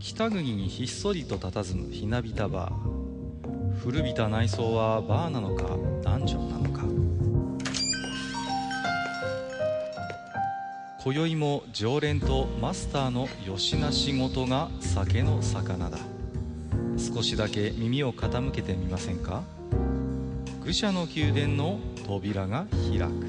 北国にひっそりと佇むひなびたバー。古びた内装はバーなのかダンジョンなのか。今宵も常連とマスターのよしな仕事が酒の魚だ。少しだけ耳を傾けてみませんか。愚者の宮殿の扉が開く。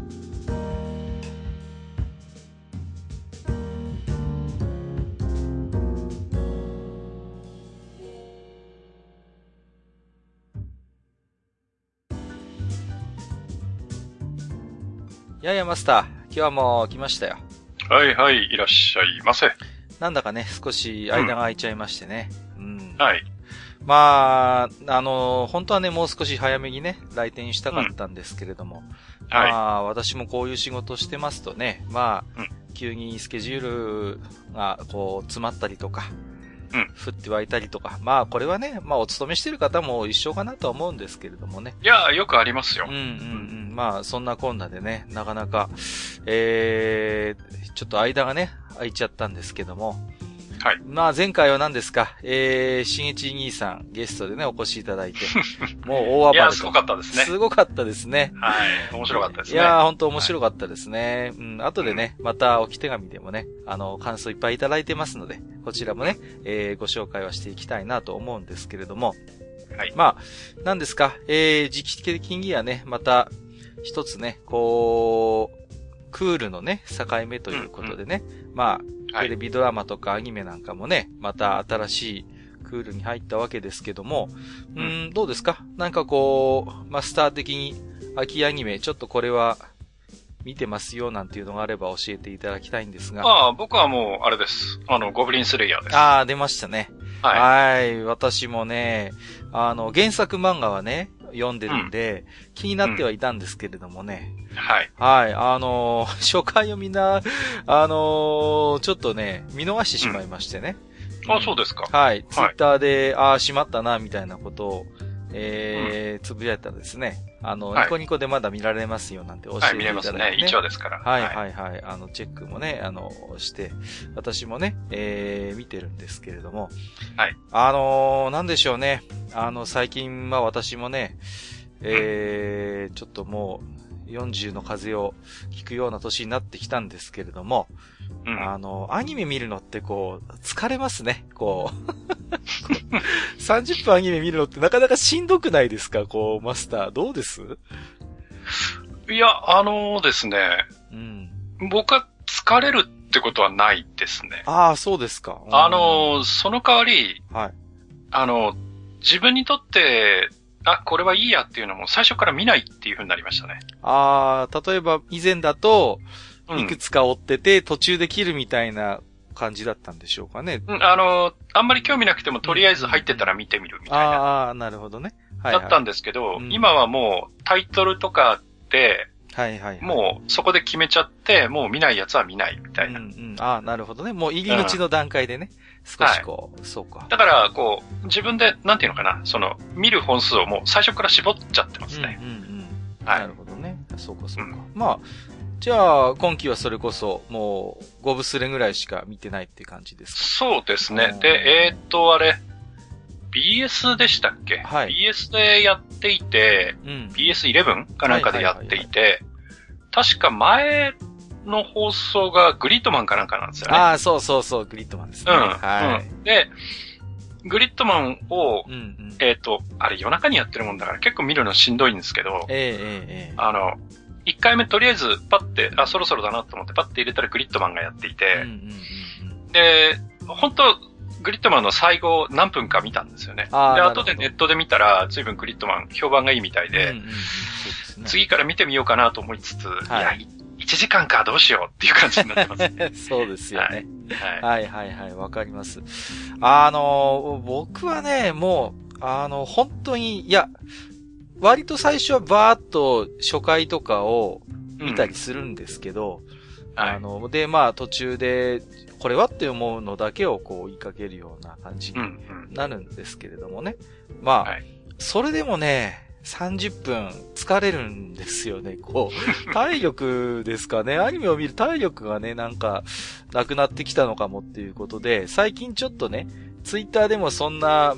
ややマスター、今日はもう来ましたよ。 はいはい、いらっしゃいませ。 なんだかね、少し間が空いちゃいましてね。 はい。 まあ、本当はね、もう少し早めにね、来店したかったんですけれども。 はい。 まあ、私もこういう仕事してますとね、まあ、急にスケジュールがこう、詰まったりとか、降って湧いたりとか。まあ、これはね、まあ、お勤めしてる方も一緒かなとは思うんですけれどもね。 いや、よくありますよ。 まあ、そんなこんなでね、なかなか、ちょっと間がね、空いちゃったんですけども。 はい。 まあ、前回は何ですか、しんいち兄さん、ゲストでね、お越しいただいて、もう大暴れと。いや、 すごかったですね。 すごかったですね。 はい。面白かったですね。 いや、本当面白かったですね。後でね、また置き手紙でもね、感想いっぱいいただいてますので、こちらもね、ご紹介はしていきたいなと思うんですけれども。 はい。 まあ、何ですか、時期的にはね、また、一つね、こう、クールのね、境目ということでね、まあ、テレビドラマとかアニメなんかもね、また新しいクールに入ったわけですけども、どうですか？なんかこう、マスター的に秋アニメ、ちょっとこれは見てますよなんていうのがあれば教えていただきたいんですが。 ああ、僕はもう、あれです。ゴブリンスレイヤーです。 ああ、出ましたね。 はい。 はい。私もね、原作漫画はね、読んでるんで、気になってはいたんですけれどもね。 はい。 はい。初回をみんな、ちょっとね、見逃してしまいましてね。 あ、そうですか。 はい。ツイッターで、しまったな、みたいなことを、つぶやいたらですね。ニコニコでまだ見られますよ、なんて教えていただいて、ね。 はい、見れますね。1話ですから。 はいはいはい。チェックもね、して、私もね、見てるんですけれども。 はい。 なんでしょうね。最近は私もね、ちょっともう、40の風を聞くような年になってきたんですけれども、アニメ見るのってこう、疲れますね、こう。30分アニメ見るのってなかなかしんどくないですか、こう、マスター。どうです？ いや、ですね。僕は疲れるってことはないですね。 ああ、そうですか。 その代わり、 はい。 自分にとって、これはいいやっていうのも最初から見ないっていう風になりましたね。 例えば以前だと、いくつか追ってて、途中で切るみたいな感じだったんでしょうかね。 あんまり興味なくてもとりあえず入ってたら見てみるみたいな。 なるほどね。 はい、だったんですけど、今はもうタイトルとかで、もうそこで決めちゃって、もう見ないやつは見ないみたいな。 なるほどね。もう入り口の段階でね。少しこう、そうか。 だから、こう、自分で、なんていうのかな、見る本数をもう最初から絞っちゃってますね。 なるほどね。そうか、そうか。まあ、じゃあ、今期はそれこそ、もう、5部スレぐらいしか見てないって感じですか？ そうですね。で、あれ、BS でしたっけ？はい。BS でやっていて、BS11 かなんかでやっていて、確か前の放送がグリッドマンかなんかなんですよね。 そう、グリッドマンですね。 はい。で、グリッドマンを、あれ夜中にやってるもんだから結構見るのしんどいんですけど、1回目とりあえずパッて、そろそろだなと思ってパッて入れたらグリッドマンがやっていて、で、本当グリッドマンの最後何分か見たんですよね。で、後でネットで見たら随分グリッドマン評判がいいみたいで、次から見てみようかなと思いつつ、いや、1時間かどうしようっていう感じになってますね。 そうですよね。はい、わかります。僕はね、もう、本当に、いや、割と最初はバーッと初回とかを見たりするんですけど、で、まあ途中で、これはって思うのだけをこう追いかけるような感じになるんですけれどもね。まあ、それでもね、 30分疲れるんですよね、こう。体力ですかね。アニメを見る体力がね、なんか、なくなってきたのかもっていうことで、最近ちょっとね、ツイッターでもそんな、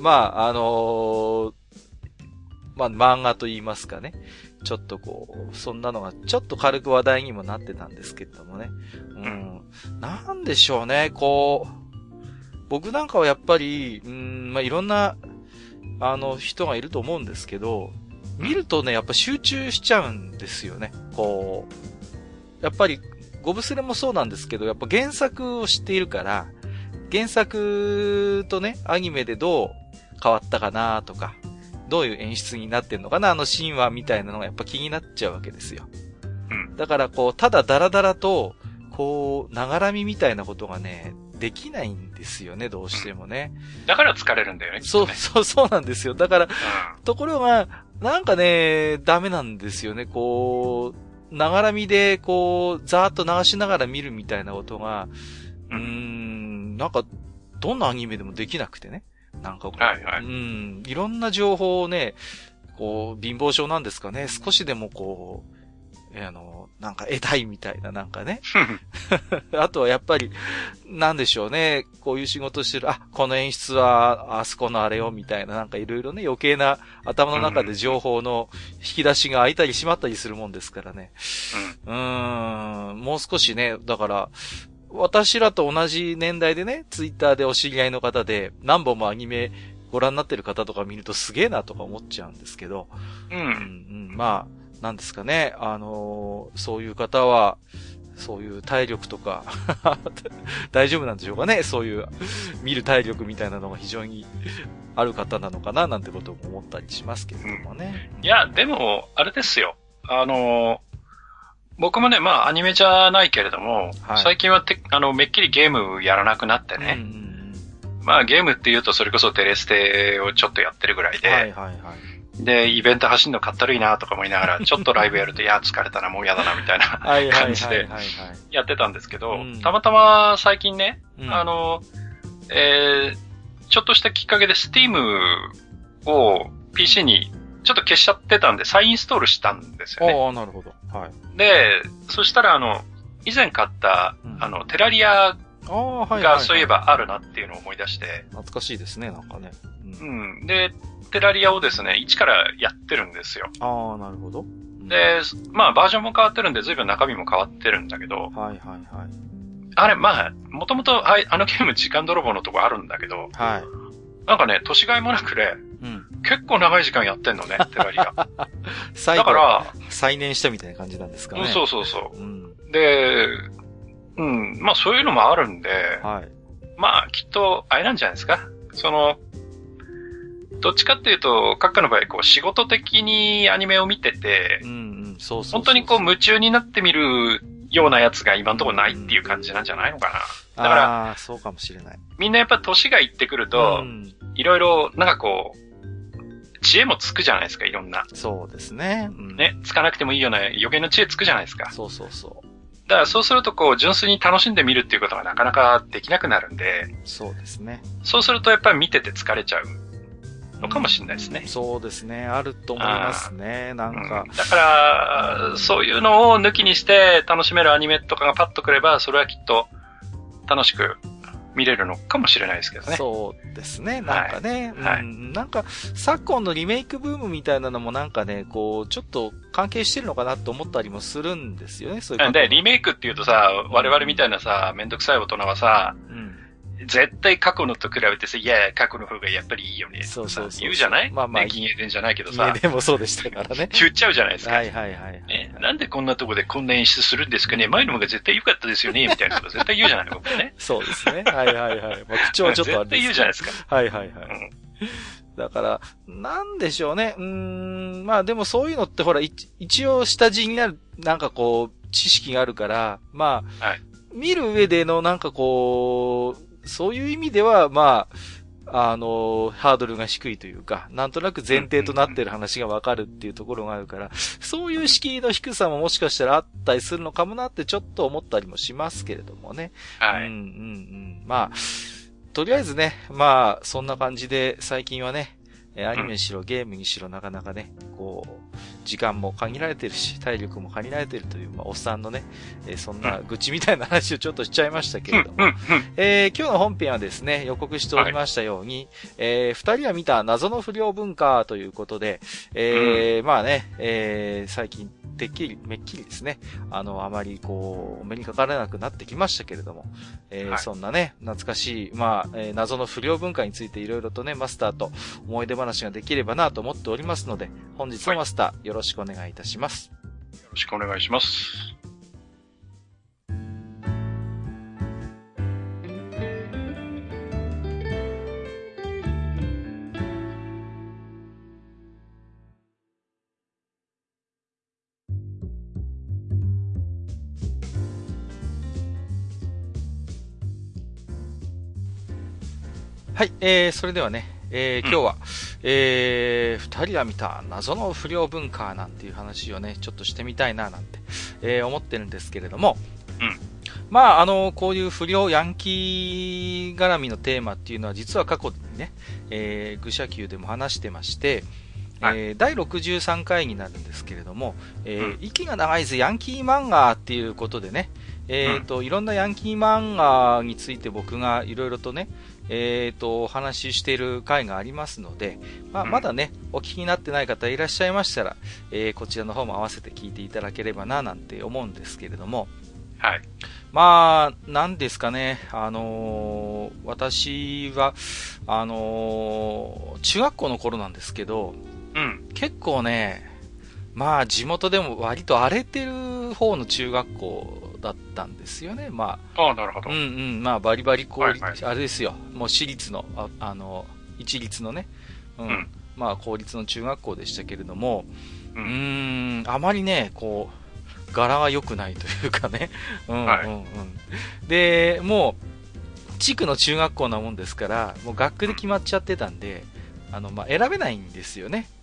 漫画と言いますかね。ちょっとこう、そんなのがちょっと軽く話題にもなってたんですけれどもね。なんでしょうね、こう、僕なんかはやっぱり、いろんな、人がいると思うんですけど、見るとね、やっぱ集中しちゃうんですよね。こう、やっぱり、ゴブスレもそうなんですけど、やっぱ原作を知っているから、原作とね、アニメでどう変わったかなとか、どういう演出になってんのかな、神話みたいなのがやっぱ気になっちゃうわけですよ。だからこう、ただダラダラと、こう、ながらみみたいなことがね、できないんですよね、どうしてもね。 だから疲れるんだよね。 そうなんですよ。だから、ところが、なんかね、ダメなんですよね。こう、ながらみで、こう、ざーっと流しながら見るみたいなことが、なんか、どんなアニメでもできなくてね。なんかこう、いろんな情報をね、こう、貧乏症なんですかね。少しでもこう、なんか得たいみたいな、なんかね。あとはやっぱり、なんでしょうね。こういう仕事してる、この演出は、あそこのあれよ、みたいな、なんかいろいろね、余計な頭の中で情報の引き出しが開いたり閉まったりするもんですからね。もう少しね、だから、私らと同じ年代でね、ツイッターでお知り合いの方で、何本もアニメご覧になってる方とか見るとすげえなとか思っちゃうんですけど。まあ、なんですかね、そういう方は、そういう体力とか、大丈夫なんでしょうかね、そういう、見る体力みたいなのが非常にある方なのかな、なんてことも思ったりしますけれどもね。 いや、でも、あれですよ。僕もね、アニメじゃないけれども、最近はめっきりゲームやらなくなってね。ゲームって言うとそれこそテレステをちょっとやってるぐらいで、で、イベント走るのかったるいなとか思いながら、ちょっとライブやると、いや、疲れたな、もう嫌だな、みたいな感じでやってたんですけど、たまたま最近ね、ちょっとしたきっかけで Steam を PC にちょっと消しちゃってたんで、再インストールしたんですよね。 なるほど。はい。 で、そしたら以前買った、テラリアがそういえばあるなっていうのを思い出して。 懐かしいですね、なんかね。 で、テラリアをですね、一からやってるんですよ。 なるほど。 で、バージョンも変わってるんで、随分中身も変わってるんだけど。あれ、もともと、あのゲーム時間泥棒のとこあるんだけど。なんかね、年がいもなくね、結構長い時間やってんのね、テラリア。だから、再燃したみたいな感じなんですかね。 そう。で、そういうのもあるんで、きっと、あれなんじゃないですか。どっちかっていうと、閣下の場合、こう、仕事的にアニメを見てて、本当にこう、夢中になって見るようなやつが今のところないっていう感じなんじゃないのかな。だから、 そうかもしれない。 みんなやっぱ年がいってくると、いろいろ、なんかこう、知恵もつくじゃないですか、いろんな。 そうですね。 ね、つかなくてもいいような余計な知恵つくじゃないですか。 そう。 だからそうするとこう、純粋に楽しんで見るっていうことがなかなかできなくなるんで。 そうですね。 そうするとやっぱり見てて疲れちゃうのかもしれないですね。 そうですね。あると思いますね。なんか。 だから、そういうのを抜きにして楽しめるアニメとかがパッとくれば、それはきっと楽しく見れるのかもしれないですけどね。 そうですね。なんかね。なんか、昨今のリメイクブームみたいなのもなんかね、こう、ちょっと関係してるのかなと思ったりもするんですよね。そういうで、リメイクっていうとさ、我々みたいなさ、めんどくさい大人はさ、絶対過去のと比べてさ、いや、過去の方がやっぱりいいよね。そう言うじゃない？ね、銀英伝じゃないけどさ。 銀英伝もそうでしたからね。 言っちゃうじゃないですか。 なんでこんなとこでこんな演出するんですかね？前の方が絶対良かったですよねみたいなこと絶対言うじゃないの僕ね。 そうですね。口調はちょっとあれです。 絶対言うじゃないですか。 だから、なんでしょうね。でもそういうのってほら、一応下地になる、なんかこう、知識があるから、見る上でのなんかこう、そういう意味では、ハードルが低いというか、なんとなく前提となっている話がわかるっていうところがあるから、そういう敷居の低さももしかしたらあったりするのかもなってちょっと思ったりもしますけれどもね。とりあえずね、そんな感じで最近はね、 アニメにしろゲームにしろなかなかね、こう、時間も限られてるし、体力も限られてるという、おっさんのね、そんな愚痴みたいな話をちょっとしちゃいましたけれども、今日の本編はですね、予告しておりましたように、二人は見た謎の不良文化ということで、まあね、最近、めっきりですね、あまりこう、お目にかからなくなってきましたけれども、そんなね、懐かしい、謎の不良文化についていろいろとね、マスターと思い出話ができればなと思っておりますので、本日のマスター、よろしくお願いいたします。 よろしくお願いします。 はい、それではね、今日は、二人は見た謎の不良文化なんていう話をね、ちょっとしてみたいななんて、思ってるんですけれども、こういう不良ヤンキー絡みのテーマっていうのは実は過去にね、愚者級でも話してまして、第63回になるんですけれども、息が長いぜヤンキー漫画っていうことでね、いろんなヤンキー漫画について僕がいろいろとね、お話ししている回がありますので、まだね、お聞きになってない方いらっしゃいましたら、こちらの方も合わせて聞いていただければな、なんて思うんですけれども、 はい。 なんですかね、私は、中学校の頃なんですけど、結構ね、地元でも割と荒れてる方の中学校だったんですよね。 なるほど。 バリバリ公立、あれですよ。もう私立の、一律のね、公立の中学校でしたけれども、あまりね、こう、柄が良くないというかね。で、もう、地区の中学校なもんですから、もう学区で決まっちゃってたんで、選べないんですよね。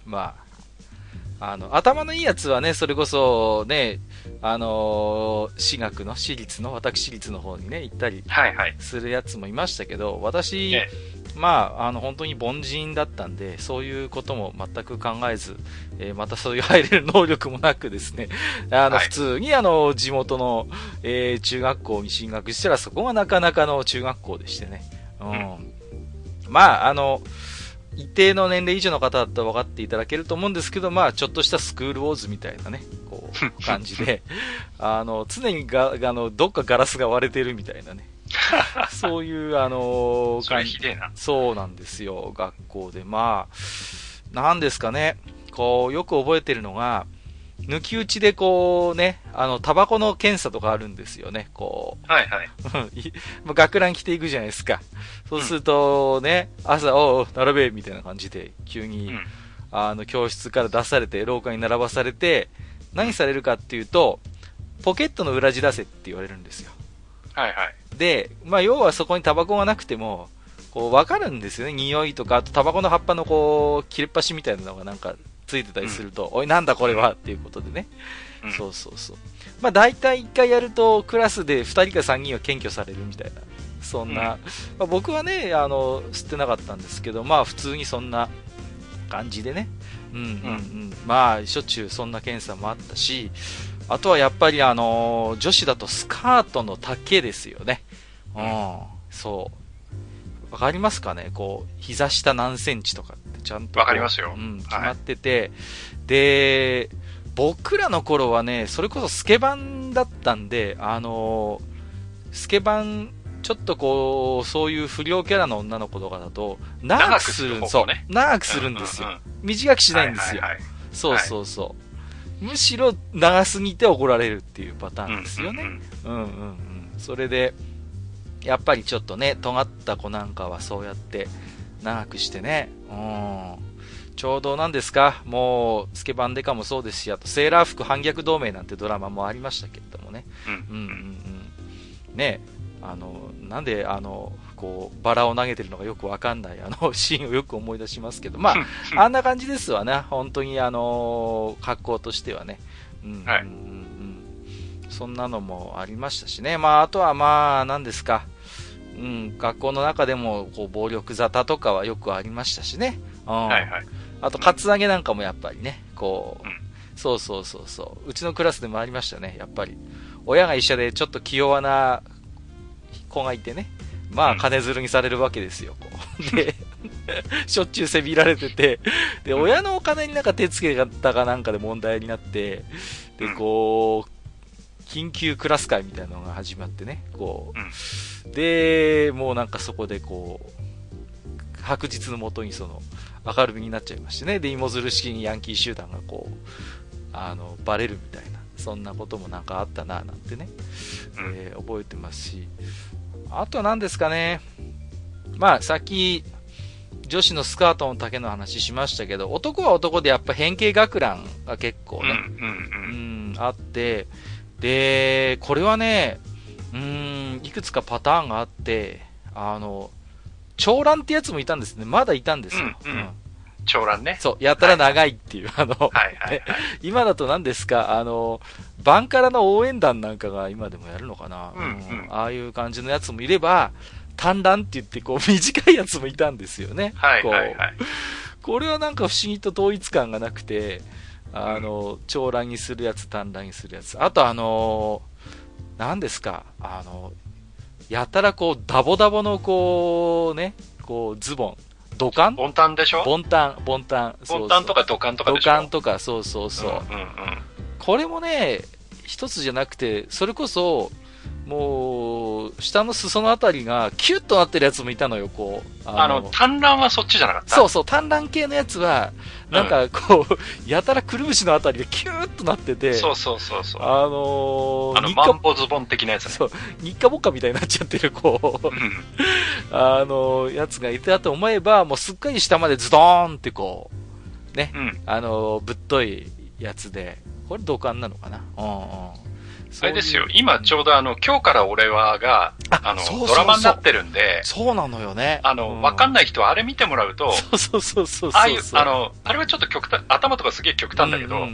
頭のいいやつはね、それこそね、私学の私立の、私立の方にね、行ったりするやつもいましたけど、私、本当に凡人だったんで、そういうことも全く考えず、またそういう入れる能力もなくですね、普通に地元の、中学校に進学したら、そこがなかなかの中学校でしてね。一定の年齢以上の方だったら分かっていただけると思うんですけど、ちょっとしたスクールウォーズみたいなね、こう、感じで、常にどっかガラスが割れてるみたいなね。そういう、 それひでえな。 そうなんですよ、学校で。なんですかね、こう、よく覚えてるのが、抜き打ちでこうね、タバコの検査とかあるんですよね、こう。学ラン着ていくじゃないですか。そうするとね、朝、並べ、みたいな感じで、急に、教室から出されて、廊下に並ばされて、何されるかっていうと、ポケットの裏地出せって言われるんですよ。で、要はそこにタバコがなくても、こう、わかるんですよね、匂いとか、あとタバコの葉っぱのこう、切れっ端みたいなのがなんか、ついてたりすると、おいなんだこれはっていうことでね。そう。大体1回やるとクラスで2人か3人は検挙されるみたいな。そんな、僕はね、吸ってなかったんですけど、普通にそんな感じでね。しょっちゅうそんな検査もあったし、あとはやっぱり女子だとスカートの丈ですよね。そう。わかりますかね、こう、膝下何センチとかってちゃんと。 わかりますよ。 決まってて、で、僕らの頃はね、それこそスケバンだったんで、スケバン、ちょっとこう、そういう不良キャラの女の子とかだと、長くするんですよ。短くしないんですよ。そう。むしろ長すぎて怒られるっていうパターンですよね。それで、やっぱりちょっとね、尖った子なんかはそうやって長くしてね、ちょうどなんですか、もう、スケバンデカもそうですし、あと、セーラー服反逆同盟なんてドラマもありましたけれどもね。ね、なんで、こう、バラを投げてるのがよくわかんない、シーンをよく思い出しますけど、あんな感じですわね、本当に、格好としてはね。そんなのもありましたしね。あとは何ですか。学校の中でも、こう、暴力沙汰とかはよくありましたしね。 はいはい。 あと、カツアゲなんかもやっぱりね、こう、そうそうそうそう。うちのクラスでもありましたね、やっぱり。親が医者でちょっと気弱な子がいてね。まあ、金づるにされるわけですよ、こう。で、しょっちゅうせびられてて、で、親のお金になんか手つけたかなんかで問題になって、で、こう、緊急クラス会みたいなのが始まってね、こう。で、もうなんかそこでこう、白日のもとにその、明るみになっちゃいましてね。で、芋づる式にヤンキー集団がこう、バレるみたいな、そんなこともなんかあったな、なんてね、覚えてますし、あとは何ですかね。まあ、さっき、女子のスカートの丈の話しましたけど、男は男でやっぱ変形学ランが結構ね、あって、で、これはね、いくつかパターンがあって、長蘭ってやつもいたんですね。まだいたんですよ。 長蘭ね。 そう、やたら長いっていう、今だと何ですか、バンカラの応援団なんかが今でもやるのかな。ああいう感じのやつもいれば、短蘭って言ってこう短いやつもいたんですよね。これはなんか不思議と統一感がなくて、長蘭にするやつ、短蘭にするやつ。あと何ですか、やたらこう、ダボダボのこう、ね、こう、ズボン。土管ボンタンでしょ。 ボンタン。 ボンタンとか土管とかでしょ。 土管とか、そうそうそう。これもね、一つじゃなくて、それこそ、もう、下の裾のあたりがキュッとなってるやつもいたのよ、こう。 短蘭はそっちじゃなかった？ そうそう、短蘭系のやつは、なんかこう、やたらくるぶしのあたりでキューッとなってて、 そう。マンボズボン的なやつね。 そう、日課ボッカみたいになっちゃってる、こう、やつがいて、あと思えば、もうすっかり下までズドーンってこう、ね、ぶっといやつで、これ土管なのかな？ あれですよ、今ちょうど今日から俺はが、ドラマになってるんで、 そうなのよね。 わかんない人はあれ見てもらうと、 そう。 ああいう、あれはちょっと頭とかすげえ極端だけど、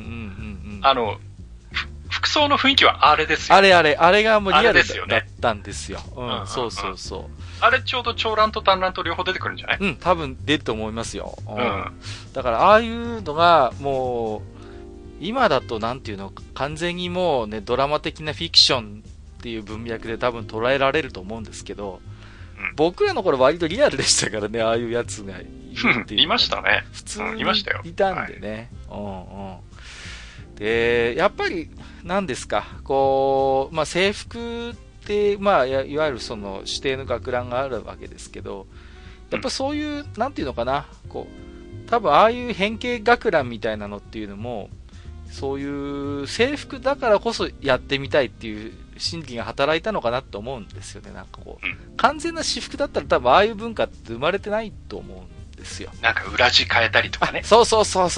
服装の雰囲気はあれですよ。 あれがもうリアルだったんですよ。そう。 あれちょうど長蘭と短蘭と両方出てくるんじゃない？ 多分出ると思いますよ。だからああいうのが、もう、今だとなんていうの、完全にもうね、ドラマ的なフィクションっていう文脈で多分捉えられると思うんですけど、僕らの頃割とリアルでしたからね、ああいうやつがいるっていう。 いましたね。 普通にいたんでね。で、やっぱり、何ですか、こう、まあ制服って、まあいわゆるその指定の学ランがあるわけですけど、やっぱそういう、なんていうのかな、こう、多分ああいう変形学ランみたいなのっていうのも、そういう制服だからこそやってみたいっていう心理が働いたのかなと思うんですよね。なんかこう、完全な私服だったら多分ああいう文化って生まれてないと思うんですよ。 なんか裏地変えたりとかね。 そう。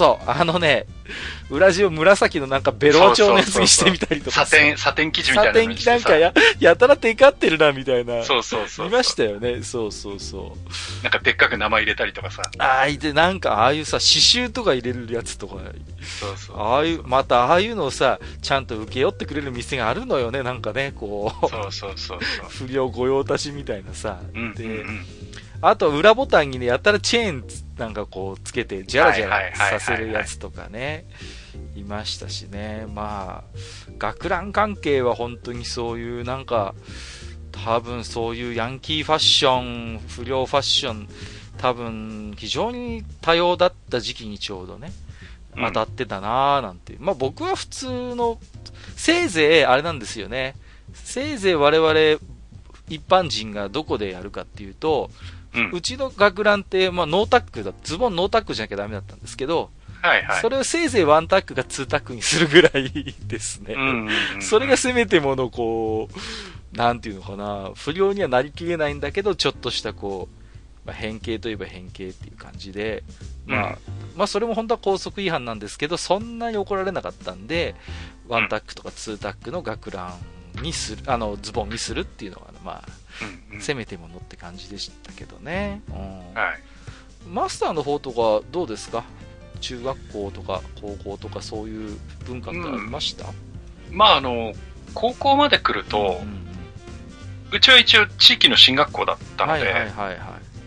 裏地を紫のなんかベロア調のやつにしてみたりとか。 サテン生地みたいな。 サテン生地なんかやたらテカってるなみたいな。 そう。 いましたよね。そう。 なんかでっかく名前入れたりとかさ。 で、なんかああいうさ、刺繍とか入れるやつとか。 そう。 またああいうのをさ、ちゃんと受け負ってくれる店があるのよね、なんかね、こう。 そう。 不良御用達みたいなさ。で、あと裏ボタンにね、やったらチェーンなんかこうつけて、ジャラジャラさせるやつとかね、いましたしね。まあ、学ラン関係は本当にそういうなんか、多分そういうヤンキーファッション、不良ファッション、多分非常に多様だった時期にちょうどね、当たってたなーなんて。まあ僕は普通の、せいぜいあれなんですよね。せいぜい我々一般人がどこでやるかっていうと、うちの学ランって、まあ、ノータックだ、ズボンノータックじゃなきゃダメだったんですけど、それをせいぜいワンタックかツータックにするぐらいですね。それがせめてもの、こう、なんていうのかな、不良にはなりきれないんだけど、ちょっとしたこう、まあ、変形といえば変形っていう感じで、まあ、それも本当は校則違反なんですけど、そんなに怒られなかったんで、ワンタックとかツータックの学ランにする、ズボンにするっていうのが、まあ、せめてものって感じでしたけどね。マスターの方とかどうですか？中学校とか高校とかそういう文化ってありました？ まあ高校まで来ると、うちは一応地域の進学校だったので、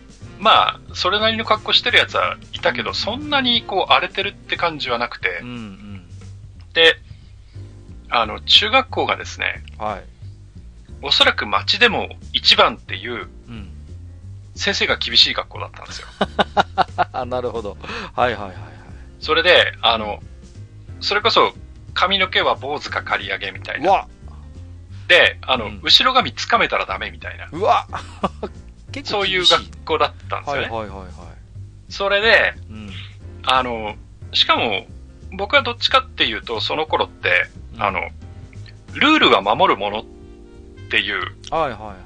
まあ、それなりの格好してるやつはいたけど、そんなにこう荒れてるって感じはなくて、 うんうん、 で、中学校がですね、 はい。 おそらく町でも一番っていう、先生が厳しい学校だったんですよ。 なるほど。はいはいはいはい。 それで、それこそ、髪の毛は坊主か刈り上げみたいな。 うわで、後ろ髪つかめたらダメみたいな。 うわ結構そういう学校だったんですよね。 はいはいはいはい。 それで、しかも、僕はどっちかっていうと、その頃って、ルールは守るものっていうはいはいはい。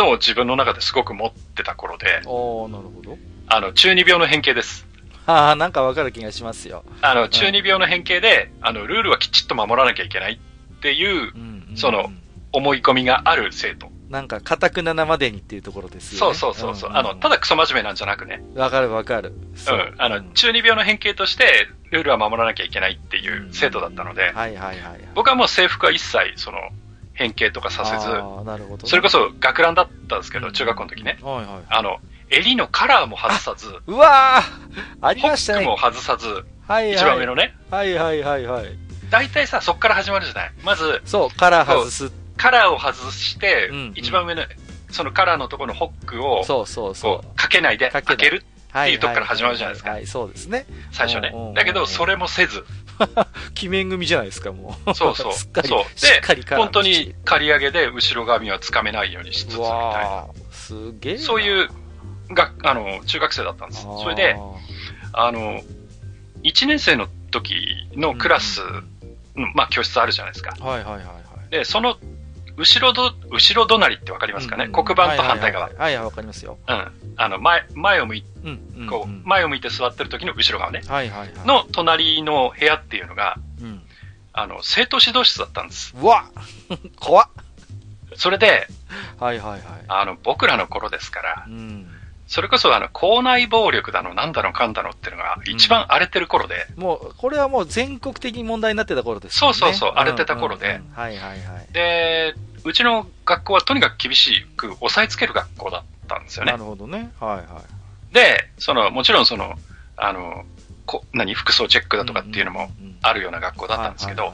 のを自分の中ですごく持ってた頃で、 なるほど。 中二病の変形です。 なんかわかる気がしますよ。 中二病の変形で、ルールはきちっと守らなきゃいけないっていう、その、思い込みがある生徒。 なんか、固くななまでにっていうところですよね。 そう。ただクソ真面目なんじゃなくね。 わかるわかる。 中二病の変形として、ルールは守らなきゃいけないっていう生徒だったので、僕はもう制服は一切、その、変形とかさせず、 なるほど、 それこそ学ランだったんですけど、中学校の時ね。襟のカラーも外さず、 うわーありましたね。 ホックも外さず、一番上のね。 はい。 大体さ、そっから始まるじゃない。まず、 そう、カラー外す。 カラーを外して、一番上の、そのカラーのところのホックを、かけないで開けるっていうとこから始まるじゃないですか。 はい、そうですね。 最初ね。だけど、それもせず。 鬼面組じゃないですか、もう。 そう。 で、 本当に刈り上げで後ろ髪はつかめないようにしつつ、みたいな。 すげえ。 そういう、中学生だったんです。それで、1年生の時のクラス、まあ教室あるじゃないですか。で、その、後ろ隣ってわかりますかね、黒板と反対側。 はい、わかりますよ。 前を向いて座ってる時の後ろ側ね。の隣の部屋っていうのが、生徒指導室だったんです。 うわ怖っそれで、 はい。 僕らの頃ですから、それこそ校内暴力だの、なんだのかんだのっていうのが一番荒れてる頃で。 もう、これはもう全国的に問題になってた頃ですね。 そう、荒れてた頃で。で、うちの学校はとにかく厳しく押さえつける学校だったんですよね。 なるほどね。 で、もちろん服装チェックだとかっていうのもあるような学校だったんですけど、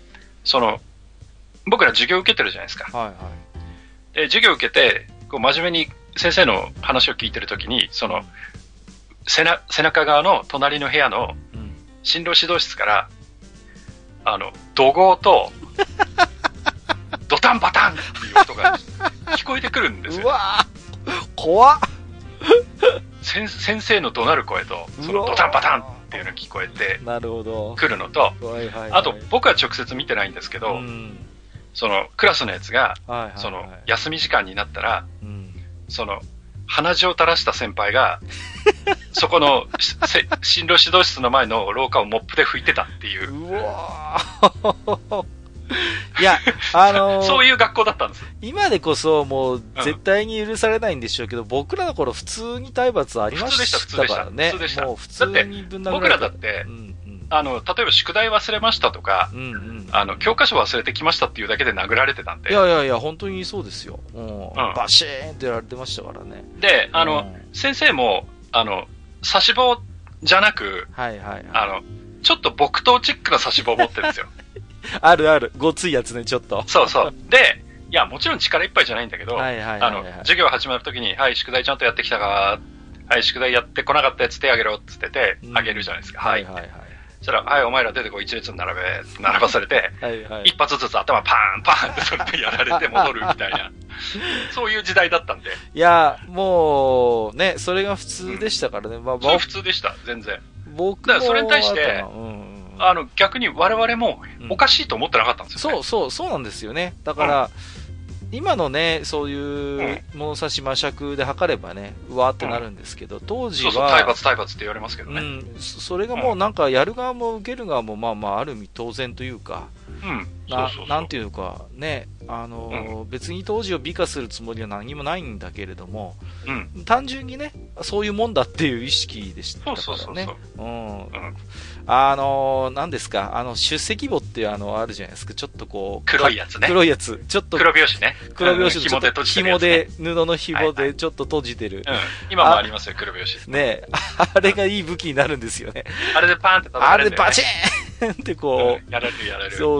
僕ら授業受けてるじゃないですか。で、授業受けて、真面目に先生の話を聞いてるときに、背中側の隣の部屋の進路指導室から、怒号と、ドタンバタンっていう音が聞こえてくるんですよ。 うわ怖っ先生の怒鳴る声と、ドタンバタンっていうのが聞こえてくるのと、あと僕は直接見てないんですけど、クラスのやつが、休み時間になったら、鼻血を垂らした先輩が、そこの進路指導室の前の廊下をモップで拭いてたっていう。 うわいや、 そういう学校だったんです。 今でこそもう絶対に許されないんでしょうけど、僕らの頃普通に体罰ありましたからね。 普通でした。 もう普通にぶん殴られた。 僕らだって、例えば宿題忘れましたとか、教科書忘れてきましたっていうだけで殴られてたんで。 いや、本当にそうですよ。バシーンってやられてましたからね。 で、先生も、差し棒じゃなく、ちょっと木刀チックな差し棒を持ってるんですよ。 ある。ごついやつね、ちょっと。 そう。で、いや、もちろん力いっぱいじゃないんだけど、授業始まるときに、はい、宿題ちゃんとやってきたか、はい、宿題やってこなかったやつ手あげろって言ってて、あげるじゃないですか。はい。そしたら、はい、お前ら出てこい、一列に並ばされて、一発ずつ頭パーンってそれでやられて戻るみたいな、そういう時代だったんで。 いや、もう、ね、それが普通でしたからね。 それ普通でした、全然。 僕も。だからそれに対して、逆に我々もおかしいと思ってなかったんですよね。 そうなんですよね。だから、今のね、そういう物差し魔尺で測ればね、うわーってなるんですけど、当時は。 体罰って言われますけどね。 それがもうなんかやる側も受ける側もまあある意味当然というか、 なんていうか、ね、別に当時を美化するつもりは何もないんだけれども、単純にね、そういうもんだっていう意識でしたからね。何ですか、出席簿っていうあるじゃないですか、ちょっとこう。 黒いやつね。 黒いやつ。ちょっと。 黒拍子ね。 黒拍子紐で閉じてる紐で、布の紐でちょっと閉じてる。 今もありますよ、黒拍子。 ねあれがいい武器になるんですよね。 あれでパーンって叩かれる。 あれでバチーンってこう。やれる。 そう。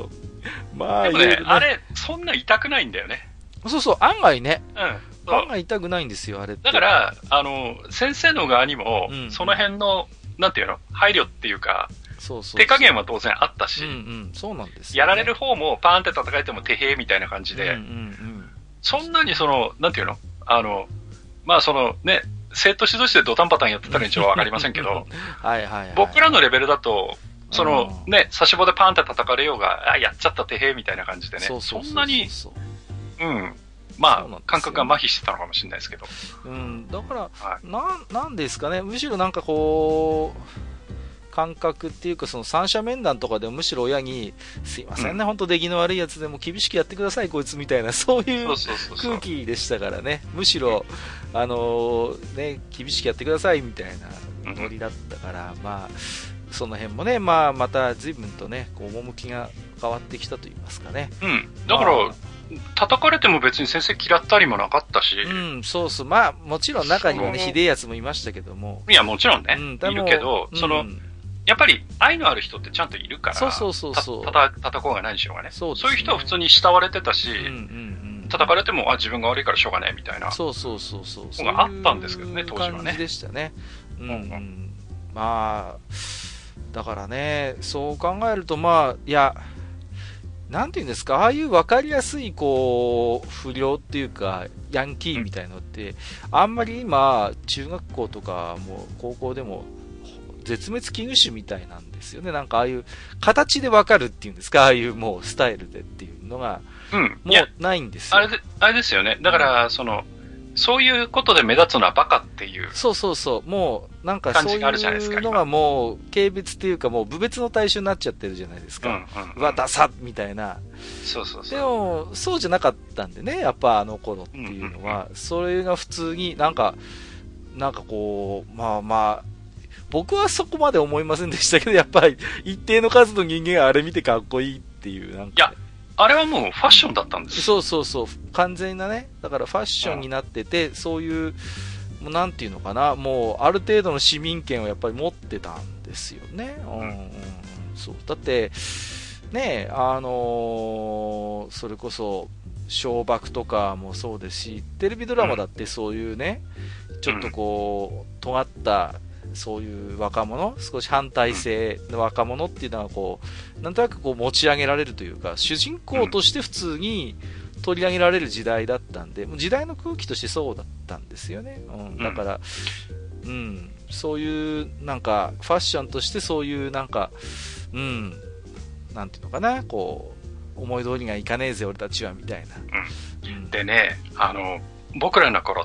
まあ、 でもね、あれ、そんな痛くないんだよね。 そう、案外ね。案外痛くないんですよ、あれって。 だから、先生の側にも、その辺の、なんていうの、配慮っていうか、手加減は当然あったし、 そうなんです。 やられる方もパーンって叩かれても手へーみたいな感じで、そんなになんていうのまあね、生徒指導士でドタンパタンやってたら一応わかりませんけど、僕らのレベルだと、ね、差し棒でパーンって叩かれようが、やっちゃった手へーみたいな感じでね、そんなに、まあ、感覚が麻痺してたのかもしれないですけど。 だから、なんですかね、むしろなんかこう、感覚っていうか、その三者面談とかでもむしろ親に、すいませんね、本当出来の悪いやつでも厳しくやってください、こいつみたいな、そういう空気でしたからね、むしろ、ね、厳しくやってくださいみたいなノリだったから、まあ、その辺もね、まあ、また随分とね、こう、趣が変わってきたと言いますかね。 だから、叩かれても別に先生嫌ったりもなかったし。 そう。まあ、もちろん中にはね、ひでえやつもいましたけども。 いや、もちろんね。いるけど、やっぱり愛のある人ってちゃんといるから。 そう。 叩こうがないにしようがね。そういう人は普通に慕われてたし、叩かれても、自分が悪いからしょうがないみたいな。そう。があったんですけどね、当時はね。 感じでしたね。まあ、だからね、そう考えると、まあ、いや、なんていうんですか、ああいう分かりやすい、こう、不良っていうか、ヤンキーみたいのって、あんまり今、中学校とかも高校でも、絶滅危惧種みたいなんですよね。なんかああいう形で分かるっていうんですか、ああいうもうスタイルでっていうのが、もうないんですよ。 あれですよね。だから、そういうことで目立つのはバカっていう。 そう。もう、なんかそういうのがもう、軽蔑っていうかもう、部別の対象になっちゃってるじゃないですか。ダサッみたいな。 そう。 でも、そうじゃなかったんでね、やっぱあの頃っていうのは、それが普通になんかこう、まあ、僕はそこまで思いませんでしたけど、やっぱり一定の数の人間があれ見てかっこいいっていう、なんか、ね。 あれはもうファッションだったんですよ。 そう。完全なね。だからファッションになってて、そういう、もうなんていうのかな、もうある程度の市民権をやっぱり持ってたんですよね。そう。だって、ね、それこそ、小爆とかもそうですし、テレビドラマだってそういうね、ちょっとこう、尖った、そういう若者、少し反体制の若者っていうのはこう、なんとなくこう持ち上げられるというか、主人公として普通に取り上げられる時代だったんで、もう時代の空気としてそうだったんですよね。だから、そういうなんか、ファッションとしてそういうなんか、なんていうのかな、こう、思い通りがいかねえぜ俺たちはみたいな。 でね、僕らの頃って、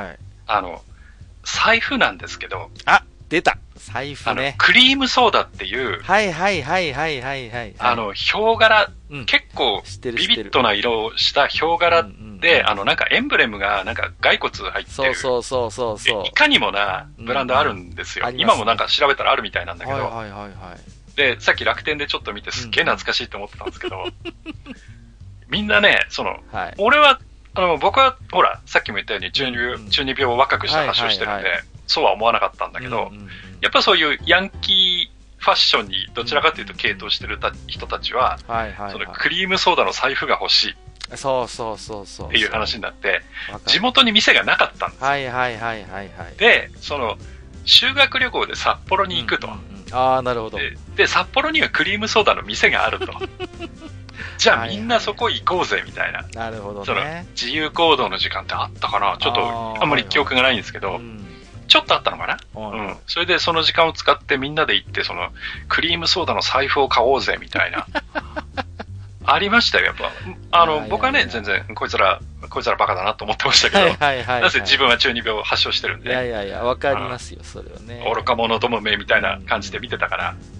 財布なんですけど。 出た財布ね。 クリームソーダっていう。 はい。ヒョウ柄、結構、ビビッドな色をしたヒョウ柄で、なんかエンブレムが、なんか骸骨入ってる。 そう。 いかにもなブランドあるんですよ。今もなんか調べたらあるみたいなんだけど。で、さっき楽天でちょっと見てすっげえ懐かしいと思ってたんですけど、みんなね、俺は、僕は、ほら、さっきも言ったように中二病を若くした話をしてるんで、そうは思わなかったんだけど、やっぱそういうヤンキーファッションにどちらかというと傾倒してる人たちは、そのクリームソーダの財布が欲しい。 そうっていう話になって、地元に店がなかったんですよ。で、修学旅行で札幌に行くと。 なるほど。 で、札幌にはクリームソーダの店があると。じゃあみんなそこ行こうぜみたいな。 なるほどね。 自由行動の時間ってあったかな、ちょっとあんまり記憶がないんですけど、ちょっとあったのかな。それでその時間を使ってみんなで行って、クリームソーダの財布を買おうぜみたいな。ありましたよ、やっぱ。僕はね、全然、こいつらバカだなと思ってましたけど、なぜ自分は中二病を発症してるんで。 わかりますよ、それはね。 愚か者どもめみたいな感じで見てたから。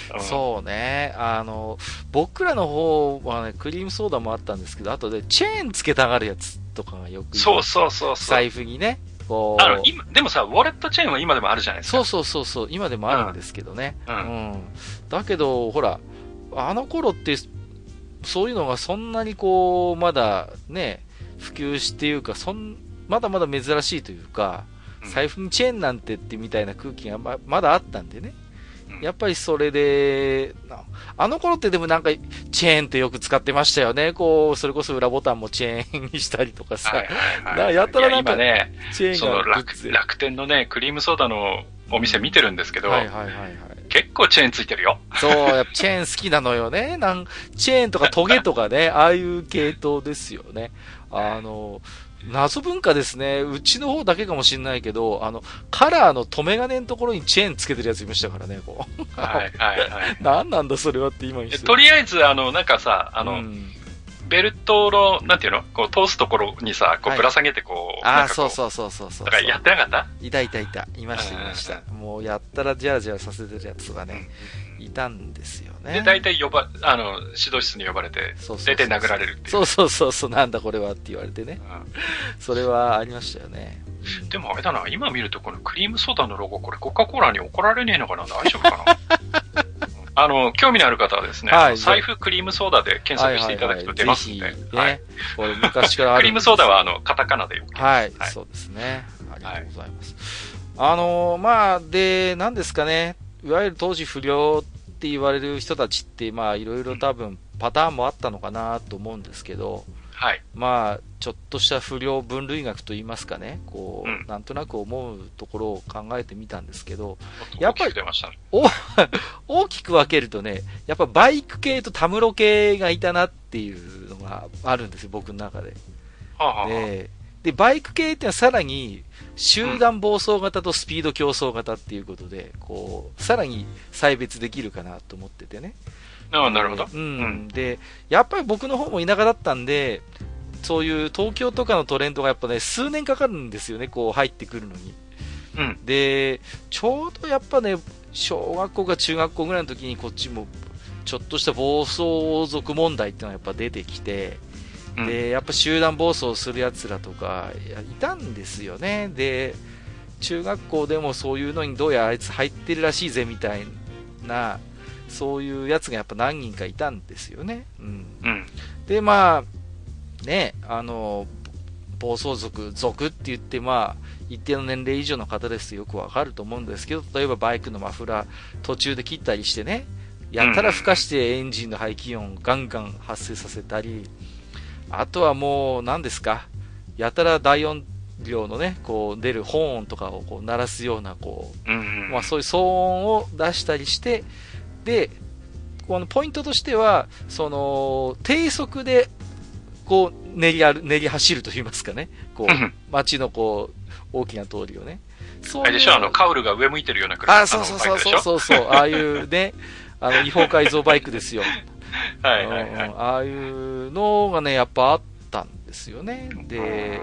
そうね。僕らの方はね、クリームソーダもあったんですけど、あとでチェーンつけたがるやつとかがよくいる。 そう。 財布にね。 こう。今、でもさ、ウォレットチェーンは今でもあるじゃないですか。 そう。今でもあるんですけどね。だけど、ほら、あの頃って、そういうのがそんなにこう、まだね、普及していうか、まだまだ珍しいというか、財布にチェーンなんてってみたいな空気がまだあったんでね。やっぱりそれで、あの頃ってでもなんか、チェーンってよく使ってましたよね。こう、それこそ裏ボタンもチェーンにしたりとかさ。やったらなんか、 ね、チェーンが楽天のね、クリームソーダのお店見てるんですけど、結構チェーンついてるよ。 そう、やっぱチェーン好きなのよね。チェーンとかトゲとかね、ああいう系統ですよね。謎文化ですね。うちの方だけかもしれないけど、カラーの留め金のところにチェーンつけてるやついましたからね、こう。何なんだそれはって今にして。 とりあえず、なんかさ、ベルトの、なんていうのこう、通すところにさ、こう、ぶら下げてこう。 そう。 だからやってなかった？ いた。いました。もうやったらジャラジャラさせてるやつがね、いたんですよね。 で、大体指導室に呼ばれて、大体殴られるっていう。 そう、なんだこれはって言われてね。それはありましたよね。 でもあれだな、今見るとこのクリームソーダのロゴ、これコカ・コーラに怒られねえのかな、大丈夫かな興味のある方はですね、財布クリームソーダで検索していただくと出ますんで。 これ昔からある。 クリームソーダはカタカナでよく。 そうですね。ありがとうございます。で、何ですかね、いわゆる当時不良って言われる人たちって、いろいろ多分パターンもあったのかなと思うんですけど、ちょっとした不良分類学といいますかね、こう、なんとなく思うところを考えてみたんですけど、やっぱり、大きく分けるとね、やっぱバイク系とタムロ系がいたなっていうのがあるんですよ、僕の中で。で、バイク系ってのはさらに、集団暴走型とスピード競争型っていうことで、こう、さらに細別できるかなと思っててね。 なるほど。 で、やっぱり僕の方も田舎だったんで、そういう東京とかのトレンドがやっぱね、数年かかるんですよね、こう入ってくるのに。で、ちょうどやっぱね、小学校か中学校ぐらいの時にこっちも、ちょっとした暴走族問題っていうのがやっぱ出てきて、で、やっぱ集団暴走する奴らとかいたんですよね。で、中学校でもそういうのにどうやらあいつ入ってるらしいぜみたいな、そういうやつがやっぱ何人かいたんですよね。で、ね、暴走族って言って、一定の年齢以上の方ですとよくわかると思うんですけど、例えばバイクのマフラー途中で切ったりしてね、やったら吹かしてエンジンの排気音をガンガン発生させたり、あとはもう何ですか、やたら大音量のね、こう出るホーンとかをこう鳴らすような、こう、そういう騒音を出したりして、で、このポイントとしては、低速で、こう、練り走ると言いますかね。こう、街のこう、大きな通りをね。 あれでしょ、カウルが上向いてるような車。 そう。ああいうね、違法改造バイクですよ。ああいうのがね、やっぱあったんですよね。で、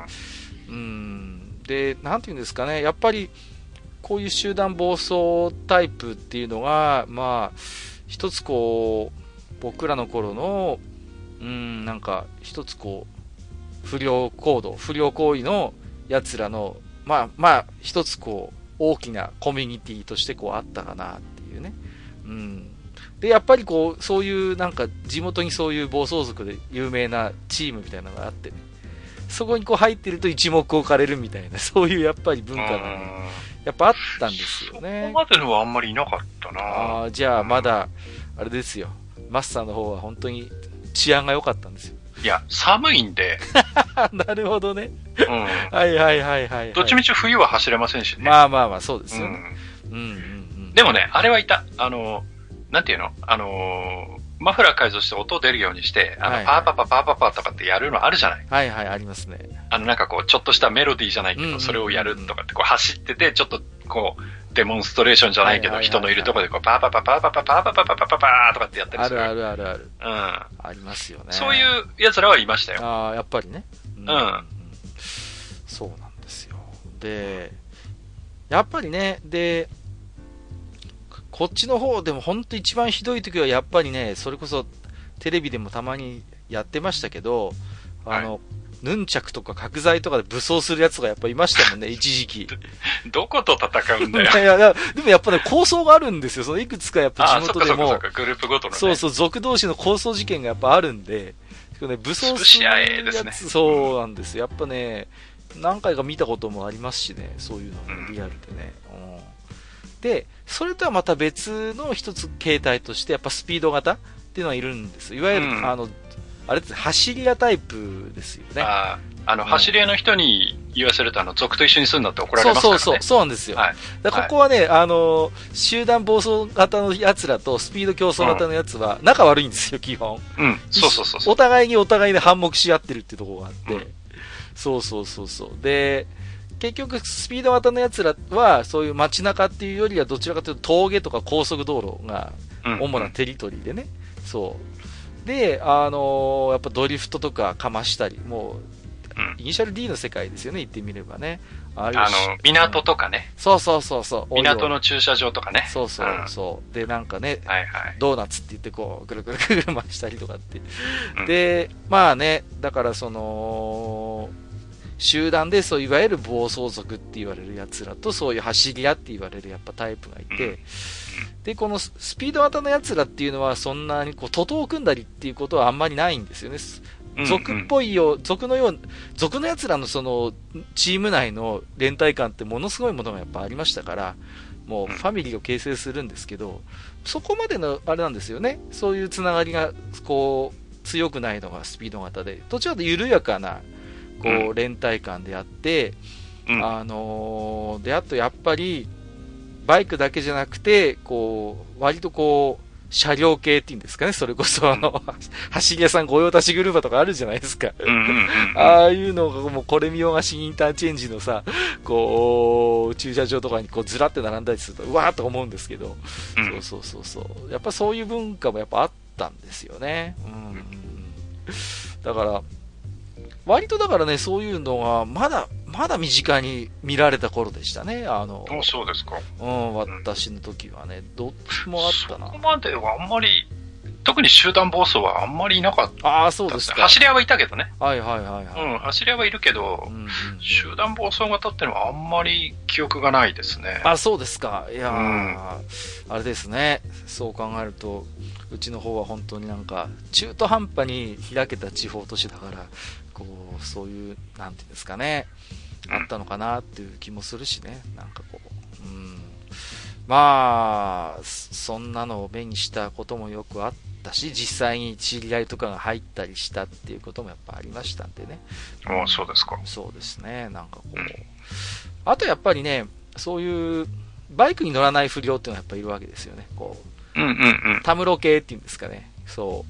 なんていうんですかね、やっぱり、こういう集団暴走タイプっていうのが、一つこう、僕らの頃の、なんか、一つこう、不良行為の奴らの、一つこう、大きなコミュニティとしてこうあったかなっていうね。で、やっぱりこう、そういうなんか、地元にそういう暴走族で有名なチームみたいなのがあってね。そこにこう入ってると一目置かれるみたいな、そういうやっぱり文化がね、やっぱあったんですよね。 そこまでのはあんまりいなかったな。 じゃあまだ、あれですよ。マスターの方は本当に治安が良かったんですよ。 いや、寒いんで。 なるほどね。はい。 どっちみち冬は走れませんしね。 そうですよね。 でもね、あれはいた。なんていうのマフラー改造して音出るようにして、パーパパとかってやるのあるじゃない？ ありますね。 なんかこう、ちょっとしたメロディーじゃないけど、それをやるとかって、こう走ってて、ちょっとこう、デモンストレーションじゃないけど、人のいるところでこう、パーパパとかってやったりする。 ある。ありますよね。 そういう奴らはいましたよ。 やっぱりね。そうなんですよ。で、やっぱりね、で、 こっちの方でもほんと一番ひどい時はやっぱりね、それこそテレビでもたまにやってましたけど、ヌンチャクとか角材とかで武装するやつがやっぱいましたもんね、一時期。 どこと戦うんだよ。 いや、でもやっぱね、構想があるんですよ。そのいくつかやっぱ地元でも。 そうか、グループごとのね。 そう、族同士の構想事件がやっぱあるんで、ね、武装するやつ、 ね、 そうなんですよ。やっぱね、何回か見たこともありますしね、そういうの、リアルでね。で、それとはまた別の一つ形態として、やっぱスピード型っていうのはいるんです。いわゆる、あれです、走り屋タイプですよね。 走り屋の人に言わせると、族と一緒に住んだって怒られますからね。 そうなんですよ。はい、ここはね、集団暴走型の奴らとスピード競争型のやつは仲悪いんですよ、基本。 そう。 お互いで反目し合ってるっていうところがあって。そう。で、結局、スピード型の奴らは、そういう街中っていうよりは、どちらかというと峠とか高速道路が主なテリトリーでね。そう。で、やっぱドリフトとかかましたり、もう、イニシャル D の世界ですよね、言ってみればね。 港とかね。 そう。 港の駐車場とかね。 そう。で、なんかね、ドーナツって言ってこう、ぐるぐる回したりとかって。で、まあね、だから集団でそういわゆる暴走族って言われる奴らと、そういう走り屋って言われるやっぱタイプがいて、で、このスピード型の奴らっていうのはそんなにこう、徒党を組んだりっていうことはあんまりないんですよね。族っぽい族の奴らのその、チーム内の連帯感ってものすごいものがやっぱありましたから、もうファミリーを形成するんですけど、そこまでのあれなんですよね。そういうつながりが、こう、強くないのがスピード型で、どちらかと緩やかな、こう、連帯感であって、で、あとやっぱり、バイクだけじゃなくて、こう、割とこう、車両系っていうんですかね、それこそ走り屋さん御用達車とかあるじゃないですか。ああいうのがもうこれ見よがしインターチェンジのさ、こう、駐車場とかにこうずらって並んだりすると、うわーっと思うんですけど、そう。やっぱそういう文化もやっぱあったんですよね。だから、割とだからね、そういうのが、まだ身近に見られた頃でしたね。 そうですか。 私の時はね、どっちもあったな。 そこまではあんまり、特に集団暴走はあんまりいなかった。 ああ、そうですか。 走り屋はいたけどね。 はい。 走り屋はいるけど、集団暴走型っていうのはあんまり記憶がないですね。 あ、そうですか。いやあれですね。そう考えると、うちの方は本当になんか、中途半端に開けた地方都市だから、こう、そういう、なんていうんですかね。あったのかなっていう気もするしね。なんかこう。まあ、そんなのを目にしたこともよくあったし、実際に知り合いとかが入ったりしたっていうこともやっぱありましたんでね。 そうですか。 そうですね。なんかこう。あとやっぱりね、そういう、バイクに乗らない不良っていうのはやっぱいるわけですよね。こう。タムロ系っていうんですかね。そう。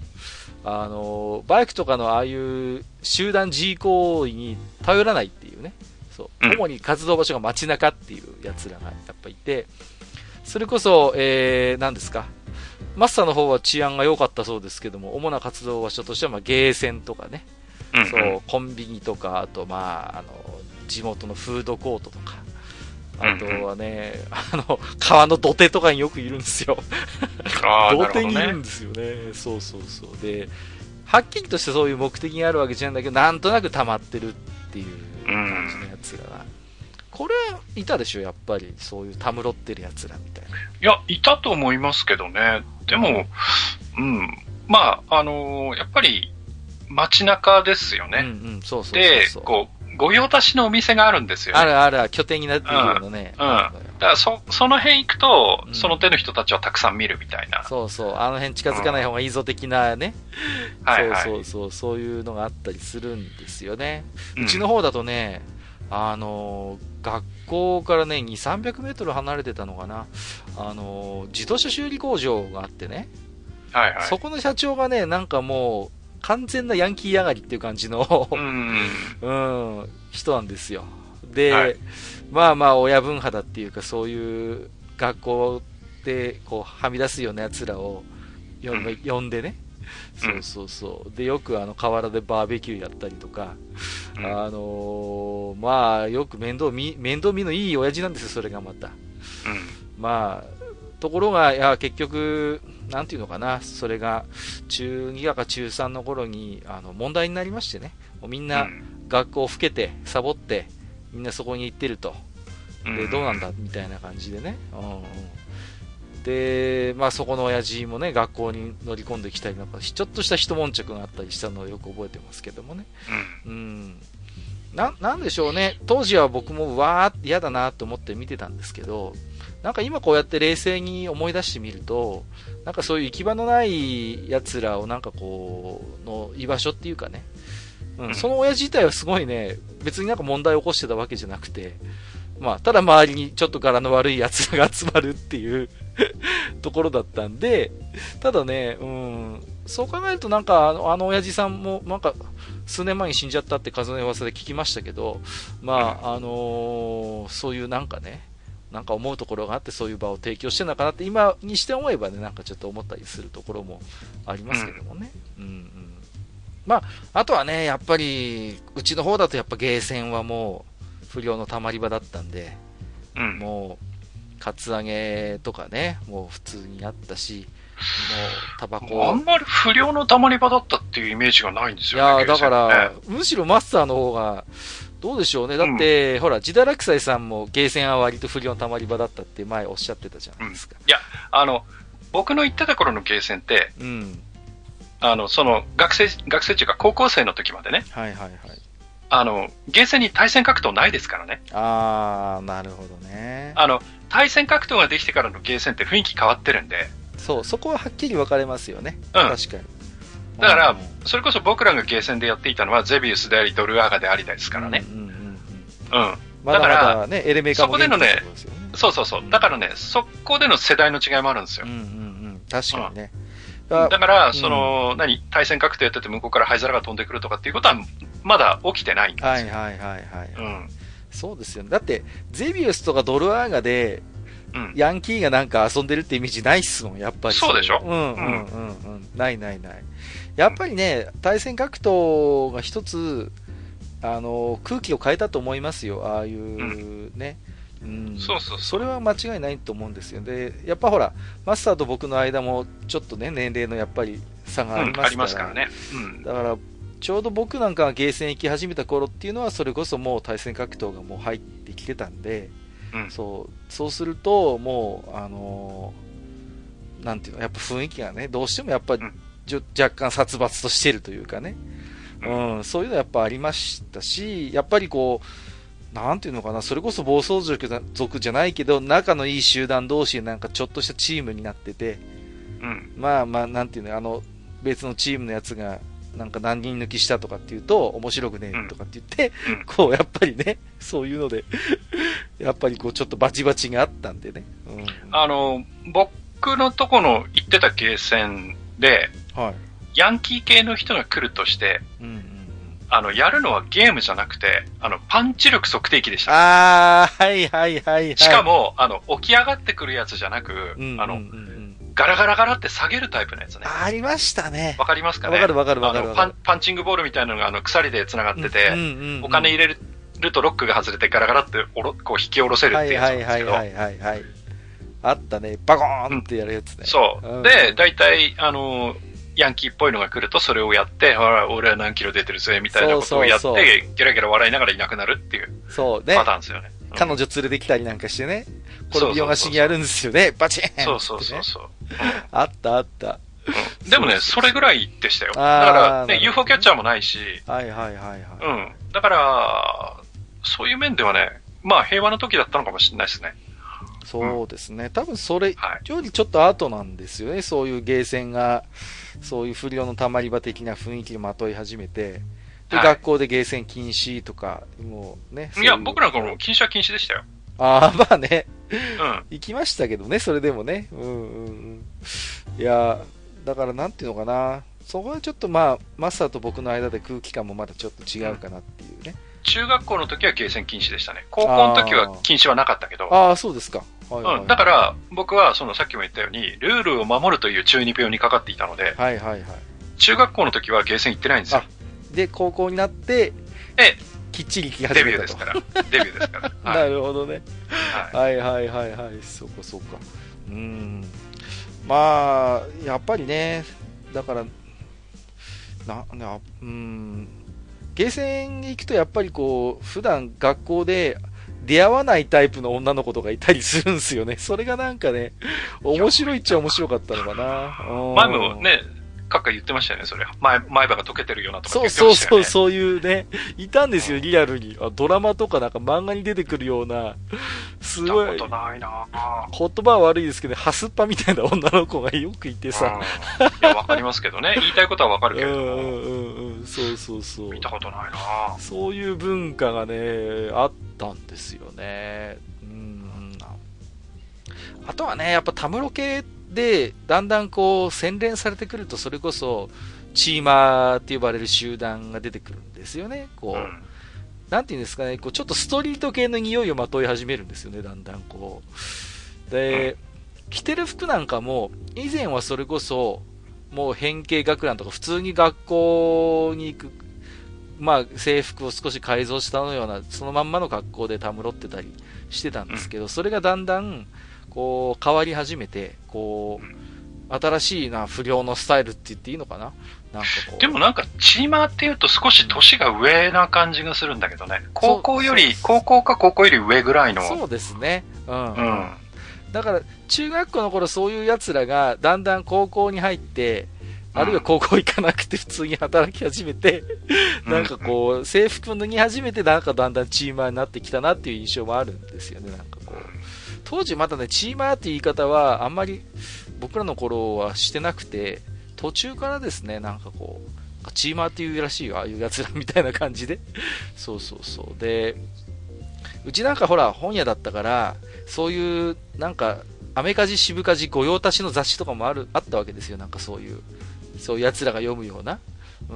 バイクとかのああいう集団 G 行為に頼らないっていうね。そう。主に活動場所が街中っていう奴らがやっぱいて、それこそ、何ですか。マスターの方は治安が良かったそうですけども、主な活動場所としては、まあ、ゲーセンとかね。そう、コンビニとか、あと、まあ、地元のフードコートとか。あとはね、川の土手とかによくいるんですよ。土手にいるんですよね。そう。で、はっきりとしてそういう目的があるわけじゃないんだけど、なんとなく溜まってるっていう感じのやつらが。これはいたでしょ、やっぱり。そういうたむろってるやつらみたいな。 いや、いたと思いますけどね。でも、まあ、やっぱり街中ですよね。 そう。 で、こう、御用達のお店があるんですよね。 ある、拠点になってるようなね。 だからその辺行くと、その手の人たちはたくさん見るみたいな。 そう。あの辺近づかない方がいいぞ的なね。そういうのがあったりするんですよね。うちの方だとね、学校からね、2、300メートル離れてたのかな。自動車修理工場があってね。そこの社長がね、なんかもう、完全なヤンキー上がりっていう感じの人なんですよ。で、まあ、親分派だっていうか、そういう学校で、こう、はみ出すような奴らを呼んでね。そう。で、よく河原でバーベキューやったりとか、まあ、よく面倒見のいい親父なんですよ、それがまた。まあ、 ところが、いや、結局、なんていうのかな、それが、中2だか中3の頃に、問題になりましてね、もうみんな、学校をふけて、サボって、みんなそこに行ってると。で、どうなんだみたいな感じでね。で、まあそこの親父もね、学校に乗り込んできたりなんか、ちょっとした一悶着があったりしたのをよく覚えてますけどもね。なんでしょうね。当時は僕も嫌だなと思って見てたんですけど、なんか今こうやって冷静に思い出してみると、なんかそういう行き場のない奴らをなんかこう、の居場所っていうかね。その親父自体はすごいね、別になんか問題を起こしてたわけじゃなくて、まあ、ただ周りにちょっと柄の悪い奴らが集まるっていうところだったんで、ただね、そう考えるとなんかあの親父さんもなんか数年前に死んじゃったって風の噂で聞きましたけど、まあ、そういうなんかね、なんか思うところがあってそういう場を提供してるのかなって今にして思えばね、なんかちょっと思ったりするところもありますけどもね。まあ、あとはね、やっぱり、うちの方だとやっぱゲーセンはもう、不良のたまり場だったんで、もう、カツアゲとかね、もう普通にあったし、もう、タバコ。 あんまり不良のたまり場だったっていうイメージがないんですよね。 いや、だから、むしろマスターの方が、どうでしょうね。だって、ほら、ジダラクサイさんもゲーセンは割と不良のたまり場だったって前おっしゃってたじゃないですか。 いや、僕の行ってた頃のゲーセンって、その、学生っていうか高校生の時までね。ゲーセンに対戦格闘ないですからね。 あー、なるほどね。 対戦格闘ができてからのゲーセンって雰囲気変わってるんで。 そう、そこははっきり分かれますよね。確かに。 だから、それこそ僕らがゲーセンでやっていたのは、ゼビウスであり、ドルアーガでありですからね。 だから、ね、エレメカもそこでのね、そう。だからね、そこでの世代の違いもあるんですよ。 確かにね。 だから、対戦格闘やってて向こうから灰皿が飛んでくるとかっていうことは、まだ起きてないんですよ。 そうですよね。だって、ゼビウスとかドルアーガで、ヤンキーがなんか遊んでるってイメージないっすもん、やっぱり。 そうでしょ？ ない。やっぱりね、対戦格闘が一つ、空気を変えたと思いますよ、ああいうね。それは間違いないと思うんですよ。で、やっぱほら、マスターと僕の間もちょっとね、年齢のやっぱり差がありますから。 ありますからね。 だから、ちょうど僕なんかがゲーセン行き始めた頃っていうのは、それこそもう対戦格闘がもう入ってきてたんで、そうすると、もう、なんていうの、やっぱ雰囲気がね、どうしてもやっぱり、若干殺伐としてるというかね、そういうのやっぱありましたし、やっぱりこう、なんていうのかな、それこそ暴走族じゃないけど、仲のいい集団同士でなんかちょっとしたチームになってて、まあ、なんていうの、別のチームのやつが、なんか何人抜きしたとかっていうと、面白くねえとかって言って、こう、やっぱりね、そういうので、やっぱりこう、ちょっとバチバチがあったんでね。 僕のとこの行ってたゲーセンで、ヤンキー系の人が来るとして、やるのはゲームじゃなくて、パンチ力測定器でした。しかも、起き上がってくるやつじゃなく、ガラガラガラって下げるタイプのやつね。 ありましたね。 わかりますかね？ わかる。 パンチングボールみたいなのが鎖で繋がってて、お金入れるとロックが外れてガラガラってこう引き下ろせるっていうやつなんですけど。 あったね。バコーンってやるやつね。 そう。で、大体、ヤンキーっぽいのが来るとそれをやって、ほら、俺は何キロ出てるぜ、みたいなことをやって、ゲラゲラ笑いながらいなくなるっていうパターンですよね。 彼女連れてきたりなんかしてね。転びよがしにやるんですよね。バチーンそう。 あった。 でもね、それぐらいでしたよ。だからね、UFO キャッチャーもないし。だから、そういう面ではね、まあ平和の時だったのかもしれないですね。 そうですね。多分それよりちょっと後なんですよね。そういうゲーセンが、そういう不良のたまり場的な雰囲気をまとい始めて、で、学校でゲーセン禁止とか、もうね。 いや、僕なんかも禁止は禁止でしたよ。 まあね。行きましたけどね、それでもね。いや、だからなんていうのかな。そこはちょっとまあ、マスターと僕の間で空気感もまたちょっと違うかなっていうね。 中学校の時はゲーセン禁止でしたね。高校の時は禁止はなかったけど。 そうですか。 だから、僕はさっきも言ったように、ルールを守るという中二病にかかっていたので、中学校の時はゲーセン行ってないんですよ。 で、高校になって、きっちり行き始めたと。 デビューですから。 なるほどね。そうか。 まあ、やっぱりね、だから、ゲーセンに行くとやっぱりこう、普段学校で出会わないタイプの女の子とかいたりするんですよね。それがなんかね、面白いっちゃ面白かったのかな。 前もね、かっか言ってましたよね、それ。前歯が溶けてるようなとか言ってましたよね。 そういうね、いたんですよ、リアルに。ドラマとかなんか漫画に出てくるような、すごい。 見たことないな。 言葉は悪いですけど、ハスッパみたいな女の子がよくいてさ。 いや、わかりますけどね。言いたいことはわかるけれども。 そう。 見たことないな。 そういう文化がね、あったんですよね。あとはね、やっぱタムロ系で、だんだんこう、洗練されてくると、それこそ、チーマーって呼ばれる集団が出てくるんですよね。こう、なんていうんですかね、こう、ちょっとストリート系の匂いをまとい始めるんですよね、だんだんこう。で、着てる服なんかも、以前はそれこそ、もう変形学ランとか、普通に学校に行く、まあ、制服を少し改造したような、そのまんまの格好でたむろってたりしてたんですけど、それがだんだん、こう、変わり始めて、こう、新しい不良のスタイルって言っていいのかな、なんかこう。 でもなんか、チーマーって言うと少し年が上な感じがするんだけどね。高校より上ぐらいの。 そうですね。だから、中学校の頃そういう奴らが、だんだん高校に入って、あるいは高校行かなくて普通に働き始めて、なんかこう、制服脱ぎ始めて、なんかだんだんチーマーになってきたなっていう印象もあるんですよね、なんかこう。当時まだね、チーマーっていう言い方はあんまり僕らの頃はしてなくて、途中からですね、なんかこう、チーマーっていうらしいよ、ああいう奴らみたいな感じで。そう。で、うちなんかほら、本屋だったから、そういう、なんか、アメカジ、渋カジ、御用達の雑誌とかもあったわけですよ、なんかそういう奴らが読むような。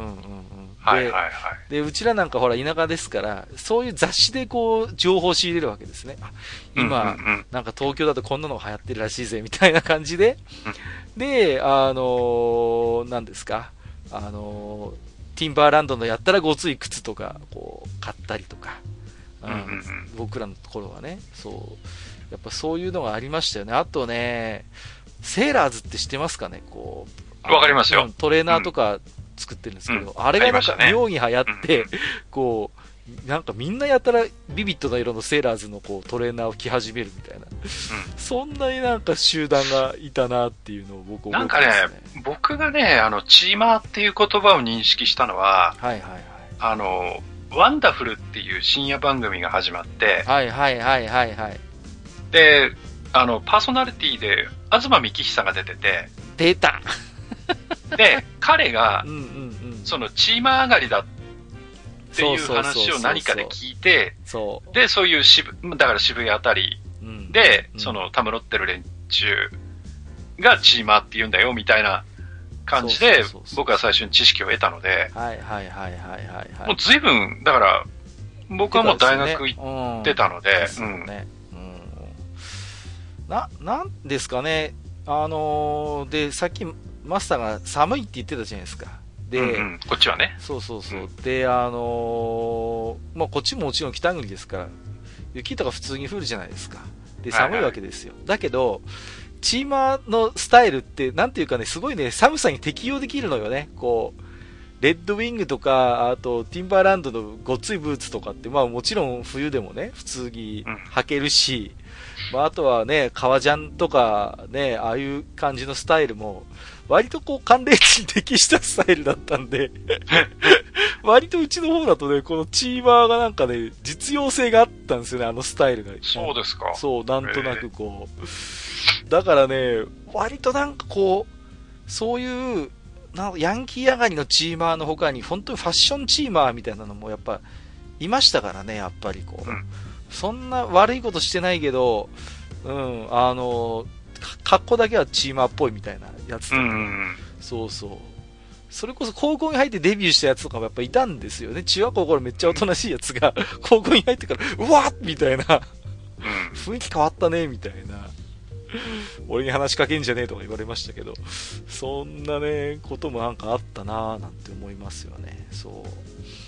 で、うちらなんかほら田舎ですから、そういう雑誌でこう、情報を仕入れるわけですね。今、なんか東京だとこんなのが流行ってるらしいぜ、みたいな感じで。で、何ですか、ティンバーランドのやったらごつい靴とか、こう、買ったりとか。僕らのところはね、そう。やっぱそういうのがありましたよね。あとね、セーラーズって知ってますかね、こう。 わかりますよ。 トレーナーとか作ってるんですけど、あれがなんか妙に流行って、こう、なんかみんなやたらビビッドな色のセーラーズのこうトレーナーを着始めるみたいな。そんなになんか集団がいたなっていうのを僕覚えてますね。なんかね、僕がね、チーマーっていう言葉を認識したのは、ワンダフルっていう深夜番組が始まって、で、パーソナリティで、東幹久が出てて、 出たで、彼が、そのチーマー上がりだっていう話を何かで聞いて、で、そういうだから渋谷あたりで、その、たむろってる連中がチーマーって言うんだよ、みたいな感じで、僕は最初に知識を得たので、もう随分、だから、僕はもう大学行ってたので、 なんですかね、で、さっきマスターが寒いって言ってたじゃないですか。で、 こっちはね。 そう。で、まあ、こっちももちろん北国ですから、雪とか普通に降るじゃないですか。で、寒いわけですよ。だけど、チーマーのスタイルって、なんていうかね、すごいね、寒さに適応できるのよね。こう、レッドウィングとか、あと、ティンバーランドのごっついブーツとかって、まあもちろん冬でもね、普通に履けるし、まああとはね、革ジャンとかね、ああいう感じのスタイルも、割とこう、寒冷地に適したスタイルだったんで、割とうちの方だとね、このチーマーがなんかね、実用性があったんですよね、あのスタイルが。 そうですか。 そう、なんとなくこう。だからね、割となんかこう、そういう、ヤンキー上がりのチーマーの他に、本当にファッションチーマーみたいなのもやっぱ、いましたからね、やっぱりこう。そんな悪いことしてないけど、格好だけはチーマーっぽいみたいなやつとか、そう。それこそ高校に入ってデビューしたやつとかもやっぱいたんですよね。中学校頃めっちゃおとなしいやつが、高校に入ってから、うわっみたいな、雰囲気変わったね、みたいな。俺に話しかけんじゃねえとか言われましたけど、そんなね、こともなんかあったなぁなんて思いますよね。そう。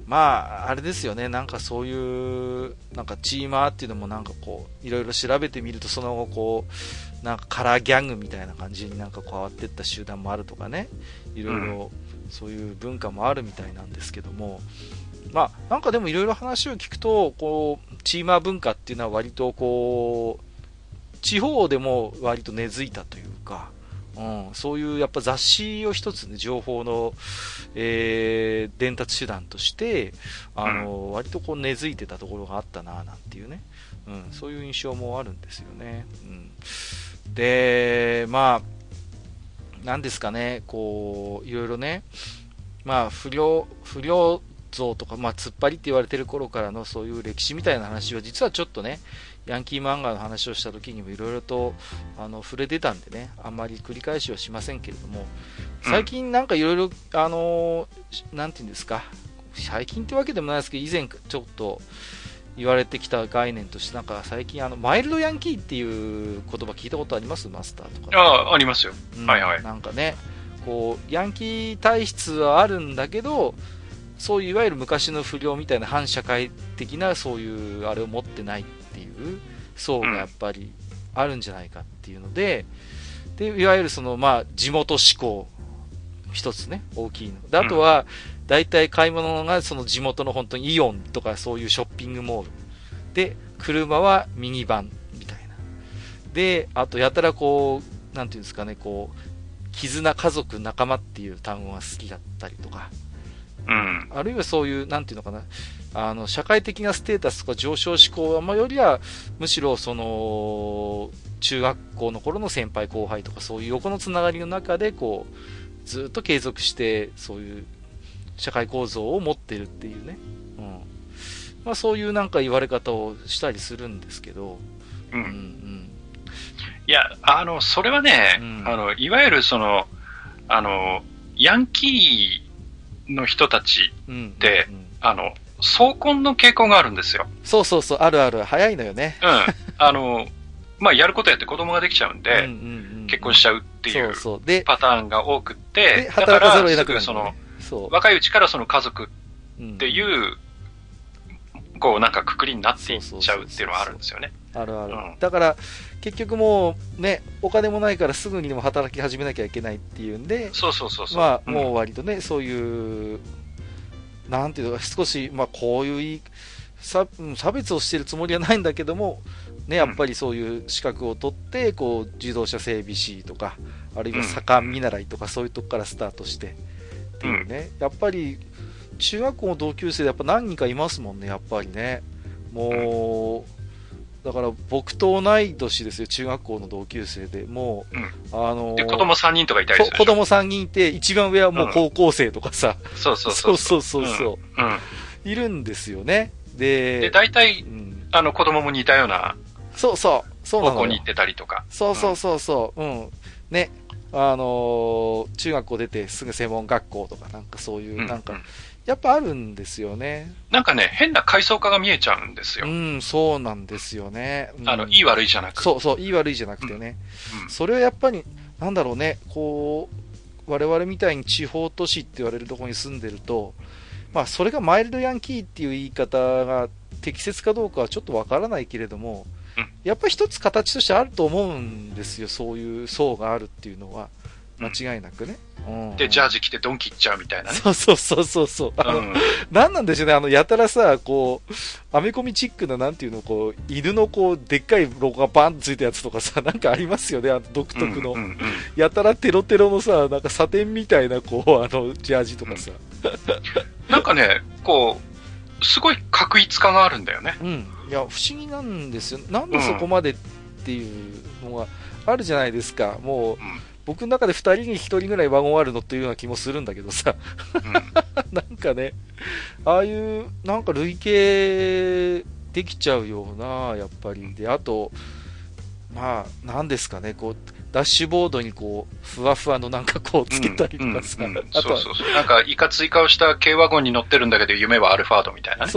まあ、あれですよね。なんかそういう、なんかチーマーっていうのもなんかこう、いろいろ調べてみると、その後こう、なんかカラーギャングみたいな感じになんか変わっていった集団もあるとかね。いろいろそういう文化もあるみたいなんですけども。まあ、なんかでもいろいろ話を聞くと、こう、チーマー文化っていうのは割とこう、地方でも割と根付いたというか、うん、そういうやっぱ雑誌を一つね、情報の、伝達手段として、割とこう根付いてたところがあったな、なんていうね、うん、そういう印象もあるんですよね。うん、で、まあ、なんですかね、こう、いろいろね、まあ、不良像とか、まあ、突っ張りって言われてる頃からのそういう歴史みたいな話は、実はちょっとね、ヤンキー漫画の話をした時にもいろいろと触れてたんでね、あんまり繰り返しはしませんけれども、最近なんかいろいろ、なんていうんですか、最近ってわけでもないですけど、以前ちょっと言われてきた概念として、なんか最近マイルドヤンキーっていう言葉聞いたことあります？マスターとか。 ありますよ。はいはい。 なんかね、こう、ヤンキー体質はあるんだけど、そういういわゆる昔の不良みたいな反社会的なそういうあれを持ってないっていう層がやっぱりあるんじゃないかっていうので、でいわゆるそのまあ地元志向一つね、大きいので、あとは大体買い物がその地元の本当にイオンとかそういうショッピングモールで、車はミニバンみたいなで、あとやたらこうなんていうんですかね、こう絆、家族、仲間っていう単語が好きだったりとか、あるいはそういう、なんていうのかな、社会的なステータスとか上昇志向よりは、むしろその、中学校の頃の先輩後輩とかそういう横のつながりの中で、こう、ずっと継続して、そういう社会構造を持ってるっていうね。まあそういうなんか言われ方をしたりするんですけど。 いや、それはね、いわゆるその、ヤンキー、の人たちって、早婚の傾向があるんですよ。 そうそうそう、あるある。早いのよね。 まあ、やることやって子供ができちゃうんで、結婚しちゃうっていうパターンが多くって、だから、すぐその、若いうちからその家族っていう、こうなんかくくりになっていっちゃうっていうのはあるんですよね。 あるある。だから、結局もうね、お金もないからすぐにでも働き始めなきゃいけないっていうんで、まあ、もう割とね、そういう、なんていうのか、少し、まあ、こういう差別をしてるつもりはないんだけども、ね、やっぱりそういう資格を取って、こう、自動車整備士とか、あるいは左官見習いとか、そういうとこからスタートして、っていうね、やっぱり、中学校の同級生でやっぱ何人かいますもんね、やっぱりね。もう、だから僕と同い年ですよ、中学校の同級生で。もう、で、子供3人とかいたりする。 子供3人いて、一番上はもう高校生とかさ。 そう。 いるんですよね。で、 大体、子供も似たような。 そうなの。 高校に行ってたりとか。 ね。中学校出てすぐ専門学校とか、なんかそういう、なんか、やっぱあるんですよね。 なんかね、変な階層化が見えちゃうんですよ。 そうなんですよね。 いい悪いじゃなくて。 そう、いい悪いじゃなくてね。それはやっぱり、なんだろうね、こう、我々みたいに地方都市って言われるところに住んでると、まあ、それがマイルドヤンキーっていう言い方が適切かどうかはちょっとわからないけれども、やっぱり一つ形としてあると思うんですよ、そういう層があるっていうのは。間違いなくね。 で、ジャージ着てドンキ行っちゃうみたいなね。 そう。なんなんでしょうね、やたらさ、こう、アメコミチックな、なんていうの、こう、犬のこう、でっかいロゴがバンとついたやつとかさ、なんかありますよね、独特の。やたらテロテロのさ、なんかサテンみたいな、こう、ジャージとかさ。 なんかね、こう、すごい画一化があるんだよね。 いや、不思議なんですよ。なんでそこまでっていうのがあるじゃないですか、もう。僕の中で2人に1人ぐらいワゴンあるのというような気もするんだけどさ、なんかね、ああいうなんか類型できちゃうような、やっぱり。で、あと、まあ、なんですかね、こう、ダッシュボードにこう、ふわふわのなんかこうつけたりとかさ。 あとそう。なんか、いかつい顔した軽ワゴンに乗ってるんだけど、夢はアルファードみたいなね。 そう。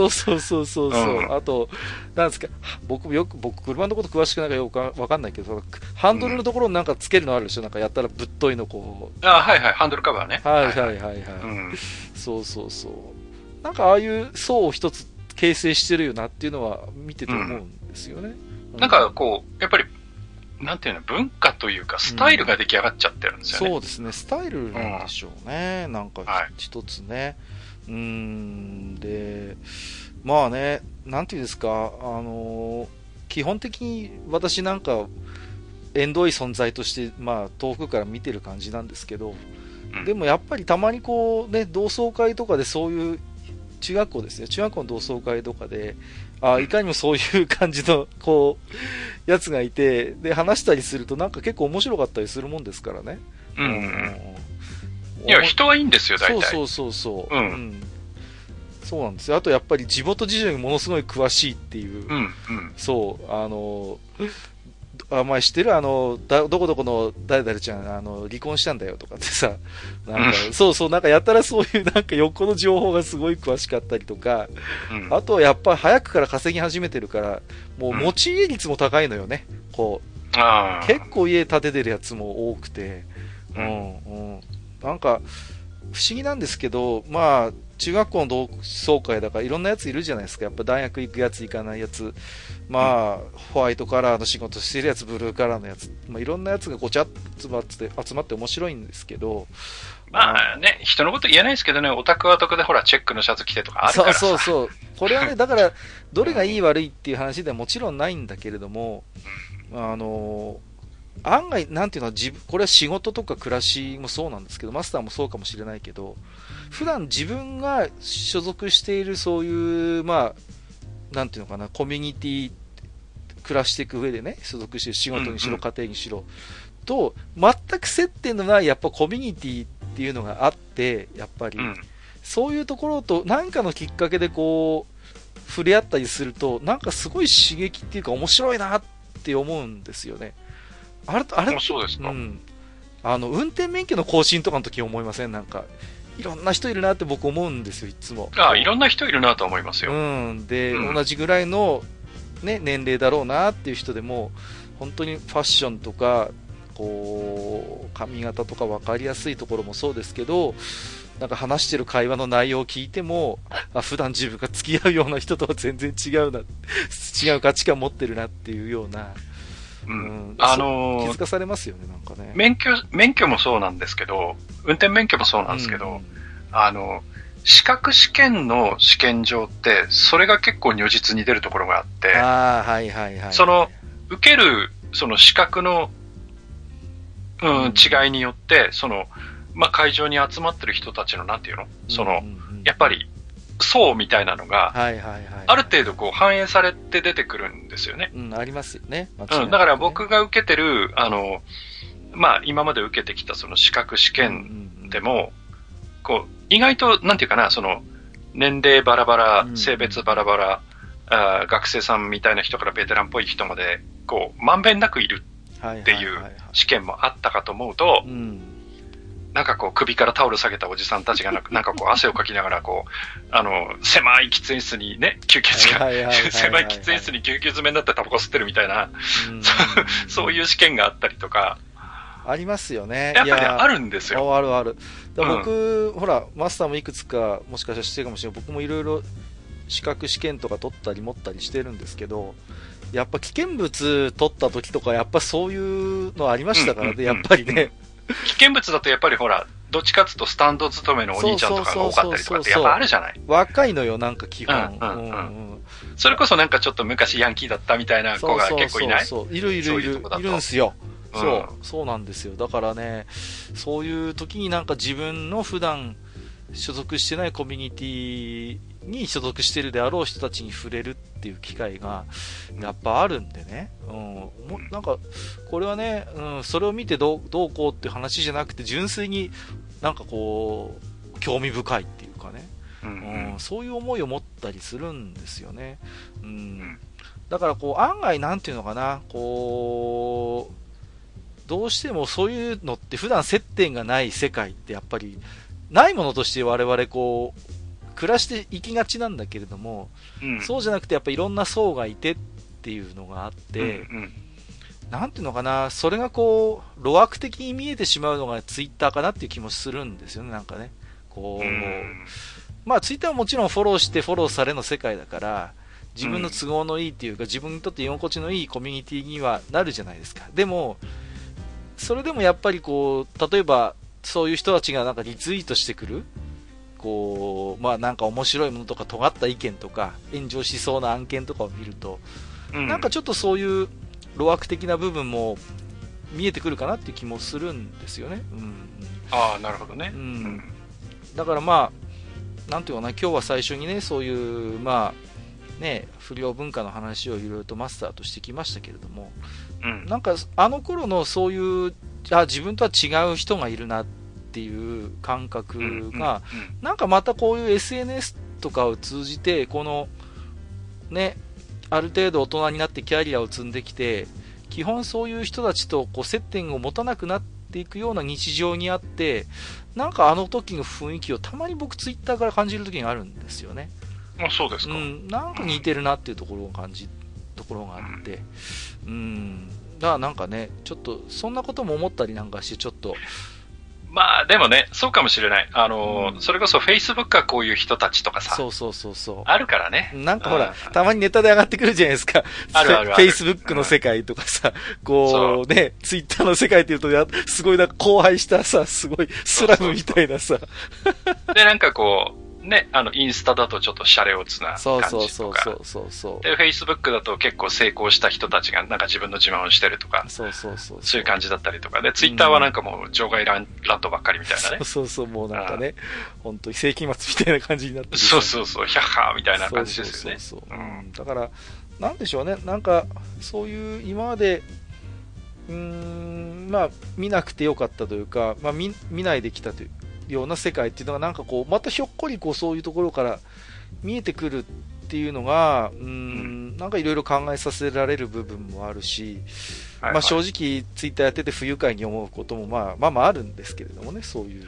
あと、なんですか、僕、車のこと詳しくないからよくわかんないけど、ハンドルのところになんかつけるのあるでしょ、なんかやったらぶっといのこう。 はい、ハンドルカバーね。 はい。そう。 なんかああいう層を一つ形成してるよなっていうのは見てて思うんですよね。 なんかこう、やっぱり、なんていうの、文化というか、スタイルが出来上がっちゃってるんですよね。 そうですね、スタイルなんでしょうね。なんか一つね。で、まあね、なんていうんですか、基本的に私なんか、縁遠い存在として、まあ、遠くから見てる感じなんですけど、でもやっぱりたまにこうね、同窓会とかでそういう中学校ですね、中学校の同窓会とかで、いかにもそういう感じの、こう、やつがいて、で、話したりするとなんか結構面白かったりするもんですからね。 いや、人はいいんですよ、大体。 そう。そうなんですよ。あとやっぱり地元事情にものすごい詳しいっていう。そう、前知ってるどこどこの誰々ちゃん、離婚したんだよとかってさ、なんか、なんかやったらそういうなんか横の情報がすごい詳しかったりとか、あとやっぱり早くから稼ぎ始めてるから、もう持ち家率も高いのよね。こう、結構家建ててるやつも多くて、なんか、不思議なんですけど、まあ、中学校の同窓会だからいろんなやついるじゃないですか。やっぱ大学行くやつ行かないやつ。まあ、ホワイトカラーの仕事してるやつ、ブルーカラーのやつ。まあ、いろんなやつがごちゃっと集まって面白いんですけど。 まあね、人のこと言えないですけどね、オタクはオタクでほら、チェックのシャツ着てとかあるからさ。 そう。これはね、だから、どれがいい悪いっていう話ではもちろんないんだけれども、案外、なんていうの、これは仕事とか暮らしもそうなんですけど、マスターもそうかもしれないけど、普段自分が所属しているそういう、まあ、なんていうのかな、コミュニティ、暮らしていく上でね、所属している仕事にしろ、家庭にしろ、と、全く接点のない、やっぱコミュニティっていうのがあって、やっぱり、そういうところと何かのきっかけでこう、触れ合ったりすると、なんかすごい刺激っていうか面白いなって思うんですよね。あれ、 そうですか。 運転免許の更新とかの時思いません？なんか、いろんな人いるなって僕思うんですよ、いつも。 いろんな人いるなと思いますよ。 で、同じぐらいの、ね、年齢だろうなっていう人でも、本当にファッションとか、こう、髪型とか分かりやすいところもそうですけど、なんか話してる会話の内容を聞いても、普段自分が付き合うような人とは全然違う価値観持ってるなっていうような、気づかされますよね、なんかね。 免許もそうなんですけど、運転免許もそうなんですけど、資格試験の試験場って、それが結構如実に出るところがあって、その、受ける、その資格の、違いによって、その、まあ、会場に集まってる人たちの、なんていうの？その、やっぱり、層みたいなのが、ある程度こう反映されて出てくるんですよね。 ありますよね。 だから僕が受けてる、まあ、今まで受けてきたその資格試験でも、こう、意外と、なんていうかな、その、年齢バラバラ、性別バラバラ、学生さんみたいな人からベテランっぽい人まで、こう、まんべんなくいるっていう試験もあったかと思うと、なんかこう首からタオル下げたおじさんたちがなんかこう汗をかきながらこう、狭い喫煙室にね、狭い喫煙室にぎゅうぎゅう詰めになってタバコ吸ってるみたいな、そういう試験があったりとか。 ありますよね。 やっぱりあるんですよ。 ある。僕、ほら、マスターもいくつかもしかしたらしてるかもしれない。僕もいろいろ資格試験とか取ったり持ったりしてるんですけど、やっぱ危険物取った時とかやっぱそういうのありましたからね、やっぱりね。 危険物だとやっぱりほら、どっちかっていうとスタンド勤めのお兄ちゃんとかが多かったりとかってやっぱあるじゃない。 若いのよ、なんか基本。 それこそなんかちょっと昔ヤンキーだったみたいな子が結構いない？ いるんすよ。そうなんですよ。だからね、そういう時になんか自分の普段所属してないコミュニティに所属してるであろう人たちに触れるっていう機会がやっぱあるんでね、なんかこれはね、それを見てどうこうっていう話じゃなくて、純粋になんかこう興味深いっていうかね、そういう思いを持ったりするんですよね。だからこう案外なんていうのかな、こうどうしてもそういうのって普段接点がない世界ってやっぱりないものとして我々こう暮らしていきがちなんだけれども、そうじゃなくてやっぱいろんな層がいてっていうのがあって、なんていうのかな、それがこう路悪的に見えてしまうのがツイッターかなっていう気もするんですよね、なんかね。こう、 まあツイッターはもちろんフォローしてフォローされの世界だから、自分の都合のいいっていうか、自分にとって居心地のいいコミュニティにはなるじゃないですか。でも、それでもやっぱりこう、例えば、そういう人たちがなんかリツイートしてくる、こう、まあなんか面白いものとか尖った意見とか、炎上しそうな案件とかを見ると、なんかちょっとそういう路悪的な部分も見えてくるかなっていう気もするんですよね。 ああ、なるほどね。 だからまあ、なんていうかな、今日は最初にね、そういう、まあ、ね、不良文化の話をいろいろとマスターとしてきましたけれども、なんかあの頃のそういう、自分とは違う人がいるなっていう感覚が、なんかまたこういう SNS とかを通じて、この、ね、ある程度大人になってキャリアを積んできて、基本そういう人たちとこう接点を持たなくなっていくような日常にあって、なんかあの時の雰囲気をたまに僕ツイッターから感じる時があるんですよね。 あ、そうですか。 なんか似てるなっていうところを感じるところがあって、だからなんかね、ちょっとそんなことも思ったりなんかして、ちょっとまあでもね、そうかもしれない。それこそ Facebook はこういう人たちとかさ。 そう。 あるからね。 なんかほら、たまにネタで上がってくるじゃないですか。 ある。 Facebook の世界とかさ、こうね、Twitter の世界っていうと、すごいなんか荒廃したさ、すごいスラムみたいなさ。 で、なんかこう、ね、インスタだとちょっとシャレオツな感じとか。 そう。 で、Facebook だと結構成功した人たちがなんか自分の自慢をしてるとか。そういう感じだったりとか。で、Twitter はなんかもう場外乱闘ばっかりみたいなね。 そう、もうなんかね、本当に世紀末みたいな感じになってる。 そう、ヒャッハーみたいな感じですよね。 だから、なんでしょうね、なんか、そういう今まで、まあ、見なくてよかったというか、まあ、見ないできたというような世界っていうのがなんかこうまたひょっこりこうそういうところから見えてくるっていうのがなんかいろいろ考えさせられる部分もあるし、まあ正直ツイッターやってて不愉快に思うこともまああるんですけれどもね、そういう、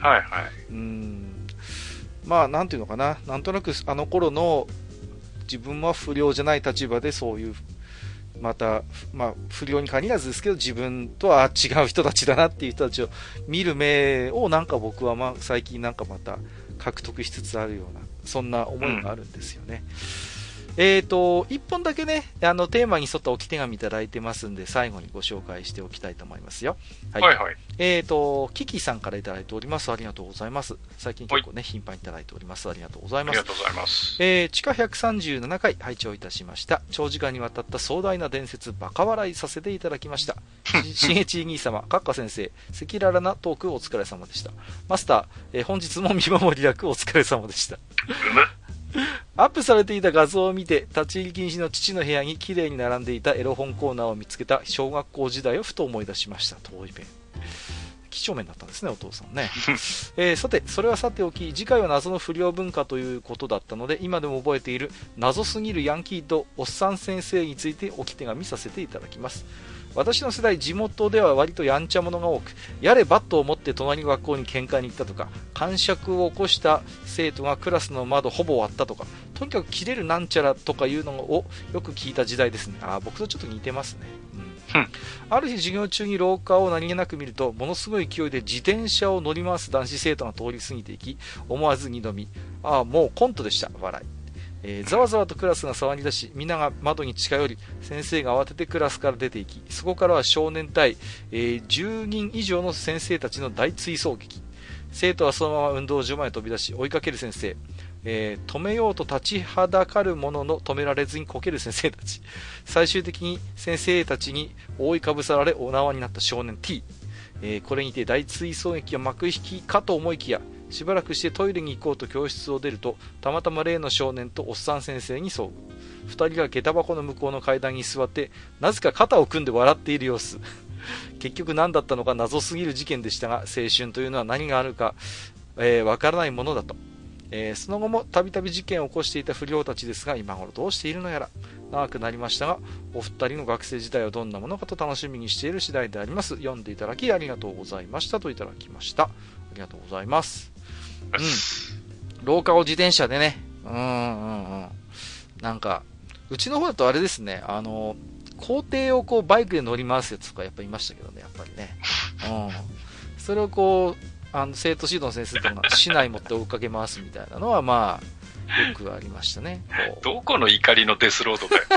まあなんていうのかな、なんとなくあの頃の自分は不良じゃない立場でそういうまた、まあ、不良に限らずですけど、自分とは違う人たちだなっていう人たちを見る目をなんか僕はまあ最近なんかまた獲得しつつあるような、そんな思いがあるんですよね。一本だけね、テーマに沿った置き手紙いただいてますんで、最後にご紹介しておきたいと思いますよ。キキさんからいただいております。ありがとうございます。最近結構ね、頻繁にいただいております。ありがとうございます。 ありがとうございます。 地下137回拝聴いたしました。長時間にわたった壮大な伝説、バカ笑いさせていただきました。しげち兄様、カッカ先生、赤裸々なトークお疲れ様でした。マスター、本日も見守り役お疲れ様でした。アップされていた画像を見て、立ち入り禁止の父の部屋に綺麗に並んでいたエロ本コーナーを見つけた小学校時代をふと思い出しました。遠い弁。几帳面だったんですね、お父さんね。さて、それはさておき、次回は謎の不良文化ということだったので、今でも覚えている謎すぎるヤンキーとおっさん先生について置き手紙させていただきます。私の世代、地元では割とやんちゃ者が多く、やれバットを持って隣の学校に喧嘩に行ったとか、癇癪を起こした生徒がクラスの窓ほぼ割ったとか、とにかく切れるなんちゃらとかいうのをよく聞いた時代ですね。僕とちょっと似てますね。ある日授業中に廊下を何気なく見ると、ものすごい勢いで自転車を乗り回す男子生徒が通り過ぎていき、思わず二度見。もうコントでした。笑い。ざわざわとクラスが騒ぎ出し、みんなが窓に近寄り、先生が慌ててクラスから出ていき、そこからは少年対、10人以上の先生たちの大追走劇。生徒はそのまま運動場まで飛び出し、追いかける先生。止めようと立ちはだかるものの止められずにこける先生たち。最終的に先生たちに覆いかぶさられお縄になった少年 T。これにて大追走劇は幕引きかと思いきや、しばらくしてトイレに行こうと教室を出ると、たまたま例の少年とおっさん先生に遭遇。二人が下駄箱の向こうの階段に座って、なぜか肩を組んで笑っている様子。結局何だったのか謎すぎる事件でしたが、青春というのは何があるかわからないものだと。その後もたびたび事件を起こしていた不良たちですが、今頃どうしているのやら。長くなりましたが、お二人の学生時代はどんなものかと楽しみにしている次第であります。読んでいただきありがとうございましたといただきました。ありがとうございます。廊下を自転車でね。なんか、うちの方だとあれですね、校庭をこうバイクで乗り回すやつとかやっぱいましたけどね、やっぱりね。それをこう、 生徒指導の先生とかが市内持って追っかけ回すみたいなのは、まあ、よくありましたね。 どこの怒りのデスロードだよ。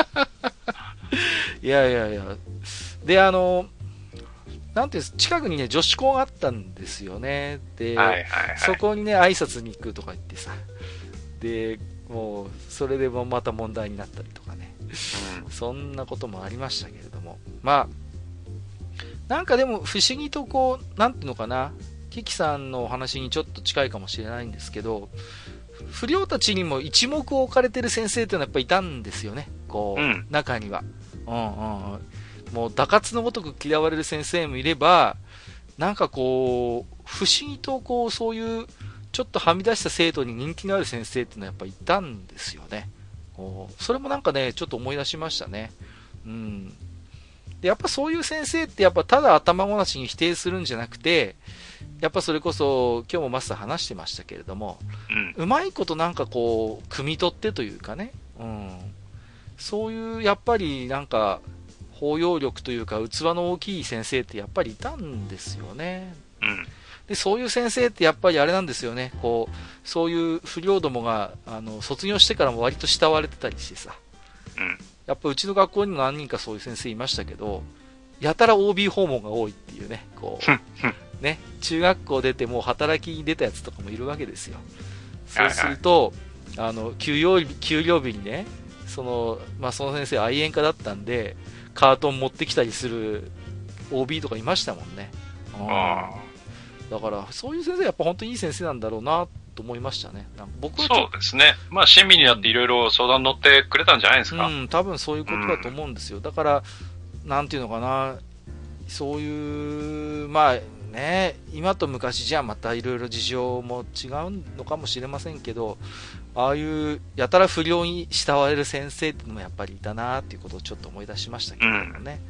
いやいやいや。で、なんていうんです、近くにね、女子校があったんですよね。で、そこにね、挨拶に行くとか言ってさ。で、もう、それでもまた問題になったりとかね。そんなこともありましたけれども。まあ、なんかでも不思議とこう、なんていうのかな。キキさんのお話にちょっと近いかもしれないんですけど、不良たちにも一目置かれてる先生っていうのはやっぱいたんですよね。こう、中には。もう、打滑のごとく嫌われる先生もいれば、なんかこう、不思議とこう、そういう、ちょっとはみ出した生徒に人気のある先生っていうのはやっぱいたんですよね。それもなんかね、ちょっと思い出しましたね。で、やっぱそういう先生ってやっぱただ頭ごなしに否定するんじゃなくて、やっぱそれこそ今日もマスター話してましたけれども、うまいことなんかこう、汲み取ってというかね、そういうやっぱりなんか、包容力というか器の大きい先生ってやっぱりいたんですよね。で、そういう先生ってやっぱりあれなんですよね。こう、そういう不良どもが、卒業してからも割と慕われてたりしてさ。やっぱうちの学校にも何人かそういう先生いましたけど、やたら OB 訪問が多いっていうね、こう、ね、中学校出てもう働きに出たやつとかもいるわけですよ。そうすると、給料日にね、その先生愛煙家だったんで、カートン持ってきたりする OB とかいましたもんね。だから、そういう先生やっぱ本当にいい先生なんだろうなと思いましたね。 僕はそうですね。まあ、親身になっていろいろ相談乗ってくれたんじゃないですか。 多分そういうことだと思うんですよ。だから、なんていうのかな、そういう、まあね、今と昔じゃまたいろいろ事情も違うのかもしれませんけど、ああいうやたら不良に慕われる先生っていうのもやっぱりいたなっていうことをちょっと思い出しましたけれどもね。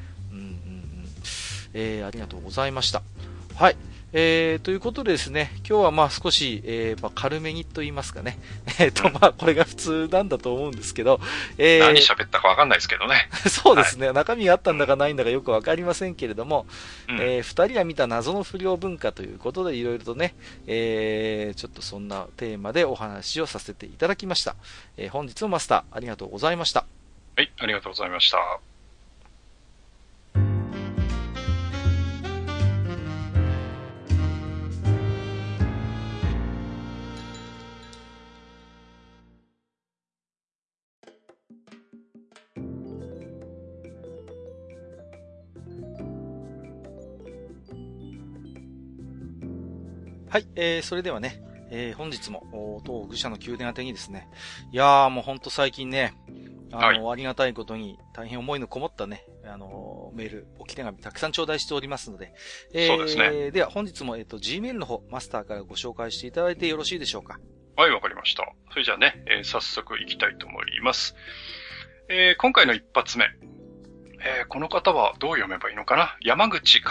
ありがとうございました。はい。ということでですね、今日はまあ少し、軽めにと言いますかね。まあこれが普通なんだと思うんですけど、 何喋ったかわかんないですけどね。 そうですね、中身があったんだかないんだかよくわかりませんけれども、二人が見た謎の不良文化ということでいろいろとね、ちょっとそんなテーマでお話をさせていただきました。本日もマスターありがとうございました。 はい、ありがとうございました。 はい、それではね、本日も、当愚者の宮殿宛てにですね、いやーもうほんと最近ね、ありがたいことに大変思いのこもったね、メール、置き手紙たくさん頂戴しておりますので、 そうですね。 では本日もGmail の方、マスターからご紹介していただいてよろしいでしょうか。 はい、わかりました。それじゃあね、早速行きたいと思います。今回の一発目。この方はどう読めばいいのかな？山口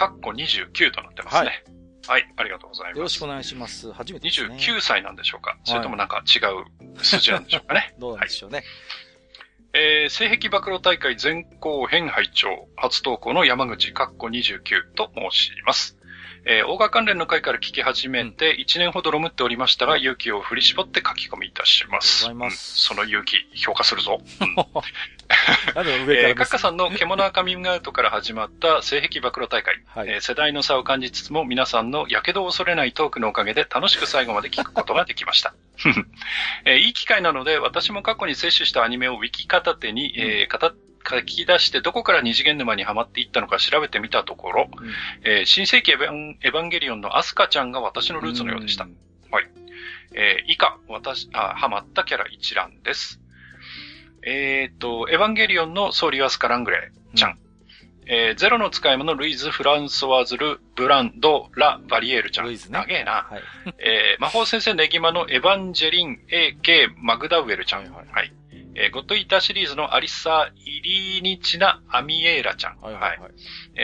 29となってますね。はい、ありがとうございます。 よろしくお願いします。初めてですね。 29歳なんでしょうか、それともなんか違う数字なんでしょうかね。 どうなんでしょうね。 性癖暴露大会前後編拝聴初投稿の山口29と申します。大河関連の回から聞き始めて1年ほどロムっておりましたが、勇気を振り絞って書き込みいたします。その勇気、評価するぞ。カッカさんの獣カミングアウトから始まった性癖暴露大会、世代の差を感じつつも皆さんの火傷を恐れないトークのおかげで楽しく最後まで聞くことができました。いい機会なので私も過去に摂取したアニメをウィキ片手に、書き出してどこから二次元沼にはまっていったのか調べてみたところ、新世紀エヴァンゲリオンのアスカちゃんが私のルーツのようでした。はい。以下、ハマったキャラ一覧です。エヴァンゲリオンのソーリアスカ・ラングレーちゃん。ゼロの使い物ルイズ・フランソワーズル・ブランド・ラ・バリエールちゃん。 ルイズね。 長えな。はい、魔法先生ネギマのエヴァンジェリン・ A.K. マグダウエルちゃん。はい。ゴッドイーターシリーズのアリサ・イリーニチナ・アミエーラちゃん。はいはいはい。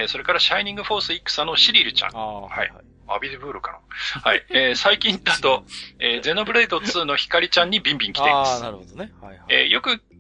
それからシャイニング・フォース・イクサのシリルちゃん。はい。アビデブールかな。はい。最近だと、ゼノブレイド2のヒカリちゃんにビンビン来ています。 なるほどね。はいはい。 よく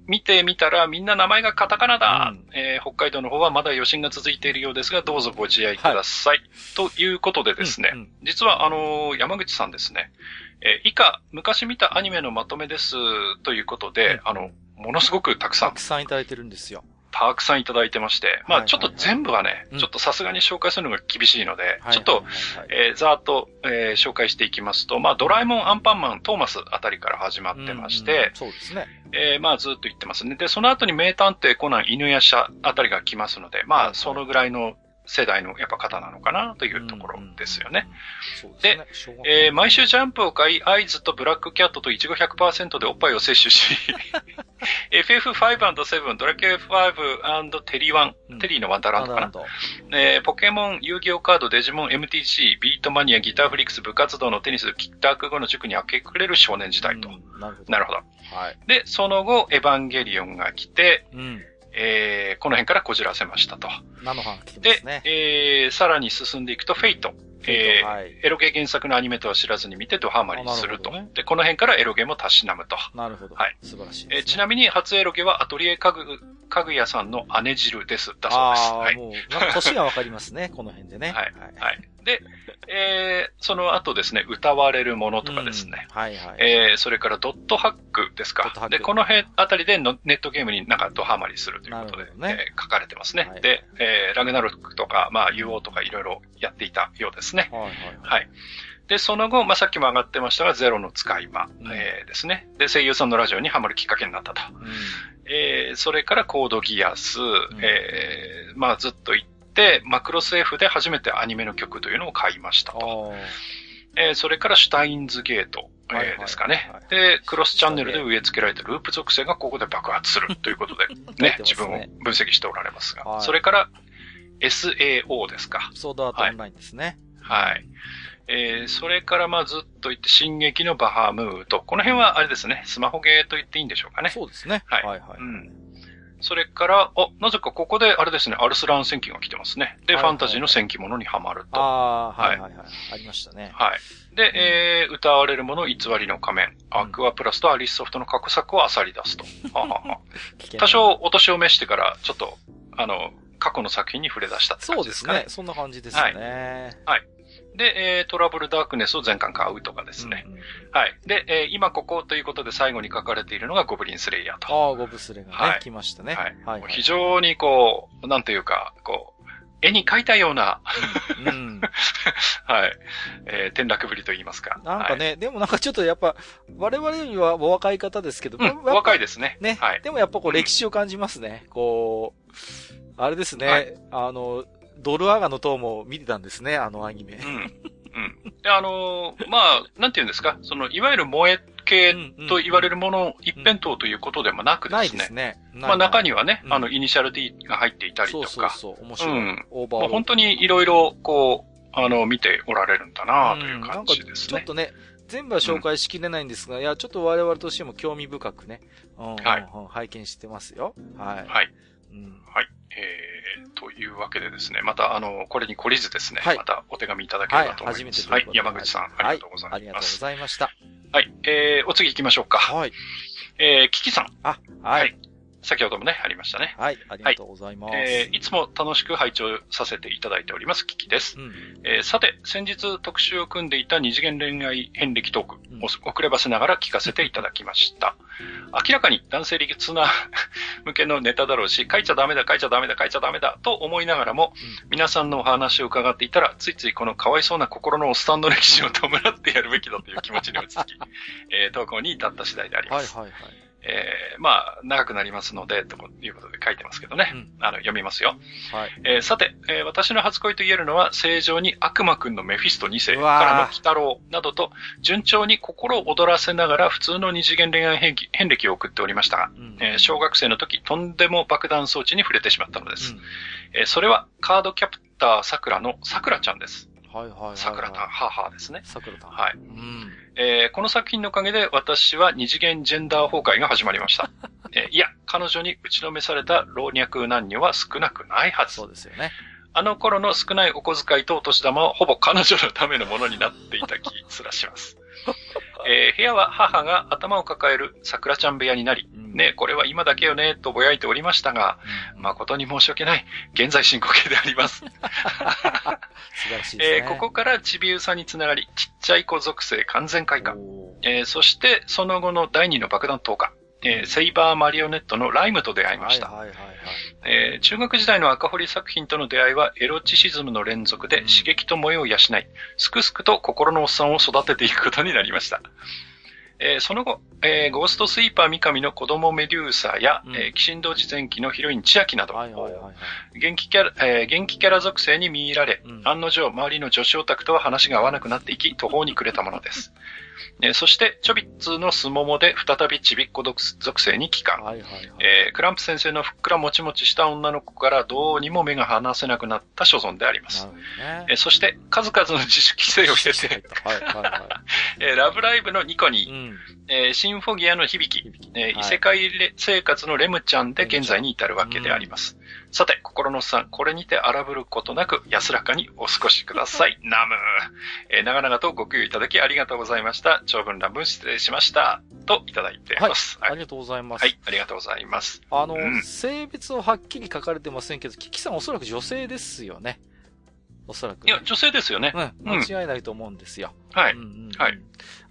見てみたらみんな名前がカタカナだ、北海道の方はまだ余震が続いているようですが、どうぞご自愛ください。ということでですね、実は山口さんですね、以下、昔見たアニメのまとめです、ということで、ものすごくたくさんいただいてるんですよ。 たくさんいただいてまして、まあちょっと全部はね、ちょっとさすがに紹介するのが厳しいので、ちょっと、ざーっと、紹介していきますと、まあドラえもん、アンパンマン、トーマスあたりから始まってまして、 そうですね。 まあずっと言ってますね。で、その後に名探偵コナン、犬夜叉あたりが来ますので、まあそのぐらいの世代のやっぱ方なのかなというところですよね。で、毎週ジャンプを買い、アイズとブラックキャットとイチゴ 100% でおっぱいを摂取し、FF5&7、ドラキュラ5&テリー1、テリーのワンダーランドかな。ポケモン、遊戯王カード、デジモン、MTG、ビートマニア、ギターフリックス、部活動のテニス、帰宅後の塾に明け暮れる少年時代と。なるほど。で、その後、エヴァンゲリオンが来て、この辺からこじらせましたと。で、さらに進んでいくと、フェイト。エロゲ原作のアニメとは知らずに見てドハマりすると。で、この辺からエロゲもたしなむと。 なるほど。素晴らしい、 ちなみに初エロゲはアトリエかぐやさんの姉汁です。だそうです。 もう、年がわかりますね、この辺でね。 で、その後ですね、歌われるものとかですね。それからドットハックですか。で、この辺あたりでネットゲームになんかドハマりするということで、書かれてますね。で、ラグナロクとか、まあ、UO とかいろいろやっていたようですね。で、その後、まあ、さっきも上がってましたが、ゼロの使い魔、ですね。で、声優さんのラジオにハマるきっかけになったと。それからコードギアス、まあ、ずっと行って、マクロス F で初めてアニメの曲というのを買いましたと。それからシュタインズゲート、ですかね。で、クロスチャンネルで植え付けられたループ属性がここで爆発するということで、ね、自分を分析しておられますが。それから、SAO ですか。 ソードアートオンラインですね。 それからまあずっと言って、進撃のバハムート。この辺はあれですね、スマホゲーと言っていいんでしょうかね。 そうですね。 それから、なぜかここであれですね、アルスラン戦記が来てますね。で、ファンタジーの戦記ものにはまると。 ありましたね。 で、歌われるもの、偽りの仮面。アクアプラスとアリスソフトの過去作を漁り出すと。多少お年を召してから、ちょっと、過去の作品に触れ出したって感じですかね。 そうですね。そんな感じですね。 で、トラブルダークネスを全巻買うとかですね。で、今ここということで最後に書かれているのがゴブリンスレイヤーと。 ゴブスレがね、来ましたね。 非常にこう、なんというか、こう、絵に描いたような、転落ぶりと言いますか。 なんかね、でもなんかちょっとやっぱ、我々よりはお若い方ですけど、 若いですね。 ね。でもやっぱこう歴史を感じますね。こう、あれですね、ドルアガの塔も見てたんですね、アニメ。 で、まあ、なんていうんですか、いわゆる萌え系と言われるもの一辺倒ということでもなくですね。ないですね。まあ中にはね、イニシャル D が入っていたりとか。 面白い。オーバー。 本当にいろいろ、こう、見ておられるんだなという感じですね。 ちょっとね、全部は紹介しきれないんですが、いや、ちょっと我々としても興味深くね、拝見してますよ。 というわけでですね、また、これに懲りずですね、またお手紙いただければと思います。山口さん、ありがとうございます。 ありがとうございました。 お次行きましょうか。キキさん。先ほどもね、ありましたね。 ありがとうございます。 いつも楽しく拝聴させていただいております、キキです。さて、先日特集を組んでいた二次元恋愛遍歴トークを遅ればせながら聞かせていただきました。明らかに男性力な向けのネタだろうし、書いちゃダメだと思いながらも、皆さんのお話を伺っていたら、ついついこのかわいそうな心のおっさんの歴史を弔ってやるべきだという気持ちに落ち着き、投稿に至った次第であります。まあ、長くなりますので、ということで書いてますけどね。読みますよ。さて、私の初恋と言えるのは、正常に悪魔くんのメフィスト2世からの鬼太郎などと、順調に心を躍らせながら普通の二次元恋愛遍歴を送っておりましたが、小学生の時、とんでも爆弾装置に触れてしまったのです。それは、カードキャプターさくらのさくらちゃんです。さくらたん、母ですね。 さくらたん。 この作品のおかげで私は二次元ジェンダー崩壊が始まりました。いや、彼女に打ちのめされた老若男女は少なくないはず。 そうですよね。 あの頃の少ないお小遣いとお年玉はほぼ彼女のためのものになっていた気すらします。 部屋は母が頭を抱える桜ちゃん部屋になり、ね、これは今だけよね、とぼやいておりましたが、誠に申し訳ない、現在進行形であります。素晴らしいですね。 ここからちびうさにつながり、ちっちゃい子属性完全開花。そして、その後の第2の爆弾投下。セイバーマリオネットのライムと出会いました。中学時代の赤堀作品との出会いはエロチシズムの連続で刺激と萌えを養い、すくすくと心のおっさんを育てていくことになりました。その後、ゴーストスイーパー三上の子供メデューサや、鬼神道寺前期のヒロイン千秋など、元気キャラ属性に見入られ、案の定周りの女子オタクとは話が合わなくなっていき、途方に暮れたものです。そして、チョビッツのスモモで再びちびっこ属性に帰還。クランプ先生のふっくらもちもちした女の子からどうにも目が離せなくなった所存であります。そして、数々の自主規制を経て、ラブライブのニコニー、シンフォギアの響き、異世界生活のレムちゃんで現在に至るわけであります。さて、心のおっさん、これにて荒ぶることなく安らかにお過ごしください。ナム長々とご給与いただきありがとうございました。長文乱文失礼しました。といただいています。 ありがとうございます。 はい、ありがとうございます。 性別をはっきり書かれてませんけど、キキさんおそらく女性ですよね。おそらく、 いや、女性ですよね。 間違いないと思うんですよ。 はい。はい。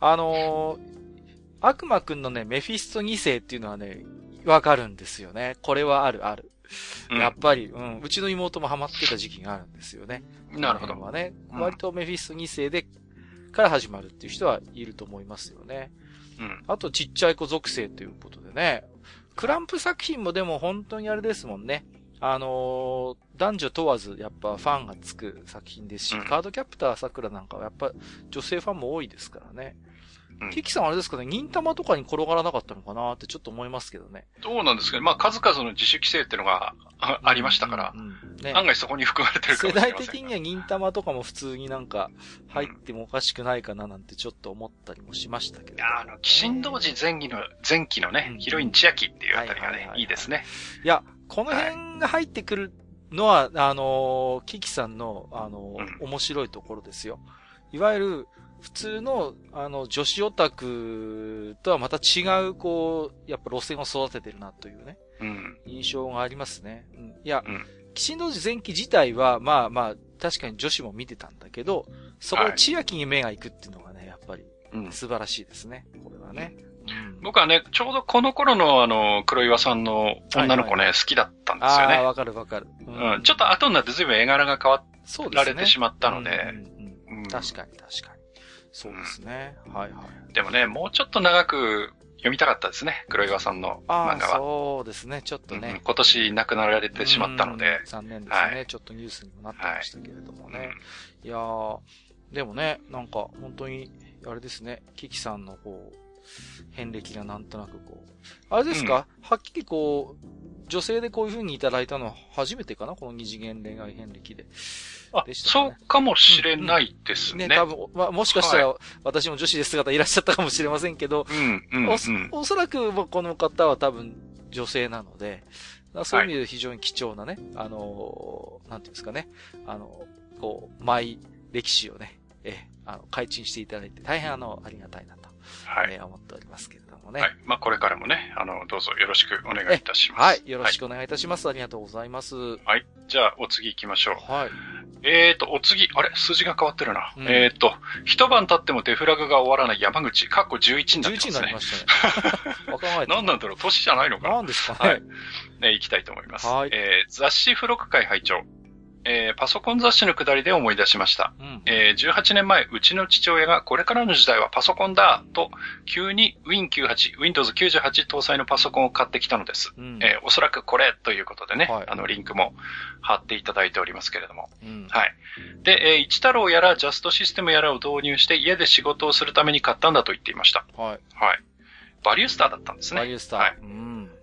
悪魔くんのね、メフィスト2世っていうのはね、わかるんですよね。これはある。やっぱり、うちの妹もハマってた時期があるんですよね。 なるほど。 割とメフィスト2世で、から始まるっていう人はいると思いますよね。あと、ちっちゃい子属性ということでね。クランプ作品もでも本当にあれですもんね。男女問わずやっぱファンがつく作品ですし、カードキャプター桜なんかはやっぱ女性ファンも多いですからね。キキさんあれですかね、銀玉とかに転がらなかったのかなってちょっと思いますけどね。 どうなんですかね。まあ数々の自主規制っていうのがありましたから、案外そこに含まれてるかもしれません。 世代的には銀玉とかも普通になんか入ってもおかしくないかななんてちょっと思ったりもしましたけど、ね。 鬼神道寺前期のね、ヒロイン千秋っていうあたりがね、いいですね。 いや、この辺が入ってくるのは、キキさんの、面白いところですよ。いわゆる、普通の、女子オタクとはまた違う、やっぱ路線を育ててるなというね。印象がありますね。いや、鬼神道寺前期自体は、まあ、確かに女子も見てたんだけど、そこで千秋に目が行くっていうのがね、やっぱり、素晴らしいですね。これはね。 僕はね、ちょうどこの頃の黒岩さんの女の子ね、好きだったんですよね。 わかる。 ちょっと後になって随分絵柄が変わられてしまったので。 確かに。そうですね。はい。 でもね、もうちょっと長く読みたかったですね、黒岩さんの漫画は。 そうですね、ちょっとね。 今年亡くなられてしまったので。 残念ですね。ちょっとニュースにもなってましたけれどもね。いやー、でもね、なんか本当に、あれですね、キキさんの遍歴がなんとなくあれですか、はっきり女性でこういう風にいただいたのは初めてかな、この二次元恋愛遍歴で。 そうかもしれないですね。 多分、もしかしたら、私も女子です方いらっしゃったかもしれませんけど、おそらくこの方は多分女性なので、そういう意味で非常に貴重なね、なんていうんですかね、マイ歴史をね、開陳していただいて大変ありがたいなと、思っておりますけれどもね。はい。 まあ、これからもね、どうぞよろしくお願いいたします。 はい。よろしくお願いいたします。ありがとうございます。 はい。じゃあ、お次行きましょう。 はい。 お次、数字が変わってるな。一晩経ってもデフラグが終わらない山口、過去11になってますね。11になりましたね。わからない。何なんだろう、年じゃないのかな。 何ですかね。はい。 ね、行きたいと思います。 はい。 雑誌付録会拝聴。パソコン雑誌の下りで思い出しました。18年前、うちの父親がこれからの時代はパソコンだと、急に Win98、Windows 98搭載のパソコンを買ってきたのです。おそらくこれということでね、リンクも貼っていただいておりますけれども。はい。で、一太郎やらジャストシステムやらを導入して家で仕事をするために買ったんだと言っていました。はい。はい。バリュースターだったんですね。 バリュースター。 はい。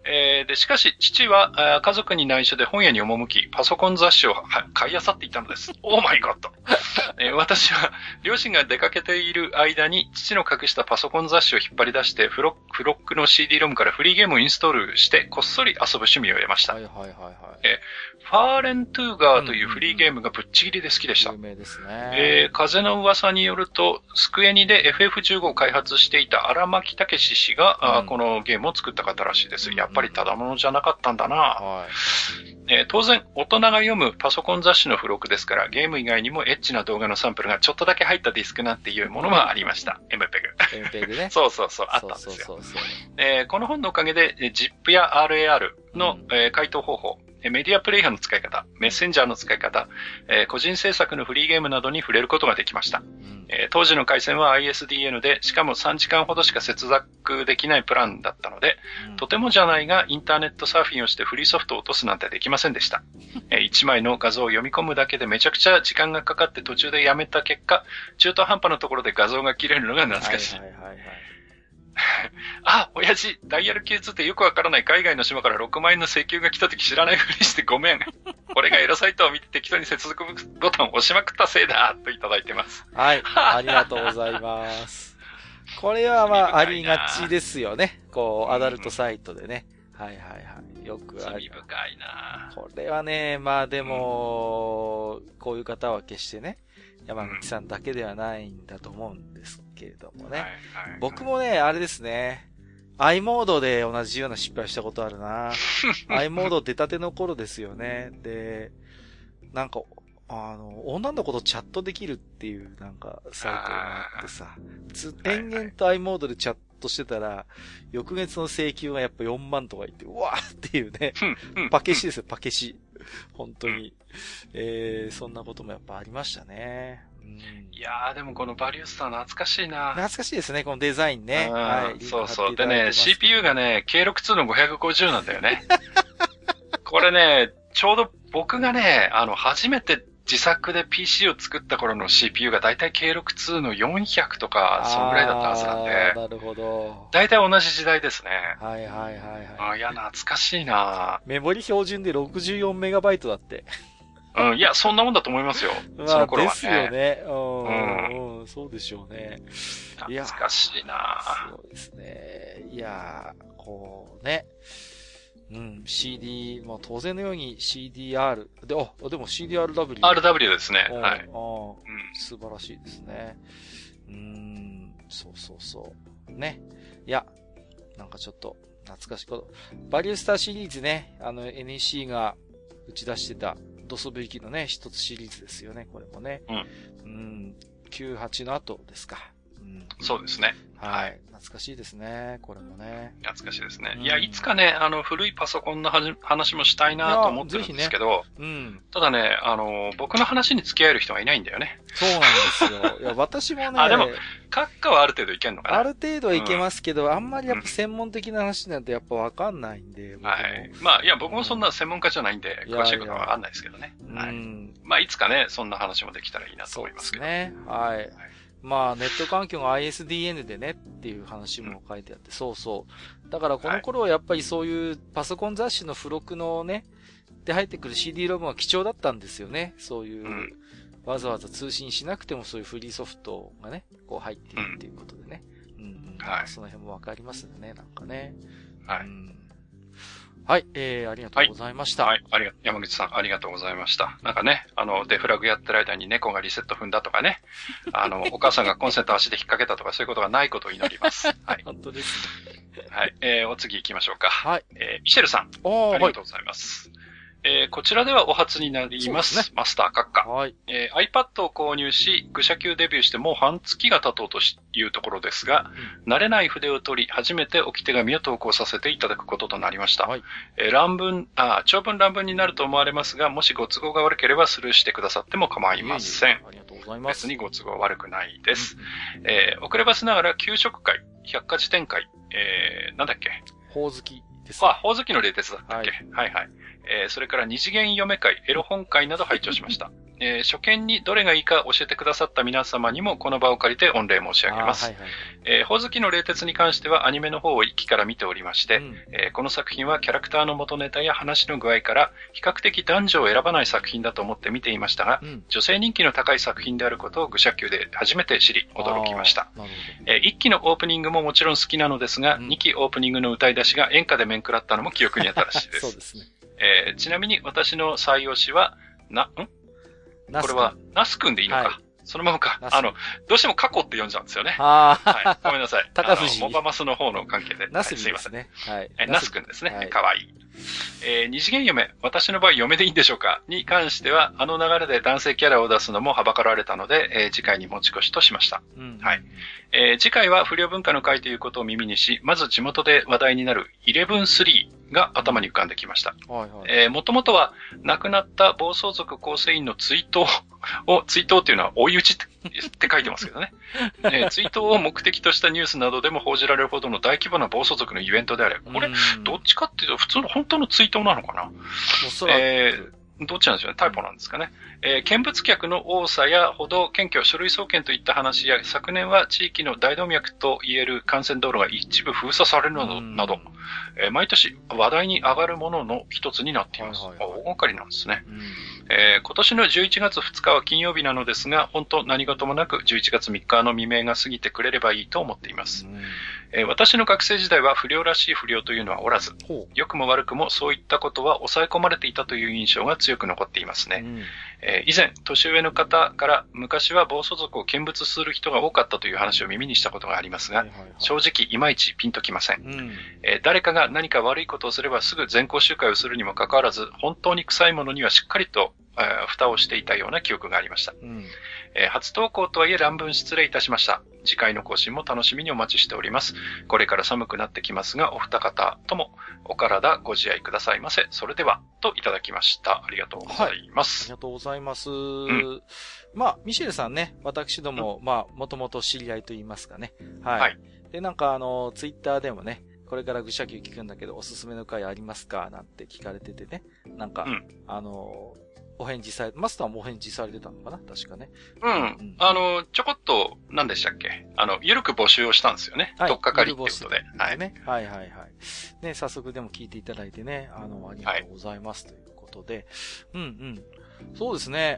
で、しかし、父は家族に内緒で本屋に赴き、パソコン雑誌を買い漁っていたのです。オーマイゴッド。私は、両親が出かけている間に、父の隠したパソコン雑誌を引っ張り出して、フロックの CD ロムからフリーゲームをインストールして、こっそり遊ぶ趣味を得ました。はいはいはいはい。ファーレントゥーガーというフリーゲームがぶっちぎりで好きでした。 有名ですね。 風の噂によると、スクエニで FF15 を開発していた荒牧武氏が、このゲームを作った方らしいです。やっぱりただものじゃなかったんだな。はい。当然、大人が読むパソコン雑誌の付録ですから、ゲーム以外にもエッチな動画のサンプルがちょっとだけ入ったディスクなんていうものもありました。MPEG ね。そうそうそう、あったんですよ。この本のおかげで、ZIP や RAR の、回答方法、メディアプレイヤーの使い方、メッセンジャーの使い方、個人制作のフリーゲームなどに触れることができました。当時の回線は ISDN で、しかも3時間ほどしか接続できないプランだったので、とてもじゃないがインターネットサーフィンをしてフリーソフトを落とすなんてできませんでした。1枚の画像を読み込むだけでめちゃくちゃ時間がかかって途中でやめた結果、中途半端なところで画像が切れるのが懐かしい。あ、親父、ダイヤル Q2 ってよくわからない海外の島から6万円の請求が来た時知らないふりしてごめん。俺がエロサイトを見て適当に接続ボタンを押しまくったせいだといただいてます。 はい、ありがとうございます。これはまあ、ありがちですよね。こう、アダルトサイトでね。はいはいはい。よくある。 罪深いな。 これはね、まあでも、こういう方は決してね、山口さんだけではないんだと思うんですけれどもね。僕もね、あれですね。i モードで同じような失敗したことあるな。i モード出たての頃ですよね。で、なんか、女の子とチャットできるっていう、なんか、サイトがあってさ、延々と i モードでチャットしてたら、翌月の請求がやっぱ4万とか言って、うわーっていうね、パケシですよ、パケシ。本当に。そんなこともやっぱありましたね。 いやー、でもこのバリウスさん懐かしいな。 懐かしいですね、このデザインね。はい。 そうそう。でね、CPU がね、K62 の550なんだよね。これね、ちょうど僕がね、初めて自作で PC を作った頃の CPU がだいたい K62 の400とか、そのぐらいだったはずなんで。 なるほど。 だいたい同じ時代ですね。 はいはいはいはい。 いや、懐かしいな。 メモリ標準で64メガバイトだって。 うん、いや、そんなもんだと思いますよ。その頃はね。 ですよね。うん、そうでしょうね。 懐かしいな。 そうですね。いやー、こうね。うん、CD、まあ当然のように CDR。でも CDRW。 RW ですね。はい。 素晴らしいですね。そうそうそう。ね。いや、なんかちょっと懐かしいこと。バリュースターシリーズね、NEC が打ち出してたドスブリキのね、一つシリーズですよね、これもね。98の後ですか。 そうですね。 はい。懐かしいですね。これもね。 懐かしいですね。いや、いつかね、古いパソコンの話もしたいなと思ってるんですけど、ただね、僕の話に付き合える人がいないんだよね。 そうなんですよ。いや、私もね。 でも、閣下はある程度いけんのかな。 ある程度はいけますけど、あんまりやっぱ専門的な話なんてやっぱわかんないんで。 はい。まあ、いや、僕もそんな専門家じゃないんで、詳しいことはわかんないですけどね。はい。まあ、いつかね、そんな話もできたらいいなと思いますけど。そうですね。はい。まあ、ネット環境が ISDN でねっていう話も書いてあって、そうそう。だからこの頃はやっぱりそういうパソコン雑誌の付録のね、で入ってくる CD ロムは貴重だったんですよね。そういう、わざわざ通信しなくてもそういうフリーソフトがね、こう入っているっていうことでね。はい。その辺もわかりますよね、なんかね。はい。はい、ありがとうございました。 はい、山口さん、ありがとうございました。なんかね、デフラグやってる間に猫がリセット踏んだとかね、お母さんがコンセント足で引っ掛けたとかそういうことがないことを祈ります。はい。 本当ですね。はい、お次行きましょうか。 はい。 ミシェルさん。ありがとうございます。こちらではお初になります。ね、マスター閣下。はい。iPad を購入し、愚者級デビューしてもう半月が経とうというところですが、慣れない筆を取り、初めて置き手紙を投稿させていただくこととなりました。はい。長文乱文になると思われますが、もしご都合が悪ければスルーしてくださっても構いません。 ありがとうございます。 別にご都合悪くないです。遅ればせながら、給食会、百科事典会、なんだっけ？ ほおずきですね。 ほおずきの冷徹だったっけ？はいはい。それから二次元読め会、エロ本会など拝聴しました。 初見にどれがいいか教えてくださった皆様にもこの場を借りて御礼申し上げます。ほおずきの冷徹に関してはアニメの方を一期から見ておりまして、この作品はキャラクターの元ネタや話の具合から比較的男女を選ばない作品だと思って見ていましたが、女性人気の高い作品であることを愚者級で初めて知り驚きました。1期のオープニングももちろん好きなのですが、2期オープニングの歌い出しが演歌で面食らったのも記憶に新しいです。 そうですね。 ちなみに私の最推しは、これは、ナス君でいいのか。はい、そのままか。どうしても過去って読んじゃうんですよね。はい。ごめんなさい。 高藤。 モバマスの方の関係で。 ナスすいません。 はい。 ナス君ですね。かわいい。二次元嫁、私の場合嫁でいいんでしょうかに関しては、あの流れで男性キャラを出すのもはばかられたので、次回に持ち越しとしました。はい。次回は不良文化の会ということを耳にし、まず地元で話題になる 11-3が頭に浮かんできました。もともとは亡くなった暴走族構成員の追悼っていうのは追い打ちって書いてますけどね。追悼を目的としたニュースなどでも報じられるほどの大規模な暴走族のイベントであれ。これ、どっちかっていうと普通の本当の追悼なのかな？おそらく。どっちなんでしょうね。タイプなんですかね。見物客の多さや歩道検挙、書類送検といった話や、昨年は地域の大動脈と言える幹線道路が一部封鎖されるなど、毎年話題に上がるものの一つになっています。大掛かりなんですね。今年の11月2日は金曜日なのですが、本当何事もなく11月3日の未明が過ぎてくれればいいと思っています。私の学生時代は不良らしい不良というのはおらず、良くも悪くもそういったことは抑え込まれていたという印象が強く残っていますね。以前、年上の方から昔は暴走族を見物する人が多かったという話を耳にしたことがありますが、正直いまいちピンときません。誰かが何か悪いことをすればすぐ全校集会をするにもかかわらず、本当に臭いものにはしっかりと蓋をしていたような記憶がありました。初投稿とはいえ乱文失礼いたしました。次回の更新も楽しみにお待ちしております。これから寒くなってきますが、お二方ともお体ご自愛くださいませ。それでは、といただきました。ありがとうございます。 ありがとうございます。ミシェルさんね、私ども、もともと知り合いと言いますかね。はい。で、ツイッターでもね、これから愚者級聞くんだけど、おすすめの回ありますかなんて聞かれててね。お返事され、マスターもお返事されてたのかな確かね。 ちょこっと、何でしたっけゆるく募集をしたんですよね。とっかかりってことで。はい。ね、早速でも聞いていただいてね、ありがとうございますということで。そうですね。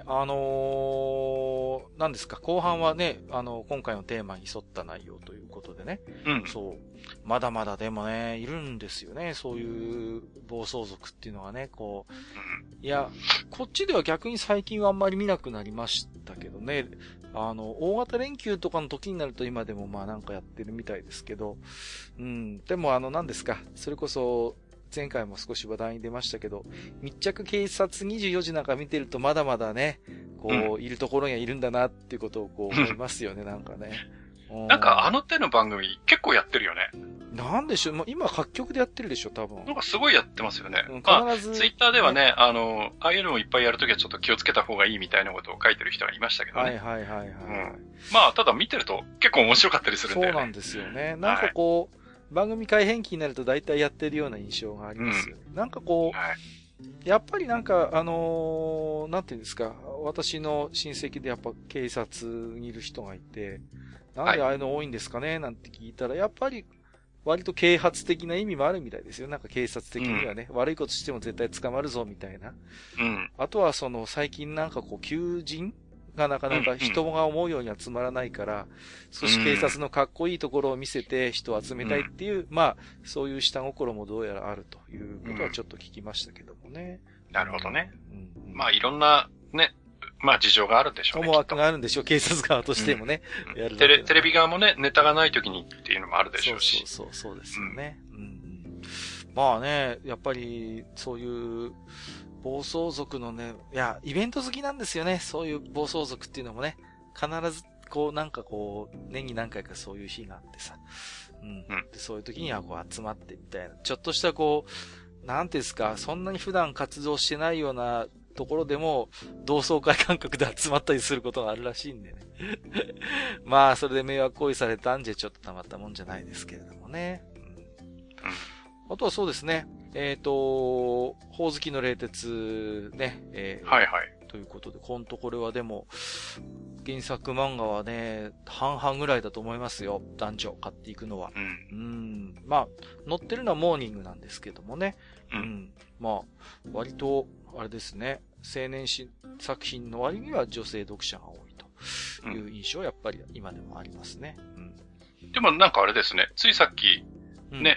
何ですか、後半はね、今回のテーマに沿った内容ということでね。そう。まだまだでもね、いるんですよね。そういう暴走族っていうのがね、こう。いや、こっちでは逆に最近はあんまり見なくなりましたけどね。大型連休とかの時になると今でもなんかやってるみたいですけど。でも何ですか、それこそ、前回も少し話題に出ましたけど、密着警察24時なんか見てるとまだまだね、いるところにはいるんだなっていうことを思いますよね、なんかね。 なんか手の番組結構やってるよね。 なんでしょう、今各局でやってるでしょ、多分。 なんかすごいやってますよね。必ず。ツイッターではね、ああいうのをいっぱいやるときはちょっと気をつけた方がいいみたいなことを書いてる人がいましたけどね。ただ見てると結構面白かったりするんだよね。 そうなんですよね。なんか番組改編期になると大体やってるような印象がありますよね。なんかやっぱりなんか、なんていうんですか、私の親戚でやっぱ警察にいる人がいて、なんでああいうの多いんですかねなんて聞いたら、やっぱり割と啓発的な意味もあるみたいですよ。なんか警察的にはね、悪いことしても絶対捕まるぞみたいな。あとは最近なんか求人がなかなか人が思うようには集まらないから、少し警察のかっこいいところを見せて人を集めたいっていう、そういう下心もどうやらあるということはちょっと聞きましたけどもね。 なるほどね。いろんなね、事情があるんでしょうね。 思惑があるんでしょう、警察側としてもね。 テレビ側もね、ネタがない時にっていうのもあるでしょうし。 そうですよね。やっぱり、そういう、暴走族のね、イベント好きなんですよね。そういう暴走族っていうのもね、必ず、年に何回かそういう日があってさ。でそういう時には集まってみたいな。ちょっとしたなんていうんですか、そんなに普段活動してないようなところでも、同窓会感覚で集まったりすることがあるらしいんでね。それで迷惑行為されたんじゃちょっとたまったもんじゃないですけれどもね。あとはそうですね。ほおずきの冷徹ね。 ということで、これはでも、原作漫画はね、半々ぐらいだと思いますよ。男女買っていくのは。まあ、載ってるのはモーニングなんですけどもね。まあ、割と、あれですね。青年作品の割には女性読者が多いという印象はやっぱり今でもありますね。 でもなんかあれですね。ついさっき、ね、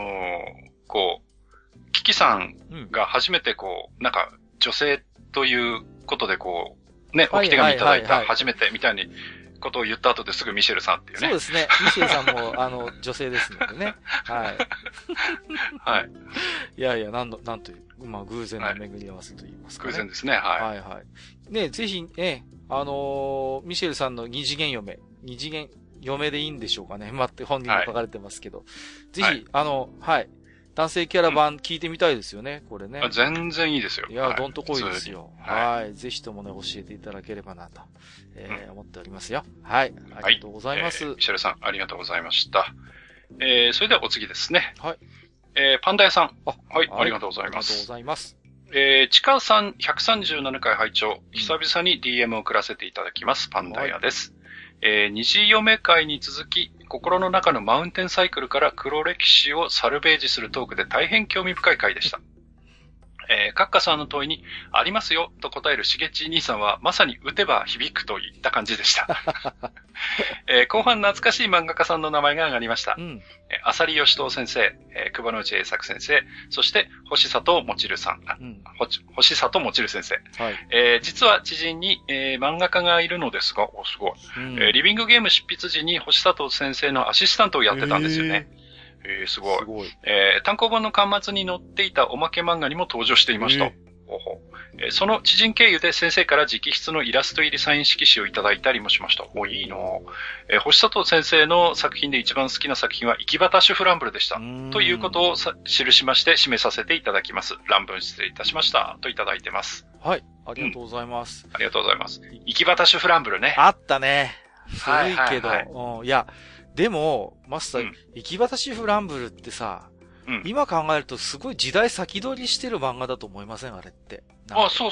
キキさんが初めてなんか女性ということでね、おき手紙いただいた初めてみたいにことを言った後ですぐミシェルさんっていうね。 そうですね。ミシェルさんも女性ですのでね。はい。 はい。 いやいや、なんという、まあ偶然の巡り合わせと言いますかね。 偶然ですね、はい。 はいはい。ね、ぜひね、ミシェルさんの二次元嫁でいいんでしょうかね。って本人も書かれてますけど。ぜひ、はい。男性キャラ版聞いてみたいですよね、これね。 全然いいですよ。 いや、どんとこいですよ。はい。ぜひともね、教えていただければなと、思っておりますよ。はい。ありがとうございます。 ミシェルさん、ありがとうございました。それではお次ですね。 はい。 パンダ屋さん。はい、ありがとうございます。 ありがとうございます。 ちかさん137回拝聴。久々に DM を送らせていただきます。パンダ屋です。二次嫁会に続き、心の中のマウンテンサイクルから黒歴史をサルベージするトークで大変興味深い回でした。カッカさんの問いに、ありますよと答えるしげち兄さんは、まさに打てば響くといった感じでした。後半懐かしい漫画家さんの名前が上がりました。浅利義藤先生、久保之内栄作先生、そして星里もちるさん、星里もちる先生。実は知人に、漫画家がいるのですが、すごい、リビングゲーム執筆時に星里先生のアシスタントをやってたんですよね。すごい。 すごい。 単行本の巻末に載っていたおまけ漫画にも登場していました。その知人経由で先生から直筆のイラスト入りサイン色紙をいただいたりもしました。いいなぁ。星里先生の作品で一番好きな作品は、行き場シュフランブルでした。ということを記しまして、締めさせていただきます。乱文失礼いたしました。といただいてます。 はい。ありがとうございます。 ありがとうございます。行き場シュフランブルね。 あったね。古いけど。いや、でも、マスター、行き場シュフランブルってさ、今考えるとすごい時代先取りしてる漫画だと思いませんあれって。 そう。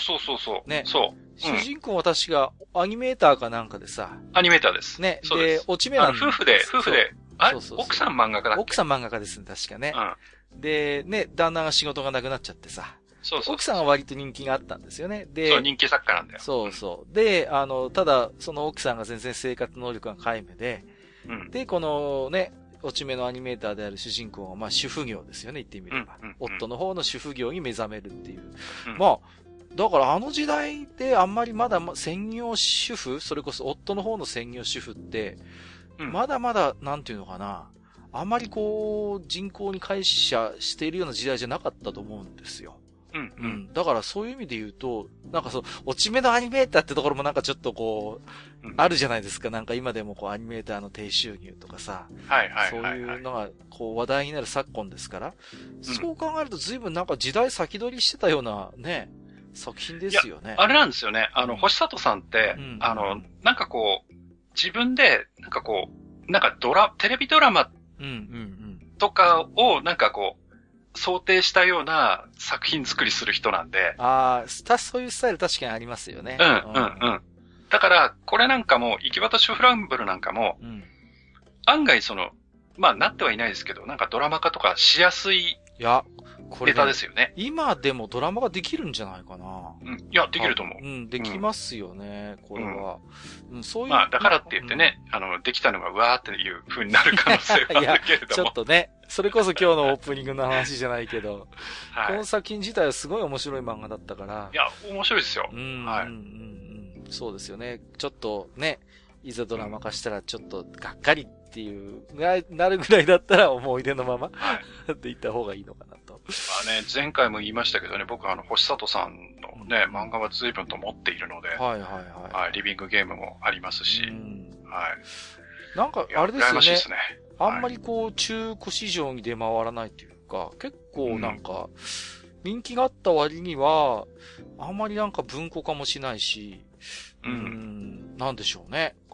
ね。そう。主人公は確かアニメーターかなんかでさ。 アニメーターです。 ね。で、落ち目なん夫婦で、奥さん漫画家だっけ？ 奥さん漫画家ですね、確かね。で、ね、旦那が仕事がなくなっちゃってさ。奥さんは割と人気があったんですよね。で、 人気作家なんだよ。 そう。で、ただ、その奥さんが全然生活能力が皆無で、で、このね、落ち目のアニメーターである主人公は、主婦業ですよね、言ってみれば。夫の方の主婦業に目覚めるっていう。だからあの時代であんまりまだ専業主婦、それこそ夫の方の専業主婦って、まだまだ、なんていうのかな、あんまり人口に会社しているような時代じゃなかったと思うんですよ。だからそういう意味で言うと、なんか落ち目のアニメーターってところもなんかちょっとあるじゃないですか。なんか今でもアニメーターの低収入とかさ。そういうのが話題になる昨今ですから。そう考えると随分なんか時代先取りしてたようなね、作品ですよね。 あれなんですよね。星里さんって、なんか自分で、なんかテレビドラマとかをなんか想定したような作品作りする人なんで。 そういうスタイル確かにありますよね。 だから、これなんかも、行き場シュフランブルなんかも、案外なってはいないですけど、なんかドラマ化とかしやすいネタですよね。 今でもドラマができるんじゃないかな。 いや、できると思う。できますよね、これは。そういう。 だからって言ってね、できたのがうわーっていう風になる可能性はあるけれども。 ちょっとね、それこそ今日のオープニングの話じゃないけど、この作品自体はすごい面白い漫画だったから。 いや、面白いですよ。 そうですよね。ちょっとね、いざドラマ化したらちょっとがっかりっていうなるぐらいだったら思い出のままって言った方がいいのかなと。 前回も言いましたけどね、僕星里さんのね、漫画は随分と持っているので、リビングゲームもありますし、 なんかあれですよね。 羨ましいですね。 あんまり中古市場に出回らないというか、結構なんか、人気があった割には、あんまりなんか文庫化もしないし、なんでしょうね。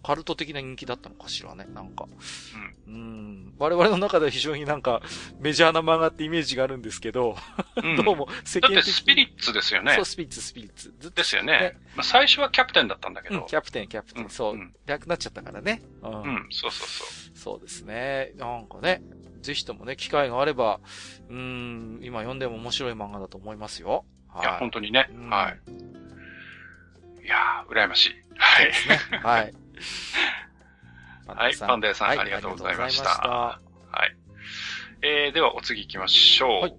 カルト的な人気だったのかしらね、なんか。我々の中では非常になんか、メジャーな漫画ってイメージがあるんですけど、どうも世間的に。 だってスピリッツですよね。 そう、スピリッツ。 ずっとですよね。まあ、最初はキャプテンだったんだけど。 キャプテン。そう。略なっちゃったからね。 そう。 そうですね。なんかね、ぜひともね、機会があれば、今読んでも面白い漫画だと思いますよ。 いや、本当にね。はい。いやー、羨ましい。はい。 ですね。はい。 はい、パンデーさん、ありがとうございました。はい。では、お次行きましょう。はい、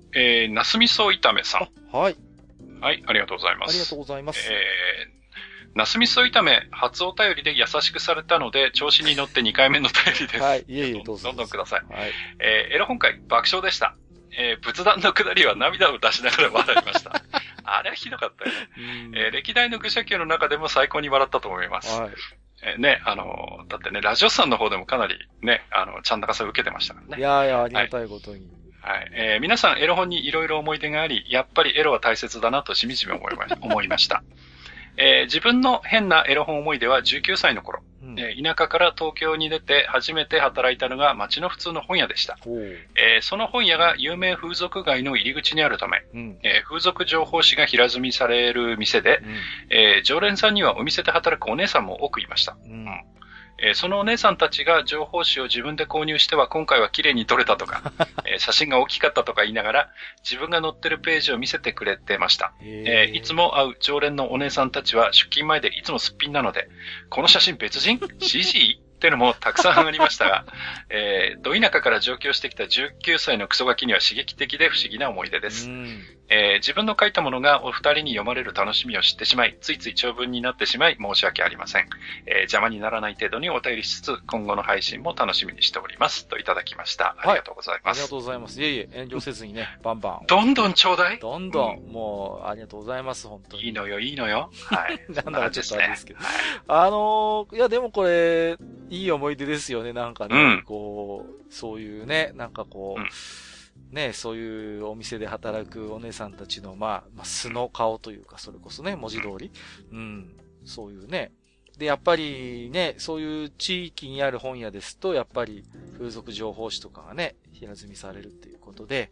ナス味噌炒めさん。 はい。 はい、ありがとうございます。 ありがとうございます。 ナス味噌炒め、初お便りで優しくされたので、調子に乗って2回目のお便りです。 はい、いえ、どうぞ。 どんどんください。 はい。 エロ本会、爆笑でした。仏壇の下りは涙を出しながら笑いました。あれはひどかったよね。歴代の愚者級の中でも最高に笑ったと思います。はい。ね、だってね、ラジオさんの方でもかなりね、ちゃんとかさを受けてましたからね。 いや、ありがたいことに。 はい。皆さん、エロ本にいろいろ思い出があり、やっぱりエロは大切だなとしみじみ思いました。自分の変なエロ本思い出は19歳の頃、田舎から東京に出て初めて働いたのが町の普通の本屋でした。その本屋が有名風俗街の入り口にあるため、風俗情報誌が平積みされる店で、常連さんにはお店で働くお姉さんも多くいました。そのお姉さんたちが情報誌を自分で購入しては今回は綺麗に撮れたとか、写真が大きかったとか言いながら自分が載ってるページを見せてくれてました。いつも会う常連のお姉さんたちは出勤前でいつもすっぴんなので、この写真別人 ?CG? ってのもたくさんありましたが、ど田舎から上京してきた19歳のクソガキには刺激的で不思議な思い出です。自分の書いたものがお二人に読まれる楽しみを知ってしまい、ついつい長文になってしまい申し訳ありません。邪魔にならない程度にお便りしつつ、今後の配信も楽しみにしております。といただきました。ありがとうございます。 ありがとうございます。いえ、遠慮せずにね、バンバン。 どんどんちょうだい。 どんどん、もう、ありがとうございます、本当に。 いいのよ。はい。 なんだかちょっとあれですけど。いや、でもこれ、いい思い出ですよね、なんかね。こう、そういうね、なんかこう、ね、そういうお店で働くお姉さんたちの、素の顔というか、それこそね、文字通り。そういうね。で、やっぱりね、そういう地域にある本屋ですと、やっぱり風俗情報誌とかがね、平積みされるっていうことで、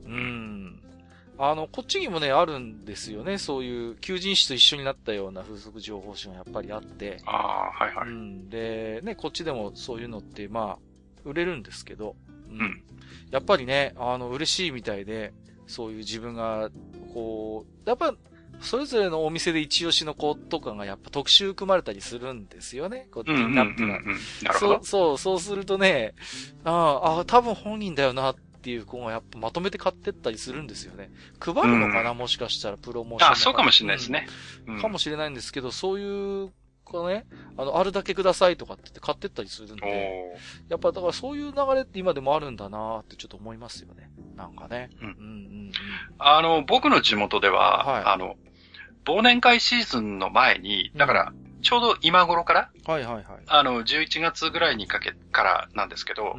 こっちにもね、あるんですよね。そういう、求人誌と一緒になったような風俗情報誌がやっぱりあって。 はいはい。 で、ね、こっちでもそういうのって、売れるんですけど、やっぱりね、嬉しいみたいで、そういう自分が、こう、やっぱ、それぞれのお店で一押しの子とかがやっぱ特集組まれたりするんですよね。こっちになっては。そうするとね、多分本人だよなっていう子がやっぱまとめて買ってったりするんですよね。配るのかな、もしかしたらプロモーション。 そうかもしれないですね。 かもしれないんですけど、そういう子ね、あるだけくださいとかって言って買ってったりするんで、やっぱだからそういう流れって今でもあるんだなってちょっと思いますよね。なんかね。 僕の地元では、忘年会シーズンの前に、だから、ちょうど今頃から、11月ぐらいにからなんですけど、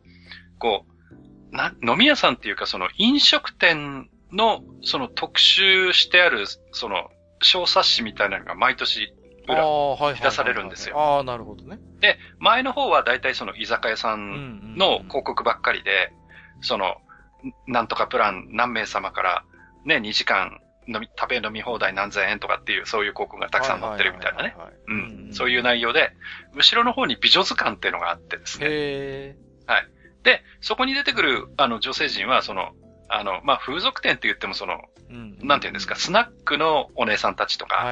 飲み屋さんっていうか、その飲食店の、その特集してある、その、小冊子みたいなのが毎年、出されるんですよ。 なるほどね。 で、前の方は大体その居酒屋さんの広告ばっかりで、その、なんとかプラン何名様からね、2時間食べ飲み放題何千円とかっていう、そういう広告がたくさん載ってるみたいなね。そういう内容で、後ろの方に美女図鑑っていうのがあってですね。はい。で、そこに出てくる、女性陣は、その、風俗店って言ってもその、なんていうんですか、スナックのお姉さんたちとか、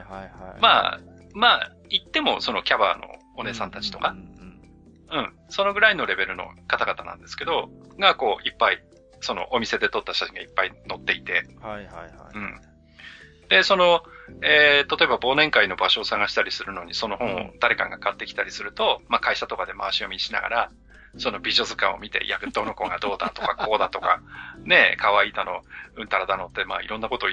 言ってもそのキャバのお姉さんたちとか、そのぐらいのレベルの方々なんですけど、がこう、いっぱい、そのお店で撮った写真がいっぱい載っていて、で、その、例えば忘年会の場所を探したりするのに、その本を誰かが買ってきたりすると、会社とかで回し読みしながら、その美女図鑑を見て、どの子がどうだとか、こうだとか、ね、可愛いだの、うんたらだのって、いろんなことを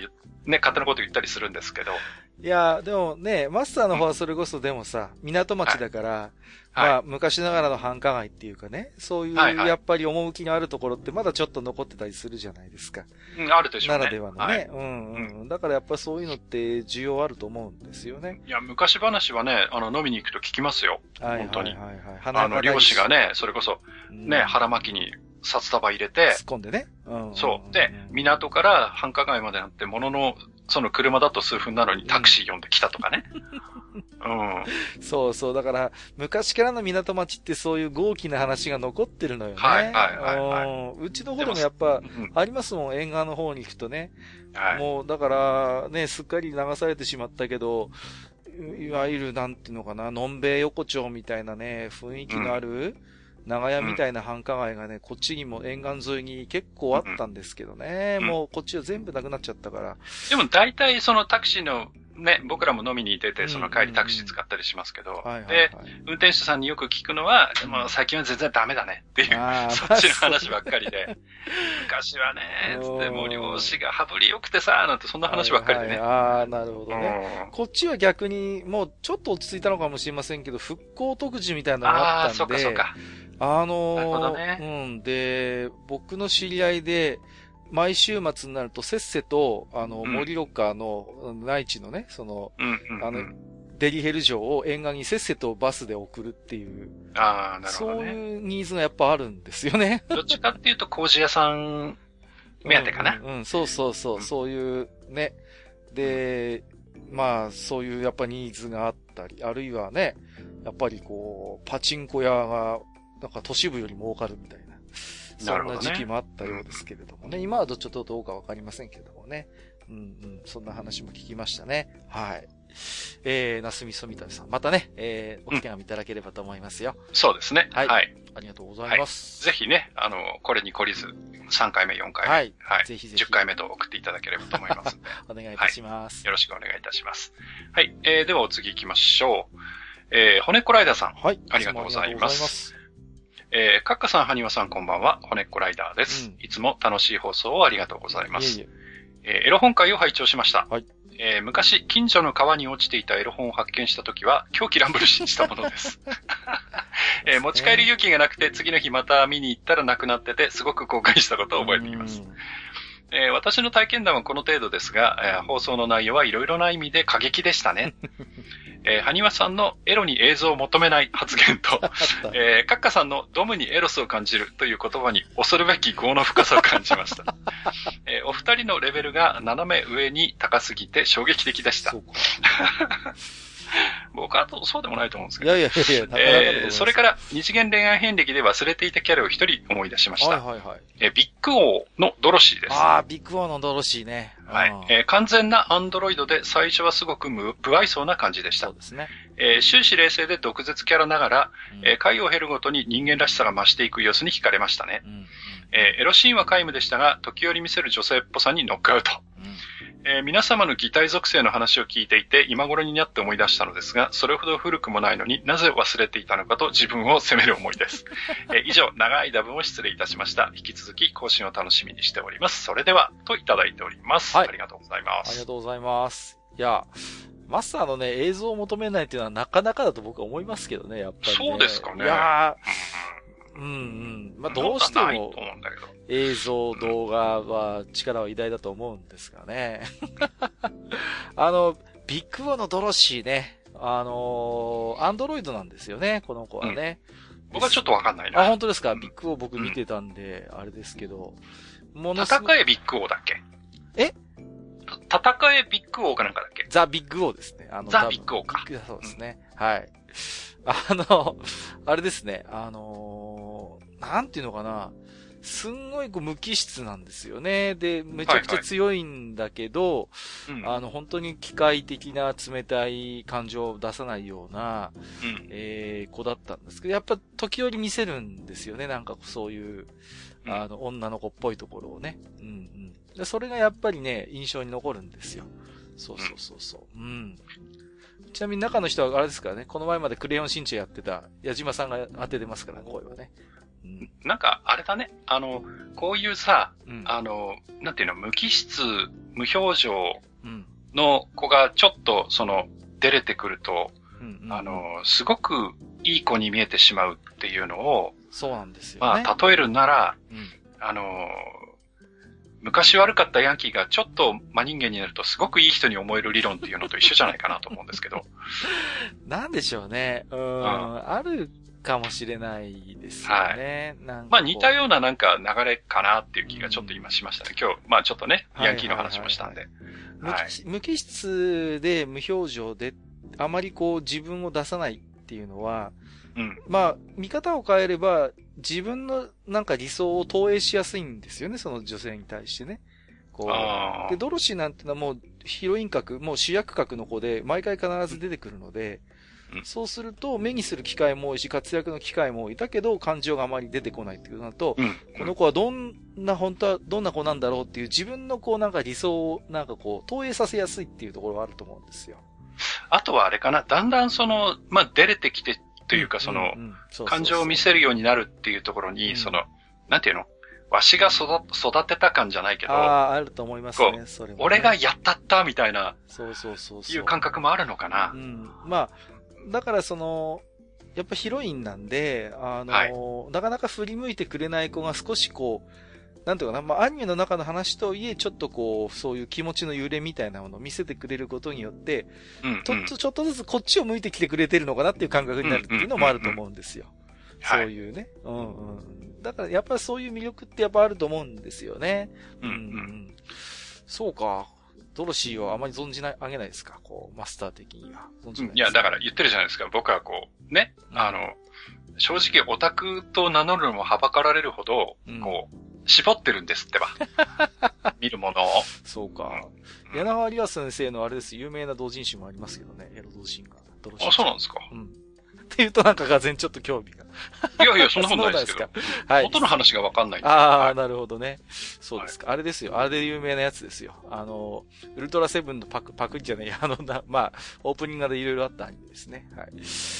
ね、勝手なこと言ったりするんですけど。 いや、でもね、マスターの方はそれこそでもさ、港町だから、まあ、昔ながらの繁華街っていうかね、そういう、やっぱり趣のあるところってまだちょっと残ってたりするじゃないですか。 あるでしょうね。 ならではのね。だからやっぱそういうのって需要あると思うんですよね。 いや、昔話はね、飲みに行くと聞きますよ。本当に。漁師がね、それこそ、ね、腹巻きに札束入れて、 突っ込んでね。 そう。で、港から繁華街までなってものの、その車だと数分なのにタクシー呼んできたとかね。 そうそう。だから、昔からの港町ってそういう豪気な話が残ってるのよね。うちの方でもやっぱ、ありますもん、沿岸の方に行くとね。もう、だから、ね、すっかり流されてしまったけど、いわゆる、なんていうのかな、のんべい横丁みたいなね、雰囲気のある、長屋みたいな繁華街がね、こっちにも沿岸沿いに結構あったんですけどね。もうこっちは全部なくなっちゃったから。 でも大体そのタクシーのね、僕らも飲みに出て、その帰りタクシー使ったりしますけど、で、運転手さんによく聞くのは、もう最近は全然ダメだねっていう、そっちの話ばっかりで、昔はね、つってもう漁師が羽振り良くてさ、なんてそんな話ばっかりでね。 なるほどね。こっちは逆にもうちょっと落ち着いたのかもしれませんけど、復興特需みたいなのがあったんで、 そうか。 なるほどね。で、僕の知り合いで、毎週末になるとせっせと、森岡の内地のね、その、デリヘル城を沿岸にせっせとバスで送るっていう。 なるほどね。 そういうニーズがやっぱあるんですよね。 どっちかっていうと工事屋さん目当てかな。 そう、そういうね。で、まあ、そういうやっぱニーズがあったり、あるいはね、やっぱりこう、パチンコ屋が、なんか都市部より儲かるみたいな。そんな時期もあったようですけれどもね。今はちょっとどうかわかりませんけれどもね。そんな話も聞きましたね。はい。なすみそみたびさん。またね、お手紙いただければと思いますよ。 そうですね。はい。 ありがとうございます。 ぜひね、これに懲りず、3回目、4回目。はい。 ぜひぜひ。 10回目と送っていただければと思います。 お願いいたします。 よろしくお願いいたします。はい。ではお次行きましょう。骨っこライダーさん。 はい。 ありがとうございます。カッカさん、ハニワさん、こんばんは。骨っこライダーです。いつも楽しい放送をありがとうございます。エロ本会を拝聴しました。はい。昔、近所の川に落ちていたエロ本を発見したときは、狂気乱舞したものです。持ち帰り勇気がなくて、次の日また見に行ったらなくなってて、すごく後悔したことを覚えています。私の体験談はこの程度ですが、放送の内容はいろいろな意味で過激でしたね。ハニワさんのエロに映像を求めない発言と、カッカさんのドムにエロスを感じるという言葉に恐るべき業の深さを感じました。お二人のレベルが斜め上に高すぎて衝撃的でした。僕はそうでもないと思うんですけど。 いや、 それから二次元恋愛遍歴で忘れていたキャラを一人思い出しました。ビッグオーのドロシーです。 ビッグオーのドロシーね。 はい。完全なアンドロイドで最初はすごく不愛想な感じでした。 そうですね。 終始冷静で毒舌キャラながら、回を経るごとに人間らしさが増していく様子に惹かれましたね。エロシーンは皆無でしたが、時折見せる女性っぽさにノックアウト。皆様の擬態属性の話を聞いていて、今頃になって思い出したのですが、それほど古くもないのになぜ忘れていたのかと自分を責める思いです。以上、長い間分を失礼いたしました。引き続き更新を楽しみにしております。それでは、といただいております。ありがとうございます。 ありがとうございます。いや、マスターのね、映像を求めないっていうのはなかなかだと僕は思いますけどね、やっぱり、ね。 そうですかね。 いやまあ、どうしても、映像、動画は力は偉大だと思うんですがね。ビッグオーのドロシーね、アンドロイドなんですよね、この子はね。 僕はちょっとわかんないな。 本当ですか、ビッグオー僕見てたんで、あれですけど。 戦えビッグオーだっけ？戦えビッグオーかなんかだっけ？ ザ・ビッグオーですね。 ザ・ビッグオーか。 そうですね。はい。あれですね。なんていうのかな。すんごい無機質なんですよね。で、めちゃくちゃ強いんだけど、本当に機械的な冷たい感情を出さないような、子だったんですけど、やっぱ時折見せるんですよね。なんかそういう、女の子っぽいところをね。でそれがやっぱりね、印象に残るんですよ。そう。ちなみに中の人はあれですからね、この前までクレヨンしんちゃんやってた矢島さんが当ててますから、声はね。 なんか、あれだね。こういうさ、なんていうの、無機質、無表情、 の子がちょっと、出れてくると、すごくいい子に見えてしまうっていうのを、 そうなんですよね。 まあ、例えるなら、昔悪かったヤンキーがちょっと真人間になるとすごくいい人に思える理論っていうのと一緒じゃないかなと思うんですけど。 なんでしょうね。あるかもしれないですよね。 はい、まあ似たようななんか流れかなっていう気がちょっと今しましたね。今日、まあちょっとね、ヤンキーの話もしたんで。 無機質で無表情で、あまりこう自分を出さないっていうのは、まあ、見方を変えれば、自分のなんか理想を投影しやすいんですよね、その女性に対してね。で、ドロシーなんてのはもうヒロイン格、もう主役格の子で、毎回必ず出てくるので、そうすると目にする機会も多いし、活躍の機会も多い。だけど、感情があまり出てこないっていうのだと、この子は本当はどんな子なんだろうっていう自分のなんか理想をなんか投影させやすいっていうところがあると思うんですよ。 あとはあれかな、だんだんまあ、出れてきて、というか感情を見せるようになるっていうところに、なんていうのわしが育てた感じゃないけど。 あると思いますね、それも、ね。 俺がやったったみたいな。 そう。 いう感覚もあるのかな。 まあ、だからやっぱヒロインなんで、なかなか振り向いてくれない子が少しなんていうかな、まあ、アニメの中の話とはいえ、ちょっとそういう気持ちの揺れみたいなものを見せてくれることによって、ちょっとずつこっちを向いてきてくれてるのかなっていう感覚になるっていうのもあると思うんですよ。そういうね。だからやっぱりそういう魅力ってやっぱあると思うんですよね。そうか。ドロシーはあまり存じ上げないですか？マスター的には。存じないですか？ いや、だから言ってるじゃないですか。僕はね、正直オタクと名乗るのもはばかられるほど、絞ってるんですってば。見るものを。 そうか。柳川理也先生のあれです。有名な同人誌もありますけどね。エロ同人が。 あ、そうなんですか。 っていうとなんかがぜんちょっと興味が。 いや、そんなことないですけど。はい。元の話がわかんない。 なるほどね。そうですか。あれですよ。あれで有名なやつですよ。ウルトラセブンのパクリじゃない。まあ、オープニングでいろいろあったアニメですね。はい。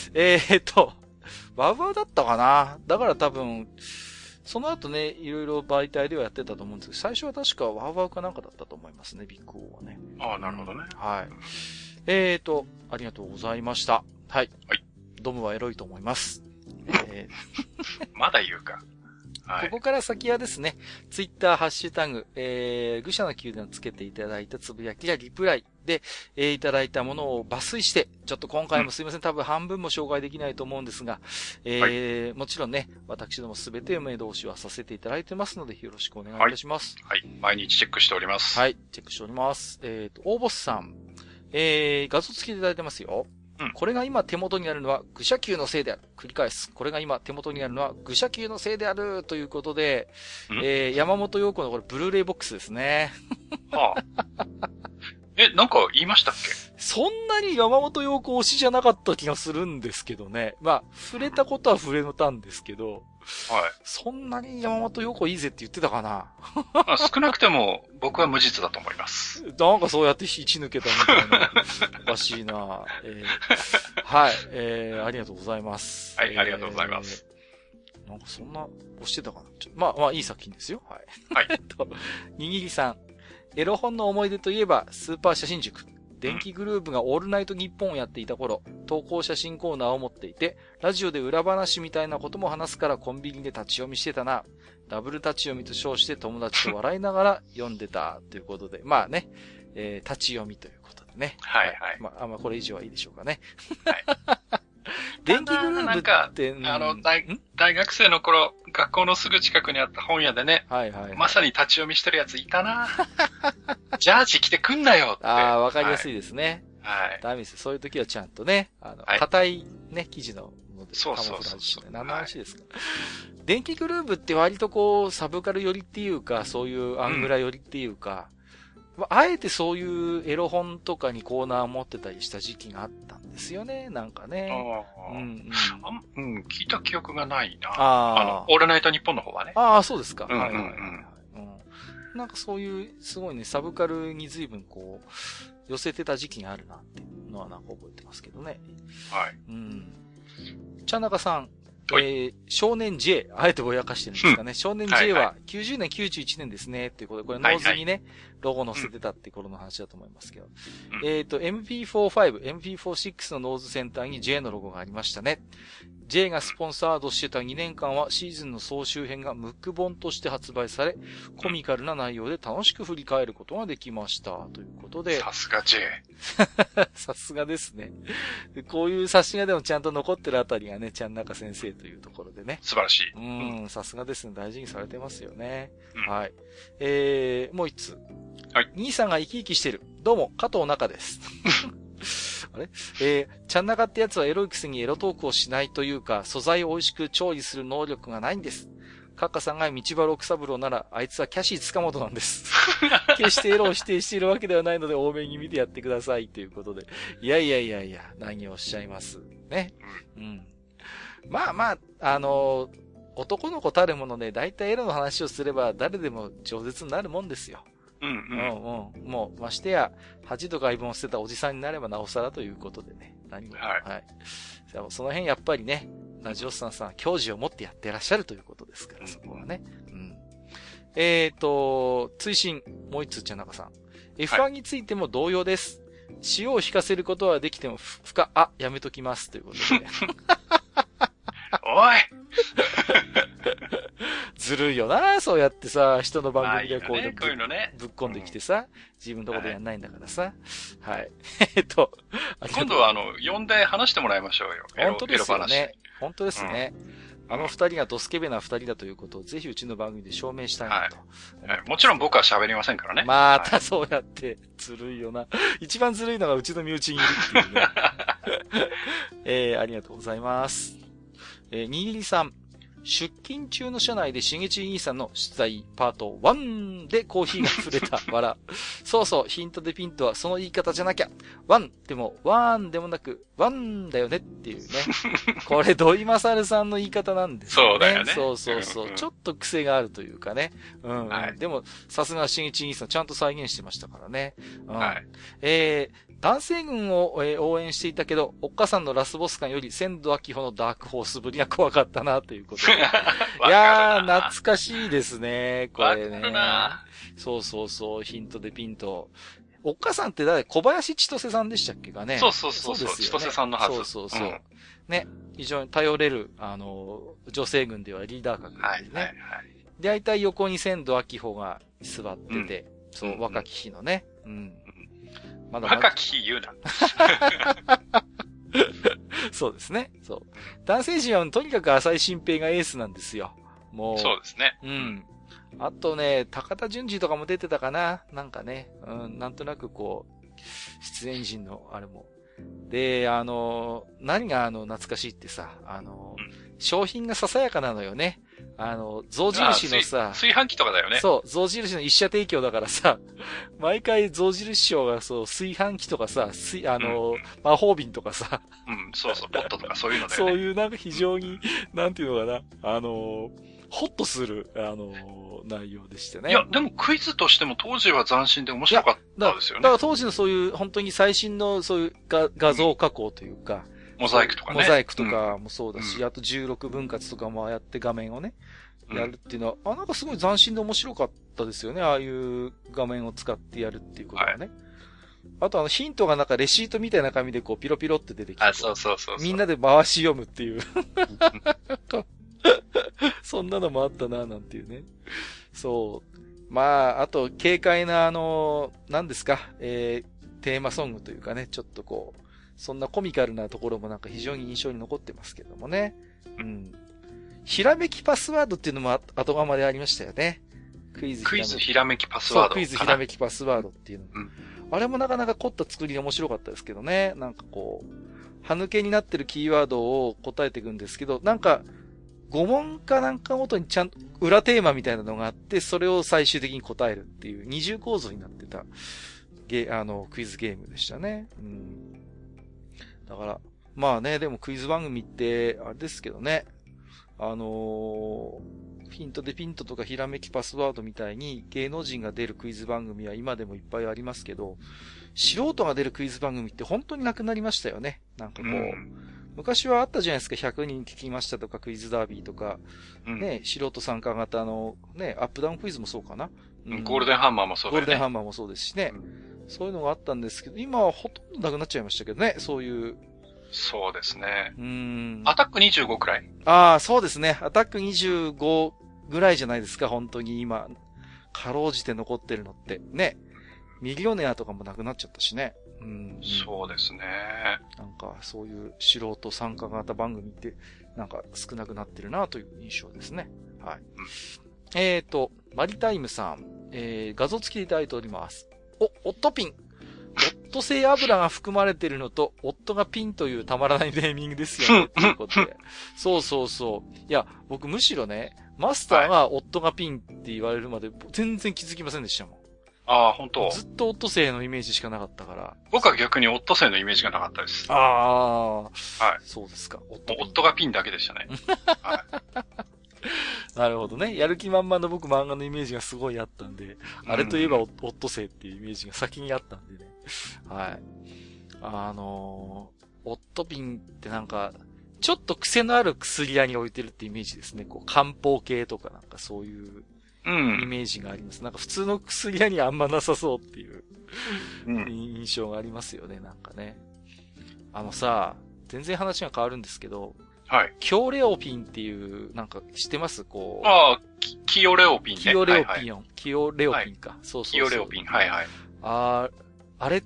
ワウワウだったかな？だから多分、その後ね、いろいろ媒体ではやってたと思うんですけど、最初は確かワウワウかなんかだったと思いますね、ビッグオーはね。 なるほどね。 はい。ありがとうございました。はい。ドムはエロいと思います。 まだ言うか。 ここから先はですね、ツイッターハッシュタグ、愚者の宮殿をつけていただいたつぶやきやリプライで、いただいたものを抜粋して、ちょっと今回もすいません、多分半分も紹介できないと思うんですが、もちろんね、私どもすべて目通しはさせていただいてますので、よろしくお願いいたします。 はい。毎日チェックしております。 はい。チェックしております。大ボスさん、画像付きでいただいてますよ。これが今手元にあるのは愚者級のせいである。繰り返す。これが今手元にあるのは愚者級のせいである。ということで、山本陽子のこれブルーレイボックスですね。 はあ。なんか言いましたっけ？ そんなに山本陽子推しじゃなかった気がするんですけどね。まあ、触れたことは触れたんですけど、 はい。 そんなに山本陽子いいぜって言ってたかな。 少なくても僕は無実だと思います。 なんかそうやって1抜けたみたいな。おかしいな。はい。ありがとうございます。 はい、ありがとうございます。 なんかそんな押してたかな。まあいい作品ですよ。はい。 はい。 にぎりさん。エロ本の思い出といえば、スーパー写真塾。電気グループがオールナイトニッポンをやっていた頃、投稿写真コーナーを持っていて、ラジオで裏話みたいなことも話すからコンビニで立ち読みしてたな。ダブル立ち読みと称して友達と笑いながら読んでたということで、まあね、立ち読みということでね。 はいはい。 まあこれ以上はいいでしょうかね。 はい。 電気グループって、 大学生の頃、学校のすぐ近くにあった本屋でね、まさに立ち読みしてるやついたな。ジャージ着てくんなよって。 わかりやすいですね。 はい。 ダメです。そういう時はちゃんとね、硬いね、生地のものでそう。 何の話ですか。電気グループって割とサブカル寄りっていうか、そういうアングラ寄りっていうか、あえてそういうエロ本とかにコーナーを持ってたりした時期があったんですよね、なんかね。 聞いた記憶がないな。オールナイトニッポンの方はね。 そうですか。なんかそういう、すごいね、サブカルに随分寄せてた時期があるなっていうのはなんか覚えてますけどね。 はい。 茶中さん。 少年 J、あえてぼやかしてるんですかね。少年 J は90年、91年ですね。っていうことで、これノーズにね、ロゴ載せてたって頃の話だと思いますけど。MP45、MP46 のノーズセンターに J のロゴがありましたね。J がスポンサードしてた2年間はシーズンの総集編がムック本として発売され、コミカルな内容で楽しく振り返ることができました。ということで。 さすが J。 さすがですね。こういう冊子がでもちゃんと残ってるあたりがね、ちゃんなか先生というところでね。 素晴らしい。 さすがですね。大事にされてますよね。はい。もう一つ。 はい。 兄さんが生き生きしてる。どうも、加藤中です。あれちゃんなかってやつはエロいくせにエロトークをしないというか、素材を美味しく調理する能力がないんです。カッカさんが道場六三郎なら、あいつはキャシー塚本なんです。決してエロを否定しているわけではないので、多めに見てやってください。ということで。いや、何をおっしゃいます。ね。まあ、男の子たるものね、だいたいエロの話をすれば、誰でも饒舌になるもんですよ。もう、ましてや、恥とか相棒を捨てたおじさんになればなおさらということでね。はい。その辺やっぱりね、ラジオスさんは教授を持ってやってらっしゃるということですから、そこはね。追伸、もう一つ、ちゃなかさん。F1 についても同様です。潮を引かせることはできても、やめときます。ということで。 おいずるいよな、そうやってさ、人の番組でこういうのね、 ぶっ込んできてさ、自分のとこでやんないんだからさ。はい。 今度は呼んで話してもらいましょうよ。 本当ですよね。本当ですね。あの二人がドスケベな二人だということをぜひうちの番組で証明したいなと。 もちろん僕は喋りませんからね。 またそうやって、ずるいよな。一番ずるいのがうちの身内にいるっていうね。ありがとうございます。にぎりさん。出勤中の車内でしげち兄さんの出題パート1でコーヒーが触れた。笑。そうそう、ヒントでピントはその言い方じゃなきゃ。1でも、1でもなく、1だよねっていうね。これ、土井勝さんの言い方なんですよね。 そうだよね。 そう。ちょっと癖があるというかね。でも、さすがしげち兄さんちゃんと再現してましたからね。男性軍を応援していたけど、おっかさんのラスボス感より仙道明穂のダークホースぶりが怖かったな、ということで。いやー、懐かしいですね、これね。そう、ヒントでピント。おっかさんって誰？小林千歳さんでしたっけかね。 そう、千歳さんのはず。 そう。ね、非常に頼れる、女性軍ではリーダー格でね。で、大体横に仙道明穂が座ってて、若き日のね。 若き日言うな。 そうですね。そう。男性陣はとにかく浅井新平がエースなんですよ。もう。 そうですね。 あとね、高田純次とかも出てたかな。なんかね。なんとなくこう、出演陣のあれも。で、何が懐かしいってさ、商品がささやかなのよね。象印のさ、 炊飯器とかだよね。 そう、象印の一社提供だからさ、毎回象印師匠が炊飯器とかさ、魔法瓶とかさ、 そう、ポットとかそういうのだよね。そういうなんか非常に、なんていうのかな、ホッとする、内容でしたね。 いや、でもクイズとしても当時は斬新で面白かったですよね。 だから当時のそういう、本当に最新のそういう画像加工というか、 モザイクとかね。 モザイクとかもそうだし、あと16分割とかもやって画面をね、やるっていうのは、なんかすごい斬新で面白かったですよね。ああいう画面を使ってやるっていうことはね。あとヒントがなんかレシートみたいな紙でこうピロピロって出てきて。 そう。 みんなで回し読むっていう。そんなのもあったな、なんていうね。そう。あと、軽快な何ですか、テーマソングというかね、ちょっとこう、そんなコミカルなところもなんか非常に印象に残ってますけどもね。ひらめきパスワードっていうのも後釜でありましたよね。クイズひらめきパスワード。 そう、クイズひらめきパスワードっていうの。あれもなかなか凝った作りで面白かったですけどね。なんかこう、歯抜けになってるキーワードを答えていくんですけど、なんか、5問かなんかごとにちゃんと裏テーマみたいなのがあって、それを最終的に答えるっていう二重構造になってたクイズゲームでしたね。だから、でもクイズ番組って、あれですけどね。ヒントでピントとかひらめきパスワードみたいに芸能人が出るクイズ番組は今でもいっぱいありますけど、素人が出るクイズ番組って本当になくなりましたよね。なんかこう、 昔はあったじゃないですか、100人聞きましたとか、クイズダービーとか、ね、素人参加型の、ね、アップダウンクイズもそうかな。 ゴールデンハンマーもそうだよね。 ゴールデンハンマーもそうですしね。そういうのがあったんですけど、今はほとんどなくなっちゃいましたけどね、そういう。 そうですね。アタック25くらい。 ああ、そうですね。アタック25ぐらいじゃないですか、本当に今。かろうじて残ってるのって。ね。ミリオネアとかもなくなっちゃったしね。 そうですね。 なんか、そういう素人参加型番組って、なんか少なくなってるなという印象ですね。はい。マリタイムさん、画像付きでいただいております。オットピン。オット製油が含まれているのと、夫がピンというたまらないネーミングですよね。ということで。そうそうそう。いや、僕むしろね、マスターが夫がピンって言われるまで全然気づきませんでしたもん。 ああ、本当。 ずっとオット製のイメージしかなかったから。 僕は逆にオット製のイメージがなかったです。 ああ。はい。そうですか。 夫がピンだけでしたね。はい。 なるほどね。やる気満々の僕漫画のイメージがすごいあったんで、あれといえばオットセイっていうイメージが先にあったんでね。はい。オットピンってなんか、ちょっと癖のある薬屋に置いてるってイメージですね。こう、漢方系とかなんかそういうイメージがあります。なんか普通の薬屋にはあんまなさそうっていう印象がありますよね。なんかね。全然話が変わるんですけど、 はい。 キオレオピンっていう、なんか知ってますこう。 ああ、キオレオピンね。 キオレオピン、キオレオピンか。そうそうそう。 キオレオピン、はいはい。 あれって、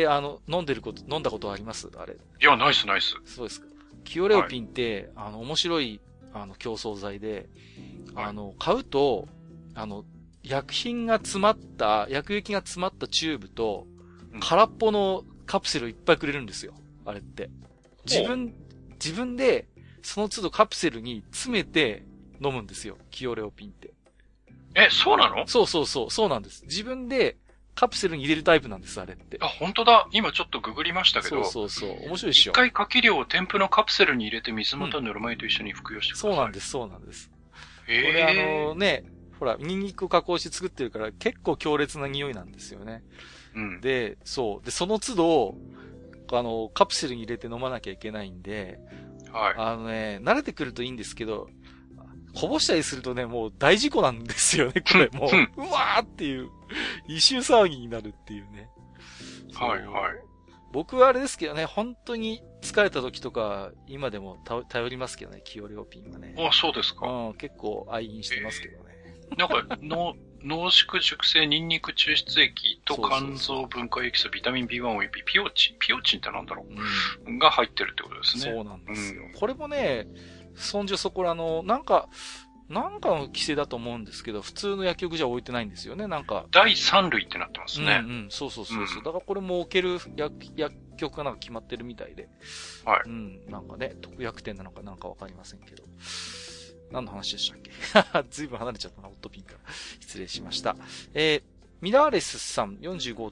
飲んだことありますあれ。 いや、ナイスナイス。 そうですか。キオレオピンって、面白い、競争剤で、買うと、薬液が詰まったチューブと、空っぽのカプセルいっぱいくれるんですよ。あれって。自分で、その都度カプセルに詰めて飲むんですよ。キオレオピンって。 そうなの？ そうなんです。自分でカプセルに入れるタイプなんです、あれって。 あ、本当だ。今ちょっとググりましたけど。 そう。面白いでしょ。 一回火気量を添付のカプセルに入れて水元ぬるま湯と一緒に服用してください。 そうなんです。これほら、ニンニクを加工して作ってるから結構強烈な匂いなんですよね。で、その都度、カプセルに入れて飲まなきゃいけないんで、 はい。 慣れてくるといいんですけど、こぼしたりするとね、もう大事故なんですよね、これ。もう、うわーっていう、一周騒ぎになるっていうね。 はい。 僕はあれですけどね、本当に疲れた時とか、今でも頼りますけどね、キオレオピンはね。 あ、そうですか。 結構愛飲してますけどね。 なんか、濃縮熟成ニンニク抽出液と肝臓分解エキス、ビタミン B1 およびピオチンってなんだろう、が入ってるってことですね。 そうなんですよ。これもね、そんじょそこらなんかの規制だと思うんですけど、普通の薬局じゃ置いてないんですよね、なんか。 第3類ってなってますね。 そう。だからこれも置ける薬局がなんか決まってるみたいで。 はい。 なんかね、特約店なのかなんかわかりませんけど。何の話でしたっけずいぶん離れちゃったな、オットピンから。失礼しました。ミラーレスさん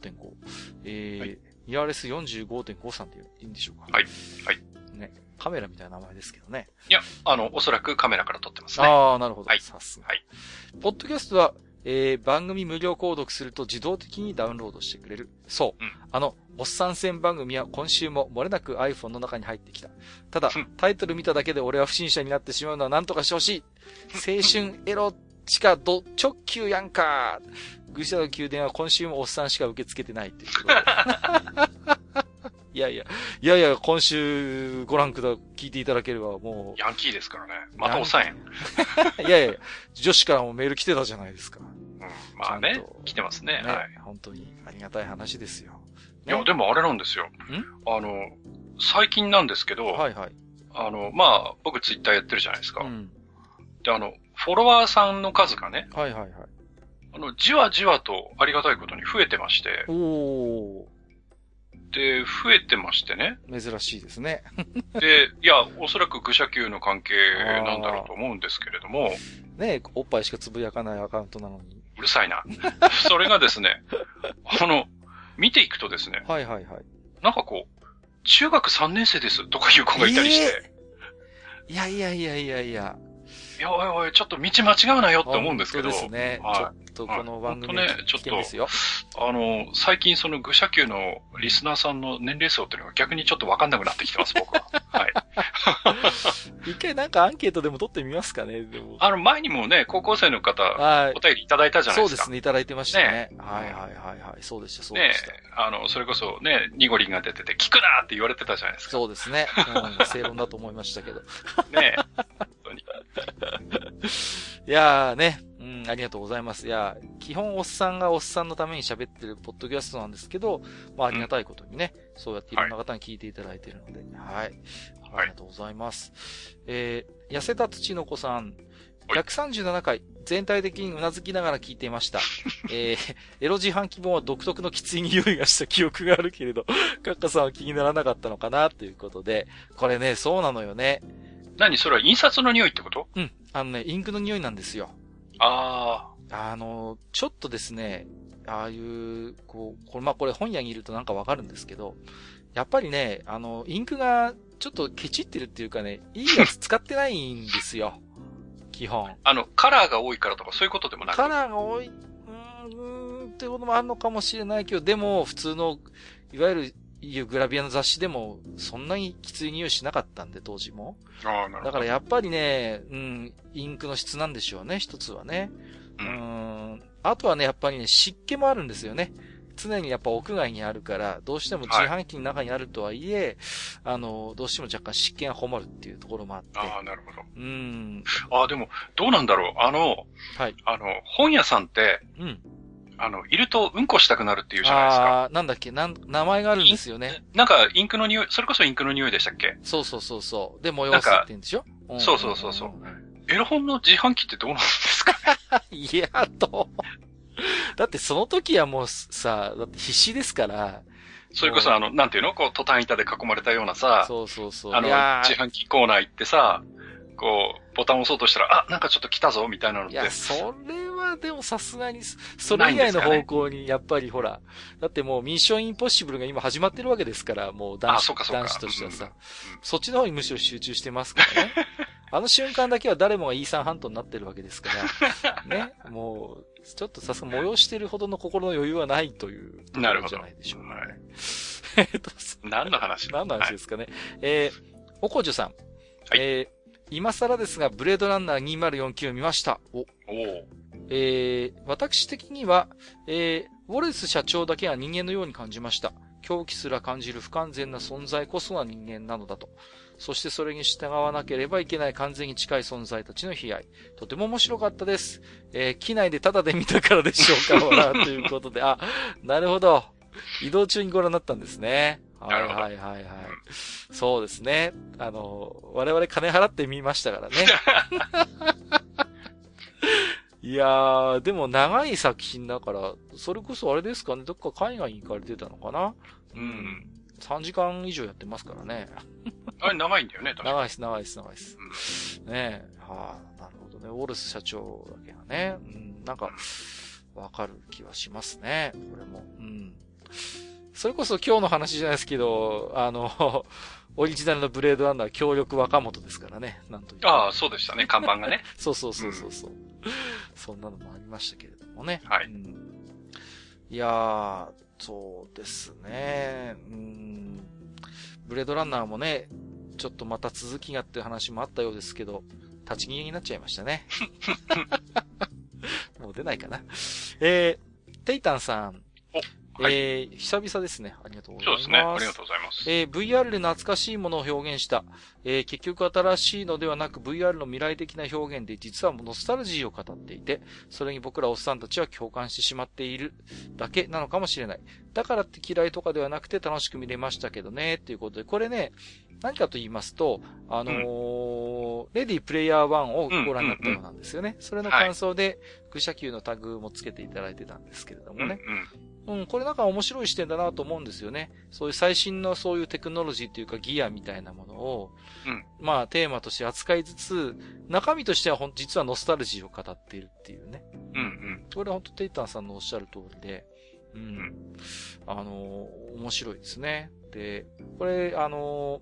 45.5。ミラーレス 45.5 さんって言うんでしょうか。 はい。 ね。カメラみたいな名前ですけどね。 いや、おそらくカメラから撮ってますね。 ああ、なるほど。 はい。 さすが。 はい。 ポッドキャストは、番組無料購読すると自動的にダウンロードしてくれる。そう。おっさん戦番組は今週も漏れなく iPhone の中に入ってきた。ただ、タイトル見ただけで俺は不審者になってしまうのは何とかしてほしい。青春エロチカド直球やんか。愚者の宮殿は今週もおっさんしか受け付けてないっていうことで。いや、今週聞いていただければもう。 ヤンキーですからね。またおっさんやん。 いや、女子からもメール来てたじゃないですか。 まあね、来てますね。はい。 本当にありがたい話ですよ。 いや、でもあれなんですよ。最近なんですけど、 はい。 僕ツイッターやってるじゃないですか。で、フォロワーさんの数がね、 はい。 じわじわとありがたいことに増えてまして、で、増えてましてね。 珍しいですね。 で、いや、おそらく愚者級の関係なんだろうと思うんですけれども。 ね、おっぱいしかつぶやかないアカウントなのに。 うるさいな。それがですね、見ていくとですね。 はい。 なんかこう、中学3年生ですとかいう子がいたりして。 いや。 いや、おい、ちょっと道間違うなよって思うんですけど。 そうですね。はい、ちょっとこの番組は危険ですよ。 最近その愚者級のリスナーさんの年齢層っていうのが逆にちょっとわかんなくなってきてます、僕は。はい。 一回なんかアンケートでも取ってみますかね、でも。 前にもね、高校生の方、お便りいただいたじゃないですか。 そうですね、いただいてましたね。はいはいはい。そうでした、そうでした。 それこそね、ニゴリンが出てて、聞くなって言われてたじゃないですか。 そうですね。正論だと思いましたけど。 ね本当に。 いやーね、ありがとうございます。いや、基本おっさんがおっさんのために喋ってるポッドキャストなんですけど、まあありがたいことにね、そうやっていろんな方に聞いていただいているので、はい。ありがとうございます。痩せた土の子さん、137回、全体的にうなずきながら聞いていました。エロ自販機本は独特のきつい匂いがした記憶があるけれど、カッカさんは気にならなかったのかなということで、これね、そうなのよね。 何それは印刷の匂いってこと？ うん。インクの匂いなんですよ。ちょっとですね、ああいう、これ本屋にいるとなんかわかるんですけど、やっぱりね、インクがちょっとケチってるっていうかね、いいやつ使ってないんですよ。基本。 カラーが多いからとかそういうことでもなく？ カラーが多い、っていうこともあるのかもしれないけど、でも普通の、いわゆるグラビアの雑誌でもそんなにきつい匂いしなかったんで、当時も。 なるほど。 だからやっぱりね、インクの質なんでしょうね、一つはね。あとはね、やっぱりね、湿気もあるんですよね。常にやっぱ屋外にあるから、どうしても自販機の中にあるとはいえ、どうしても若干湿気がこもるっていうところもあって。 なるほど。でも、どうなんだろう。 はい。 本屋さんって、いるとうんこしたくなるっていうじゃないですか。 なんだっけ、名前があるんですよね。 なんか、インクの匂い、それこそインクの匂いでしたっけ？ そう。で、催すって言うんでしょ？ そう。エロ本の自販機ってどうなんですかね？ いや、だってその時はもうさ、だって必死ですから。 それこそなんていうの？こう、トタン板で囲まれたようなさ。 そう。 自販機コーナー行ってさ、こう、ボタン押そうとしたら、なんかちょっと来たぞ、みたいなのって。 いや、それはでもさすがに、それ以外の方向に、やっぱりほら、だってもうミッションインポッシブルが今始まってるわけですから、もう男子としてはさ、そっちの方にむしろ集中してますからね。あの瞬間だけは誰もがイーサンハントになってるわけですから、ね、もう、ちょっとさすが催してるほどの心の余裕はないというところじゃないでしょうか、ね。 何の話ですかね。おこじゅさん。はい。今更ですが、ブレードランナー2049を見ました。私的には、ウォレス社長だけが人間のように感じました。狂気すら感じる不完全な存在こそが人間なのだと。そしてそれに従わなければいけない完全に近い存在たちの悲哀。とても面白かったです。機内でタダで見たからでしょうか、ほら、ということで。なるほど。移動中にご覧になったんですね。はい。そうですね。我々金払って見ましたからね。いやー、でも長い作品だから、それこそあれですかね、どっか海外に行かれてたのかな？3時間以上やってますからね。 あれ長いんだよね、 長いです。ねえ。なるほどね。ウォルス社長だけがね。なんか、わかる気はしますね。これも。それこそ今日の話じゃないですけど、オリジナルのブレードランナー協力若本ですからね。なんというか。 そうでしたね、看板がね。 そう。そんなのもありましたけれどもね。 はい。 いやー、そうですね。ブレードランナーもね、ちょっとまた続きがっていう話もあったようですけど、立ち消えになっちゃいましたね。もう出ないかな。テイタンさん。はい、久々ですね。ありがとうございます。 そうですね。ありがとうございます。 VR で懐かしいものを表現した。結局新しいのではなく VR の未来的な表現で実はノスタルジーを語っていて、それに僕らおっさんたちは共感してしまっているだけなのかもしれない。だからって嫌いとかではなくて楽しく見れましたけどね、っていうことで、これね、何かと言いますと、レディプレイヤー1をご覧になったようなんですよね。それの感想で、愚者級のタグもつけていただいてたんですけれどもね。これなんか面白い視点だなと思うんですよね。そういう最新のそういうテクノロジーというかギアみたいなものを、まあテーマとして扱いつつ、中身としては実はノスタルジーを語っているっていうね。これは本当テイタンさんのおっしゃる通りで、面白いですね。で、これ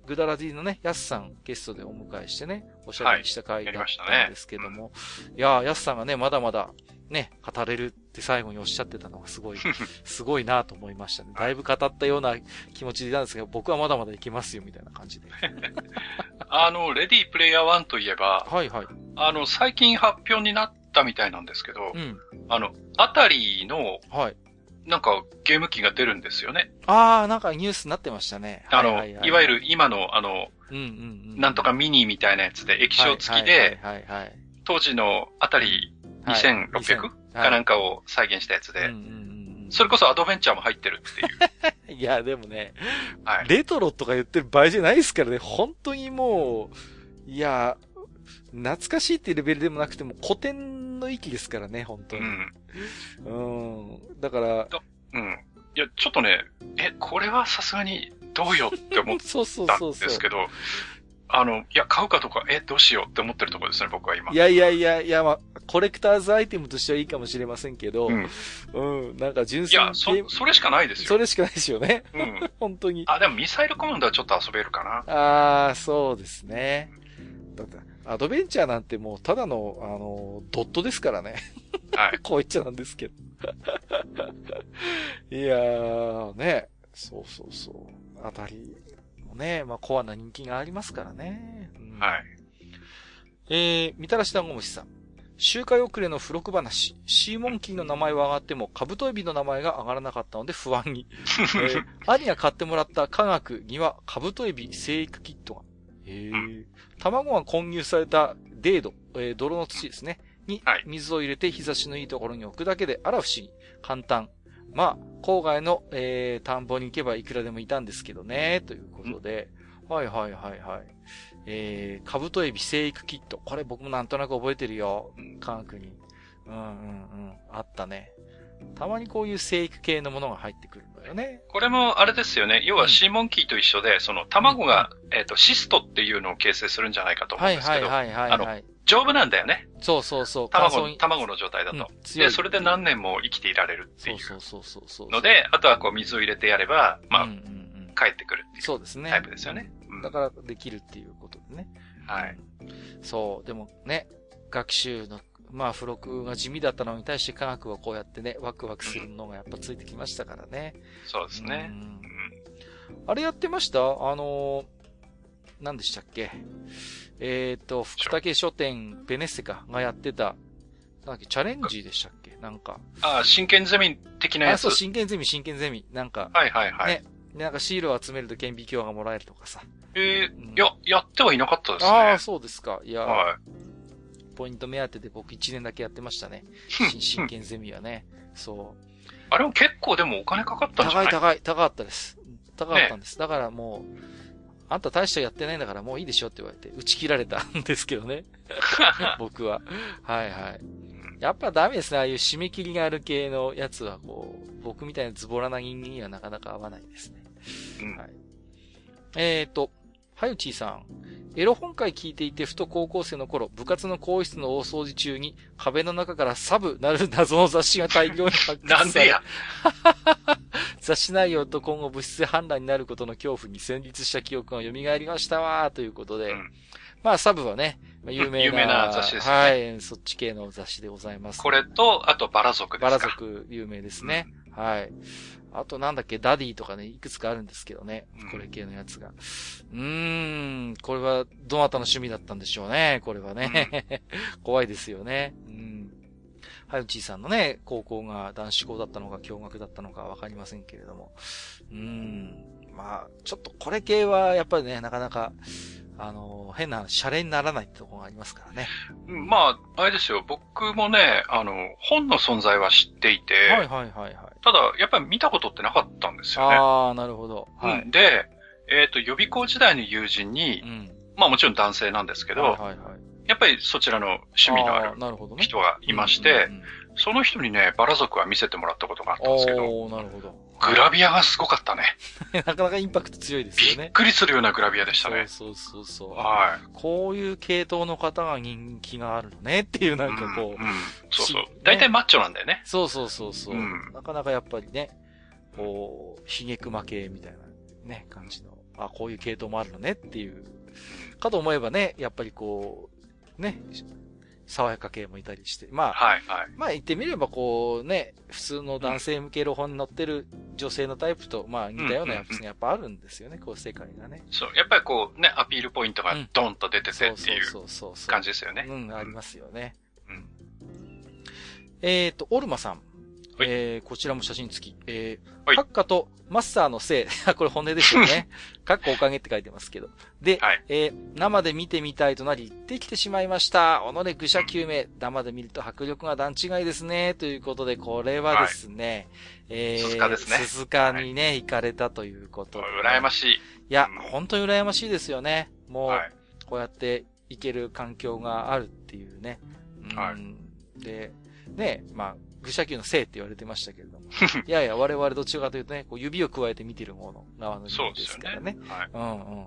グダラディのね、ヤスさんゲストでお迎えしてね、おしゃべりした回だったんですけども、いや、ヤスさんがね、まだまだね、語れるって最後におっしゃってたのがすごいなと思いましたね。だいぶ語ったような気持ちでいたんですけど、僕はまだまだいけますよ、みたいな感じで。 レディープレイヤー1といえば、 はいはい。 最近発表になったみたいなんですけど、あたりの、 はい。 なんかゲーム機が出るんですよね。 なんかニュースになってましたね。 いわゆる今のなんとかミニみたいなやつで液晶付きで、当時のあたり2600かなんかを再現したやつで、それこそアドベンチャーも入ってるっていう。 いや、でもね、レトロとか言ってる場合じゃないですからね、本当にもう、いや、懐かしいっていうレベルでもなくても古典の域ですからね、本当に。だから、 いや、ちょっとね、これはさすがにどうよって思ったんですけど、いや、買うかとか、どうしようって思ってるところですね、僕は今。 いや、まあ、コレクターズアイテムとしてはいいかもしれませんけど、なんか純粋に。 いや、それしかないですよ。 それしかないですよね。本当に。 でもミサイルコマンドはちょっと遊べるかな。 そうですね。だってアドベンチャーなんてもうただの、ドットですからね。はい。こう言っちゃなんですけど。いやー、ね。そう。あたりもね、まあ、コアな人気がありますからね。 はい。 みたらし団子虫さん。周回遅れの付録話。シーモンキーの名前は上がっても、カブトエビの名前が上がらなかったので不安に。兄が買ってもらった科学には、カブトエビ生育キットが。卵が混入されたデード、泥の土ですね。に、水を入れて日差しのいいところに置くだけで、あら不思議。簡単。まあ、郊外の、田んぼに行けばいくらでもいたんですけどね、ということで。はい。カブトエビ生育キット。これ僕もなんとなく覚えてるよ。科学に。あったね。たまにこういう生育系のものが入ってくるんだよね。 これもあれですよね。要はシーモンキーと一緒で、その卵が、シストっていうのを形成するんじゃないかと思うんですけど。丈夫なんだよね。 そう。 卵の状態だと。で、それで何年も生きていられるっていう。そう。ので、あとはこう水を入れてやれば、まあ、帰ってくるっていう。 そうですね。 タイプですよね。 だからできるっていうことでね。 はい。 そう、でもね、学習の、まあ、付録が地味だったのに対して科学はこうやってね、ワクワクするのがやっぱついてきましたからね。 そうですね。 あれやってました？何でしたっけ？福武書店ベネッセカがやってた、なんだっけ、チャレンジでしたっけ？なんか。 真剣ゼミ的なやつ。 そう、真剣ゼミ。なんか。 はい。 ね。なんかシールを集めると顕微鏡がもらえるとかさ。 やってはいなかったですね。 そうですか。いや、ポイント目当てで僕1年だけやってましたね。真剣ゼミはね。そう。 あれも結構でもお金かかったんじゃない？ 高かったです。高かったんです。だからもう、あんた大したやってないんだからもういいでしょって言われて打ち切られたんですけどね。僕は。はい。やっぱダメですね。ああいう締め切りがある系のやつはこう、僕みたいなズボラな人間にはなかなか合わないですね。はい。はゆちーさん。エロ本会聞いていて、ふと高校生の頃、部活の更衣室の大掃除中に、壁の中からサブなる謎の雑誌が大量に発掘されなんでや雑誌内容と今後物質で反乱になることの恐怖に戦慄した記憶が蘇りましたわーということで、まあサブはね、有名な雑誌ですね。 はい、そっち系の雑誌でございます。 これと、あとバラ族ですか。 バラ族有名ですね。はい。あとなんだっけ、ダディとかね、いくつかあるんですけどね。これ系のやつが。これはどなたの趣味だったんでしょうね。これはね。怖いですよね。はゆちーさんのね、高校が男子校だったのか共学だったのかわかりませんけれども。まあ、ちょっとこれ系はやっぱりね、なかなか、変なシャレにならないってところがありますからね。 まあ、あれですよ。僕もね、本の存在は知っていて、 はい。 ただ、やっぱり見たことってなかったんですよね。 なるほど。 はい。で、予備校時代の友人に、まあもちろん男性なんですけど、やっぱりそちらの趣味のある人がいまして、その人にね、バラ族は見せてもらったことがあったんですけど、 なるほど。 グラビアがすごかったね。 なかなかインパクト強いですよね。 びっくりするようなグラビアでしたね。 そう。 はい。 こういう系統の方が人気があるのねっていうなんかこう。 そう。大体マッチョなんだよね。 そう。なかなかやっぱりね、こう、ひげくま系みたいなね、感じのあ、こういう系統もあるのねっていう。かと思えばね、やっぱりこう、ね、爽やか系もいたりして。まあ、 はいはい。 まあ言ってみればこうね、普通の男性向けロホに乗ってる女性のタイプと、まあ似たようなやつがやっぱあるんですよね、こう世界がね。 そう、やっぱりこうね、アピールポイントがドンと出ててっていう感じですよね。 ありますよね。 うん。 オルマさん。こちらも写真付き。 はい、 閣下とマスターのせい。これ本音ですよね。閣下おかげって書いてますけど。で、はい、生で見てみたいとなり行ってきてしまいました。己愚者救命。生で見ると迫力が段違いですね。ということで、これはですね、 鈴鹿ですね。 鈴鹿にね、行かれたということで、ね。 羨ましい。 いや、本当に羨ましいですよね。もう、こうやって行ける環境があるっていうね。 はい。 で、ね、まあ、愚者級のせいって言われてましたけれども。いやいや、我々どちらかというとね、こう指を加えて見てる方の側の人ですからね。 そうですよね。はい。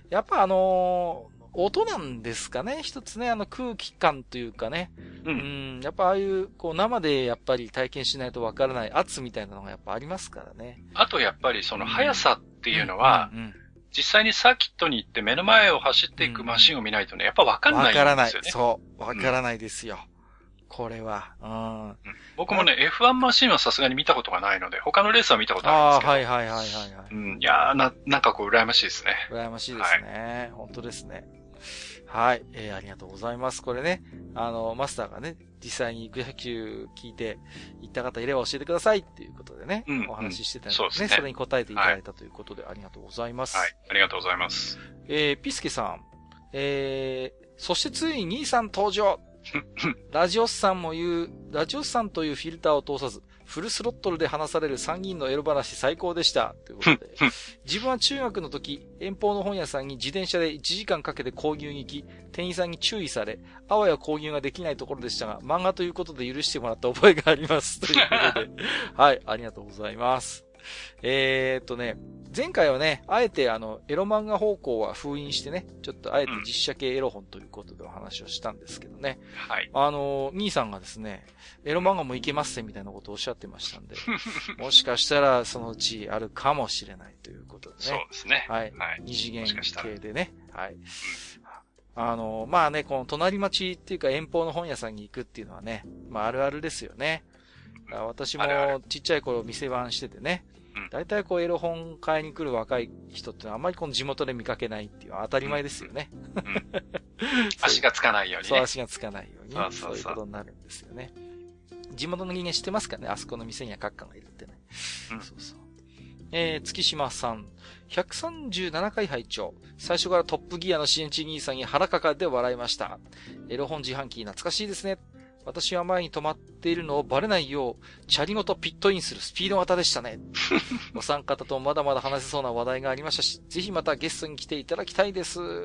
やっぱ音なんですかね。一つね、空気感というかね。やっぱああいう、こう生でやっぱり体験しないとわからない圧みたいなのがやっぱありますからね。 あとやっぱりその速さっていうのは、実際にサーキットに行って目の前を走っていくマシンを見ないとね、やっぱわかんないんですよね。わからない。 そう。わからないですよ。これは。 僕もね、F1 マシンはさすがに見たことがないので、他のレースは見たことあるんですけど。 はい。 いやー、なんかこう、羨ましいですね。 羨ましいですね。本当ですね。はい。ありがとうございます。これね、マスターがね、実際に愚者級聞いて行った方いれば教えてくださいっていうことでね、お話ししてたので、 そうですね。 それに答えていただいたということで、ありがとうございます。 はい。ありがとうございます。 ピスケさん。そしてついに兄さん登場ラジオスさんというフィルターを通さず、フルスロットルで話される3人のエロ話最高でした。ということで。自分は中学の時、遠方の本屋さんに自転車で1時間かけて購入に行き、店員さんに注意され、あわや購入ができないところでしたが、漫画ということで許してもらった覚えがあります。ということで。はい、ありがとうございます。前回はね、あえてエロ漫画方向は封印してね、ちょっとあえて実写系エロ本ということでお話をしたんですけどね。 はい。 兄さんがですね、エロ漫画もいけますねみたいなことをおっしゃってましたんで、もしかしたらそのうちあるかもしれないということでね。 そうですね。 はい。二次元系でね。はい。まあね、この隣町っていうか遠方の本屋さんに行くっていうのはね、まああるあるですよね。私もちっちゃい頃店番しててね、大体こうエロ本買いに来る若い人ってのはあんまりこの地元で見かけないっていうのは当たり前ですよね。 足がつかないようにね。 そう、足がつかないように。そういうことになるんですよね。地元の人間知ってますからね、あそこの店には閣下がいるってね。そうそう。月島さん。137回拝聴。最初からトップギアの支援チ兄さんに腹抱えて笑いました。エロ本自販機懐かしいですね。私は前に止まっているのをバレないよう、チャリごとピットインするスピード型でしたね。お三方とまだまだ話せそうな話題がありましたし、ぜひまたゲストに来ていただきたいです。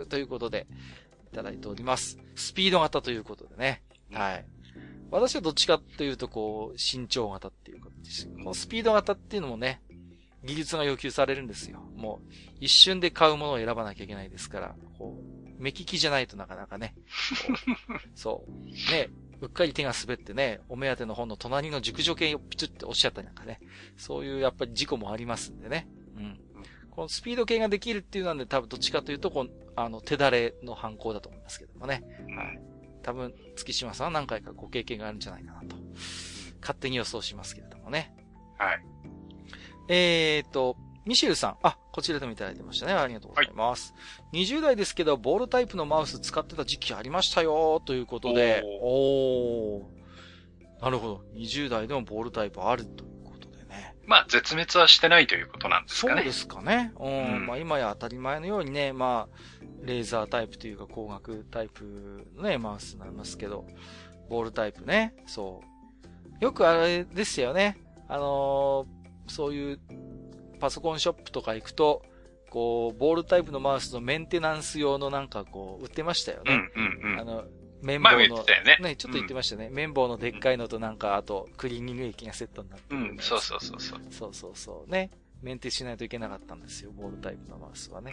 ということで、いただいております。スピード型ということでね。はい。私はどっちかというと、こう、身長型っていうことです。このスピード型っていうのもね、技術が要求されるんですよ。もう、一瞬で買うものを選ばなきゃいけないですから、こう、目利きじゃないとなかなかね。そう。ね。うっかり手が滑ってね、お目当ての本の隣の熟女系をピチュって押しちゃったりなんかね。そういうやっぱり事故もありますんでね。このスピード系ができるっていうのはね、多分どっちかというと、手だれの犯行だと思いますけどもね。はい。多分、月島さんは何回かご経験があるんじゃないかなと。勝手に予想しますけれどもね。 はい。 ミシェルさん。こちらでもいただいてましたね。ありがとうございます。はい、20代ですけど、ボールタイプのマウス使ってた時期ありましたよ、ということで。なるほど。20代でもボールタイプあるということでね。 まあ、絶滅はしてないということなんですかね。 そうですかね。まあ、今や当たり前のようにね、まあ、レーザータイプというか光学タイプのね、マウスになりますけど、ボールタイプね。そう。よくあれですよね。そういうパソコンショップとか行くと、こう、ボールタイプのマウスのメンテナンス用のなんかこう、売ってましたよね。綿棒の、ね、ちょっと言ってましたね。綿棒のでっかいのとなんか、あと、クリーニング液がセットになってる。 そう。 そう。ね。メンテしないといけなかったんですよ、ボールタイプのマウスはね。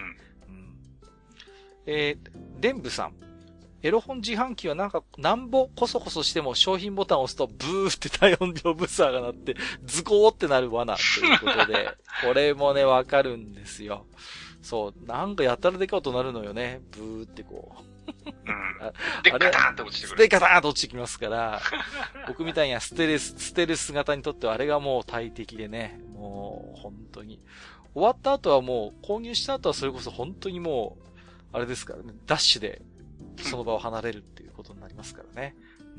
デンブさん。エロ本自販機はなんぼコソコソしても商品ボタンを押すとブーって大音量ブザーが鳴ってズコーってなる罠ということで、これもね、わかるんですよ。 そう、なんかやたらでかい音なるのよね。ブーってこう。 うん。で、ガターンって落ちてくる。 で、ガターンと落ちてきますから、僕みたいなステルス型にとってはあれがもう大敵でね、もう本当に。終わった後はもう、購入した後はそれこそ本当にもう、あれですからね、ダッシュでその場を離れるっていうことになりますからね。うん。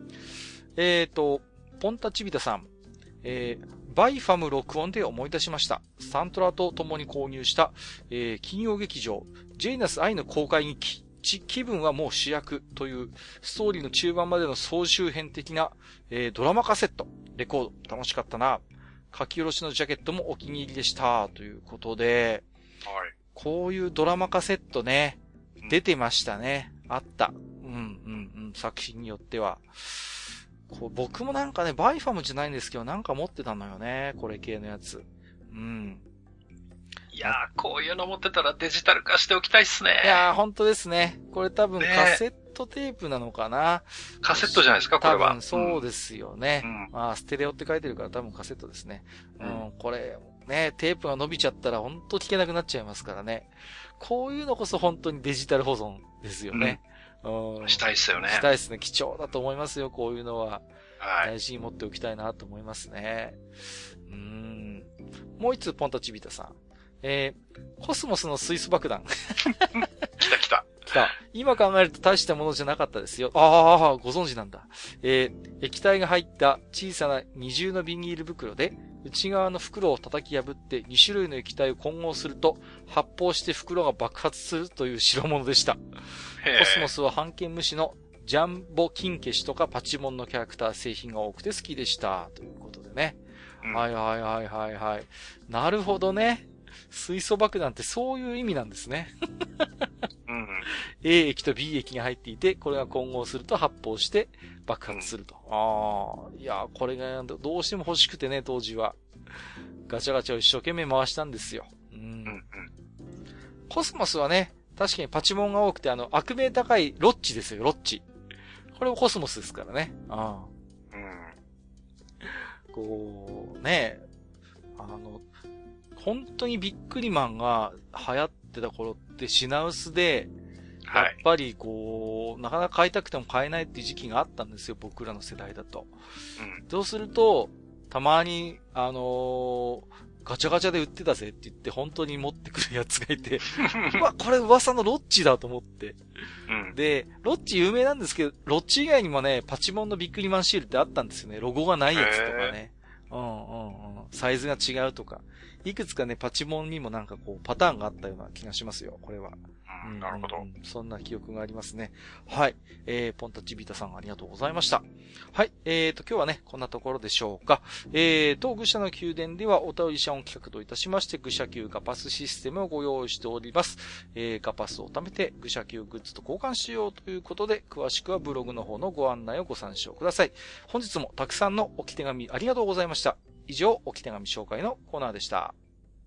ポンタチビタさん。バイファム録音で思い出しました。サントラと共に購入した、金曜劇場、ジェイナス愛の公開日記。気分はもう主役というストーリーの中盤までの総集編的な、ドラマカセット、レコード、楽しかったな。書き下ろしのジャケットもお気に入りでした。ということで、 はい、 こういうドラマカセットね、出てましたね。あった。作品によっては。こう僕もなんかね、バイファムじゃないんですけど、なんか持ってたのよね。これ系のやつ。うん。 いやー、こういうの持ってたらデジタル化しておきたいっすね。 いやー、本当ですね。これ多分カセットテープなのかな。 カセットじゃないですか、これは。 多分そうですよね。ステレオって書いてるから多分カセットですね。これ、ね、テープが伸びちゃったら本当聞けなくなっちゃいますからね。こういうのこそ本当にデジタル保存ですよね。 したいっすよね。 したいっすね。貴重だと思いますよ、こういうのは。はい。大事に持っておきたいなと思いますね。もう一つポンタチビタさん。コスモスの水素爆弾。 来た。 今考えると大したものじゃなかったですよ。ああ、ご存知なんだ。液体が入った小さな二重のビニール袋で、内側の袋を叩き破って2種類の液体を混合すると、発泡して袋が爆発するという代物でした。コスモスは半券無視のジャンボ金消しとかパチモンのキャラクター製品が多くて好きでした。ということでね。はい。なるほどね。水素爆弾ってそういう意味なんですね。A 液と B 液が入っていて、これが混合すると発泡して爆発すると。いや、これがどうしても欲しくてね、当時は。ガチャガチャを一生懸命回したんですよ。コスモスはね、確かにパチモンが多くて、悪名高いロッチですよ、ロッチ。これもコスモスですからね。こう、ね、本当にビックリマンが流行ってた頃って品薄で、やっぱりこう、なかなか買いたくても買えないっていう時期があったんですよ、僕らの世代だと。そうすると、たまに、ガチャガチャで売ってたぜって言って本当に持ってくるやつがいて、これ噂のロッチだと思って。で、ロッチ有名なんですけど、ロッチ以外にもね、パチモンのビックリマンシールってあったんですよね。ロゴがないやつとかね。サイズが違うとか。いくつかね、パチモンにもなんかこう、パターンがあったような気がしますよ、これは。 なるほど。 そんな記憶がありますね。はい。ポンタチビタさんありがとうございました。はい。今日はね、こんなところでしょうか。愚者の宮殿ではお便りシャオン企画といたしまして、愚者級ガパスシステムをご用意しております。ガパスを貯めて愚者級グッズと交換しようということで、詳しくはブログの方のご案内をご参照ください。本日もたくさんの置き手紙ありがとうございました。以上、置き手紙紹介のコーナーでした。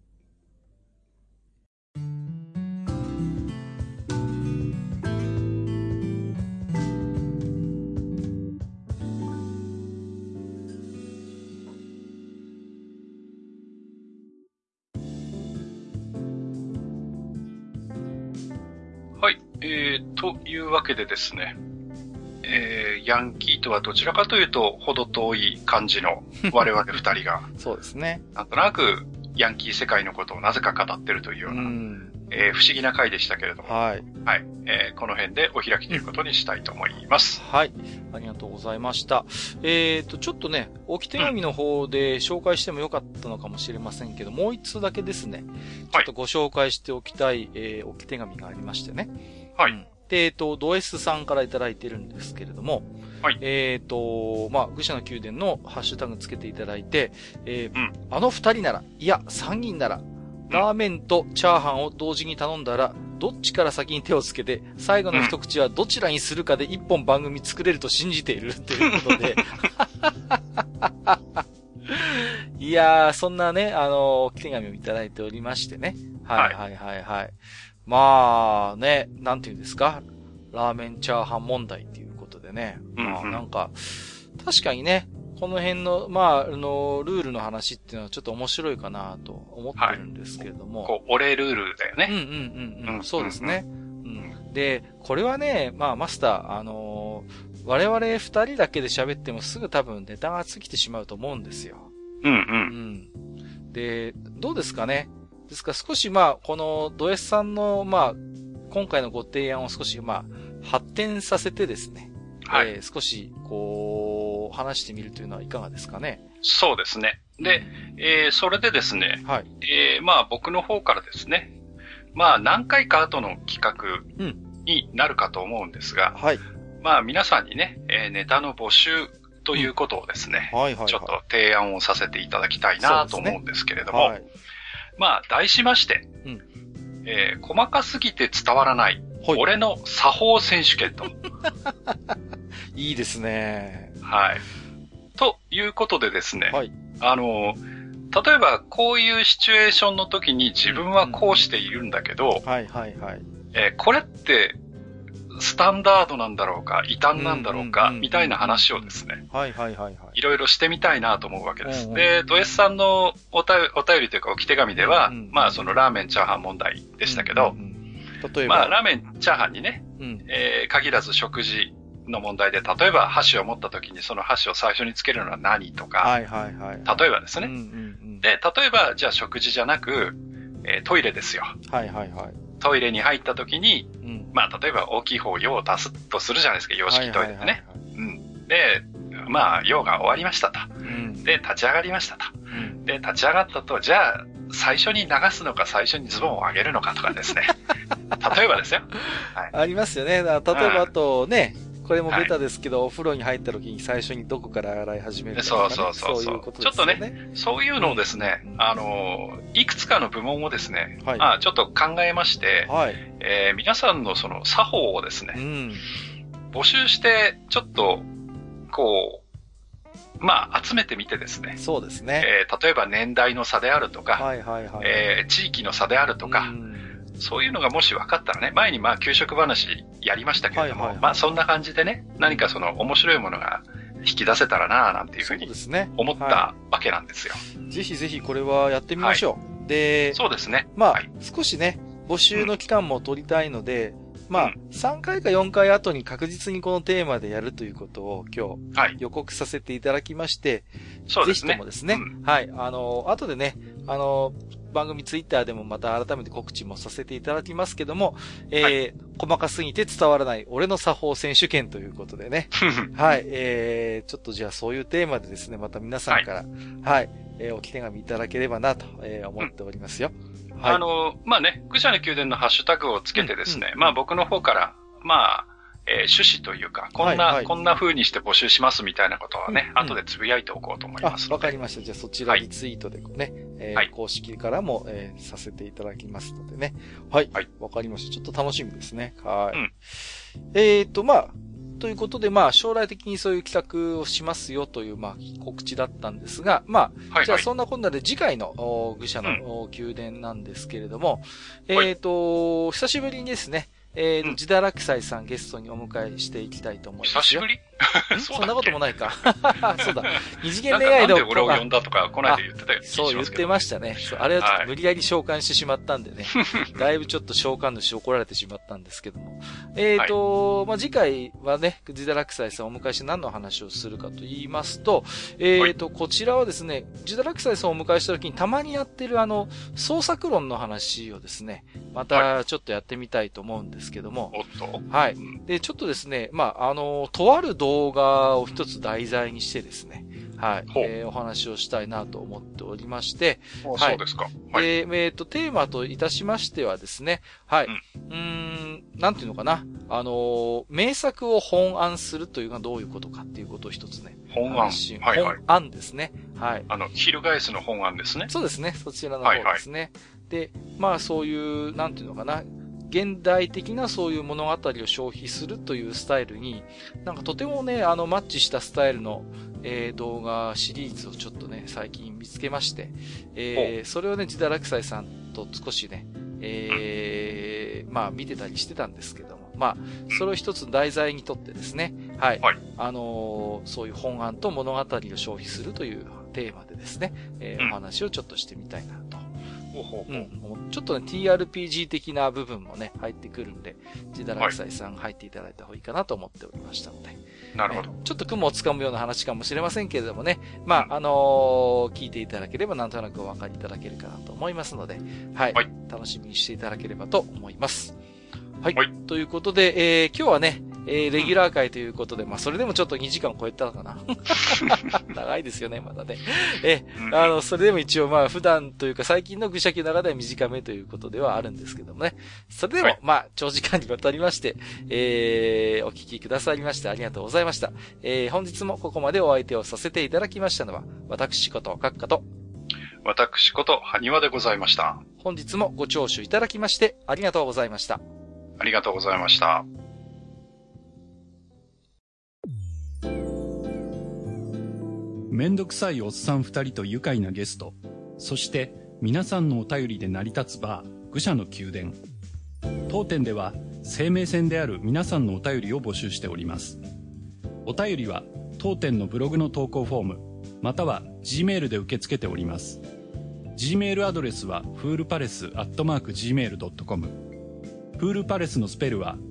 はい。というわけでですね、ヤンキーとはどちらかというと、ほど遠い感じの我々二人が、 そうですね。 なんとなく、ヤンキー世界のことをなぜか語ってるというような、不思議な回でしたけれども、はい。この辺でお開きということにしたいと思います。 はい。ありがとうございました。ちょっとね、置き手紙の方で紹介してもよかったのかもしれませんけど、もう一通だけですね、ちょっとご紹介しておきたい、置き手紙がありましてね。 はい。 で、ド S さんからいただいてるんですけれども、 はい。 愚者の宮殿のハッシュタグつけていただいて、あの二人なら、いや、三人なら、ラーメンとチャーハンを同時に頼んだら、どっちから先に手をつけて、最後の一口はどちらにするかで一本番組作れると信じているということで。いやー、そんなね、手紙をいただいておりましてね。はい。まあね、なんていうんですか、ラーメンチャーハン問題っていうことでね。なんか、確かにね、 この辺の、まあ、ルールの話っていうのはちょっと面白いかなと思ってるんですけれども。 こう、俺ルールだよね。 そうですね。で、これはね、まあ、マスター、我々二人だけで喋ってもすぐ多分ネタが尽きてしまうと思うんですよ。で、どうですかね。ですから少しまあ、このド S さんの、まあ、今回のご提案を少しまあ、発展させてですね。少し、こう、話してみるというのはいかがですかね。 そうですね。で、それでですね。まあ、僕の方からですね。まあ、何回か後の企画になるかと思うんですが、まあ、皆さんにね、ネタの募集ということをですね、ちょっと提案をさせていただきたいなと思うんですけれども、まあ、題しまして、細かすぎて伝わらない、俺の作法選手権と。 いいですね。 ということでですね、例えばこういうシチュエーションの時に自分はこうしているんだけど、これってスタンダードなんだろうか、異端なんだろうか、みたいな話をですね、いろいろしてみたいなと思うわけです。で、ド S さんのお便りというか置き手紙では、まあそのラーメンチャーハン問題でしたけど、例えばまあラーメンチャーハンにね、限らず食事の問題で、例えば箸を持った時にその箸を最初につけるのは何とか、例えばですね。で、例えばじゃあ食事じゃなく、トイレですよ。トイレに入った時に、まあ例えば大きい方用を足すとするじゃないですか、洋式トイレでね。で、まあ用が終わりましたと。で、立ち上がりましたと。で、立ち上がったと、じゃあ最初に流すのか最初にズボンを上げるのかとかですね。例えばですよ。 ありますよね。例えばあとね、これもベタですけど、お風呂に入った時に最初にどこから洗い始めるかとか、ね。そういうことですよね。ちょっとね、そういうのをですね、いくつかの部門をですね、ちょっと考えまして、皆さんのその作法をですね、募集して、ちょっと、こう、まあ、集めてみてですね。 そうですね。 例えば年代の差であるとか、地域の差であるとか、そういうのがもし分かったらね、前にまあ給食話やりましたけれども、まあそんな感じでね、何かその面白いものが引き出せたらなぁなんていうふうに思ったわけなんですよ。 ぜひぜひこれはやってみましょう。で、 そうですね。 まあ、少しね、募集の期間も取りたいので、まあ、3回か4回後に確実にこのテーマでやるということを今日予告させていただきまして、ぜひともですね、後でね、番組ツイッターでもまた改めて告知もさせていただきますけども、細かすぎて伝わらない俺の作法選手権ということでね。ちょっとじゃあそういうテーマでですね、また皆さんから、置き手紙いただければなと思っておりますよ。 まあね、愚者の宮殿のハッシュタグをつけてですね、まあ僕の方から、まあ、趣旨というか、こんな風にして募集しますみたいなことはね、後でつぶやいておこうと思います。 わかりました。じゃあそちらリツイートでね、公式からも、させていただきますのでね。わかりました。ちょっと楽しみですね。まあ、ということで、まあ、将来的にそういう企画をしますよという、まあ、告知だったんですが、まあ、じゃあそんなこんなで次回の愚者の宮殿なんですけれども、久しぶりにですね、ジダラクサイさんゲストにお迎えしていきたいと思いますよ。 久しぶりそんなこともないか。そうだ。二次元恋愛の。なんで俺を呼んだとか、この間言ってたよ。 そう言ってましたね。あれはちょっと無理やり召喚してしまったんでね。だいぶちょっと召喚主怒られてしまったんですけども。まあ、次回はね、ジダラクサイさんをお迎えして何の話をするかと言いますと、こちらはですね、ジダラクサイさんをお迎えした時にたまにやってる創作論の話をですね、またちょっとやってみたいと思うんですけども。で、ちょっとですね、まあ、とある動画を一つ題材にしてですね、お話をしたいなと思っておりまして、 そうですか。 で、テーマといたしましてはですね、なんていうのかな、名作を本案するというのはどういうことかっていうことを一つね。 本案。 本案ですね。 翻すの本案ですね。 そうですね。そちらの方ですね。で、まあそういう、なんていうのかな、現代的なそういう物語を消費するというスタイルに、なんかとてもね、マッチしたスタイルの、動画シリーズをちょっとね、最近見つけまして、それをね、ジダラクサイさんと少しね、まあ見てたりしてたんですけども、まあ、それを一つ題材にとってですね、 はい。はい、そういう本案と物語を消費するというテーマでですね、お話をちょっとしてみたいなと。ちょっとね、TRPG 的な部分もね、入ってくるんで、ジダラクサイさん入っていただいた方がいいかなと思っておりましたので。 なるほど。 ちょっと雲をつかむような話かもしれませんけれどもね、まあ、聞いていただければなんとなくお分かりいただけるかなと思いますので、はい。はい、楽しみにしていただければと思います。はい。はい、ということで、今日はね、レギュラー会ということで、まあ、それでもちょっと2時間超えたかな。長いですよね、まだね。それでも一応まあ、普段というか最近の愚者級の中では短めということではあるんですけどもね。それでも、まあ、長時間にわたりまして、お聞きくださりましてありがとうございました。本日もここまでお相手をさせていただきましたのは、私こと閣下と、 私こと埴輪でございました。 本日もご聴取いただきましてありがとうございました。 ありがとうございました。 めんどくさいおっさん2人と愉快なゲスト、そして皆さんのお便りで成り立つバー、愚者の宮殿。当店では生命線である皆さんのお便りを募集しております。お便りは当店のブログの投稿フォーム、または Gmail で受け付けております。Gmail アドレスはfoolpalace@gmail.com。フールパレスのスペルは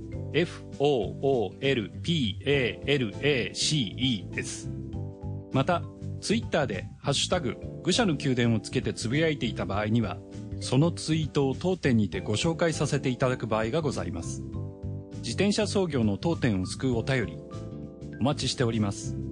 FOOLPALACE です。またツイッターでハッシュタグ愚者の宮殿をつけてつぶやいていた場合には、そのツイートを当店にてご紹介させていただく場合がございます。自転車操業の当店を救うお便りお待ちしております。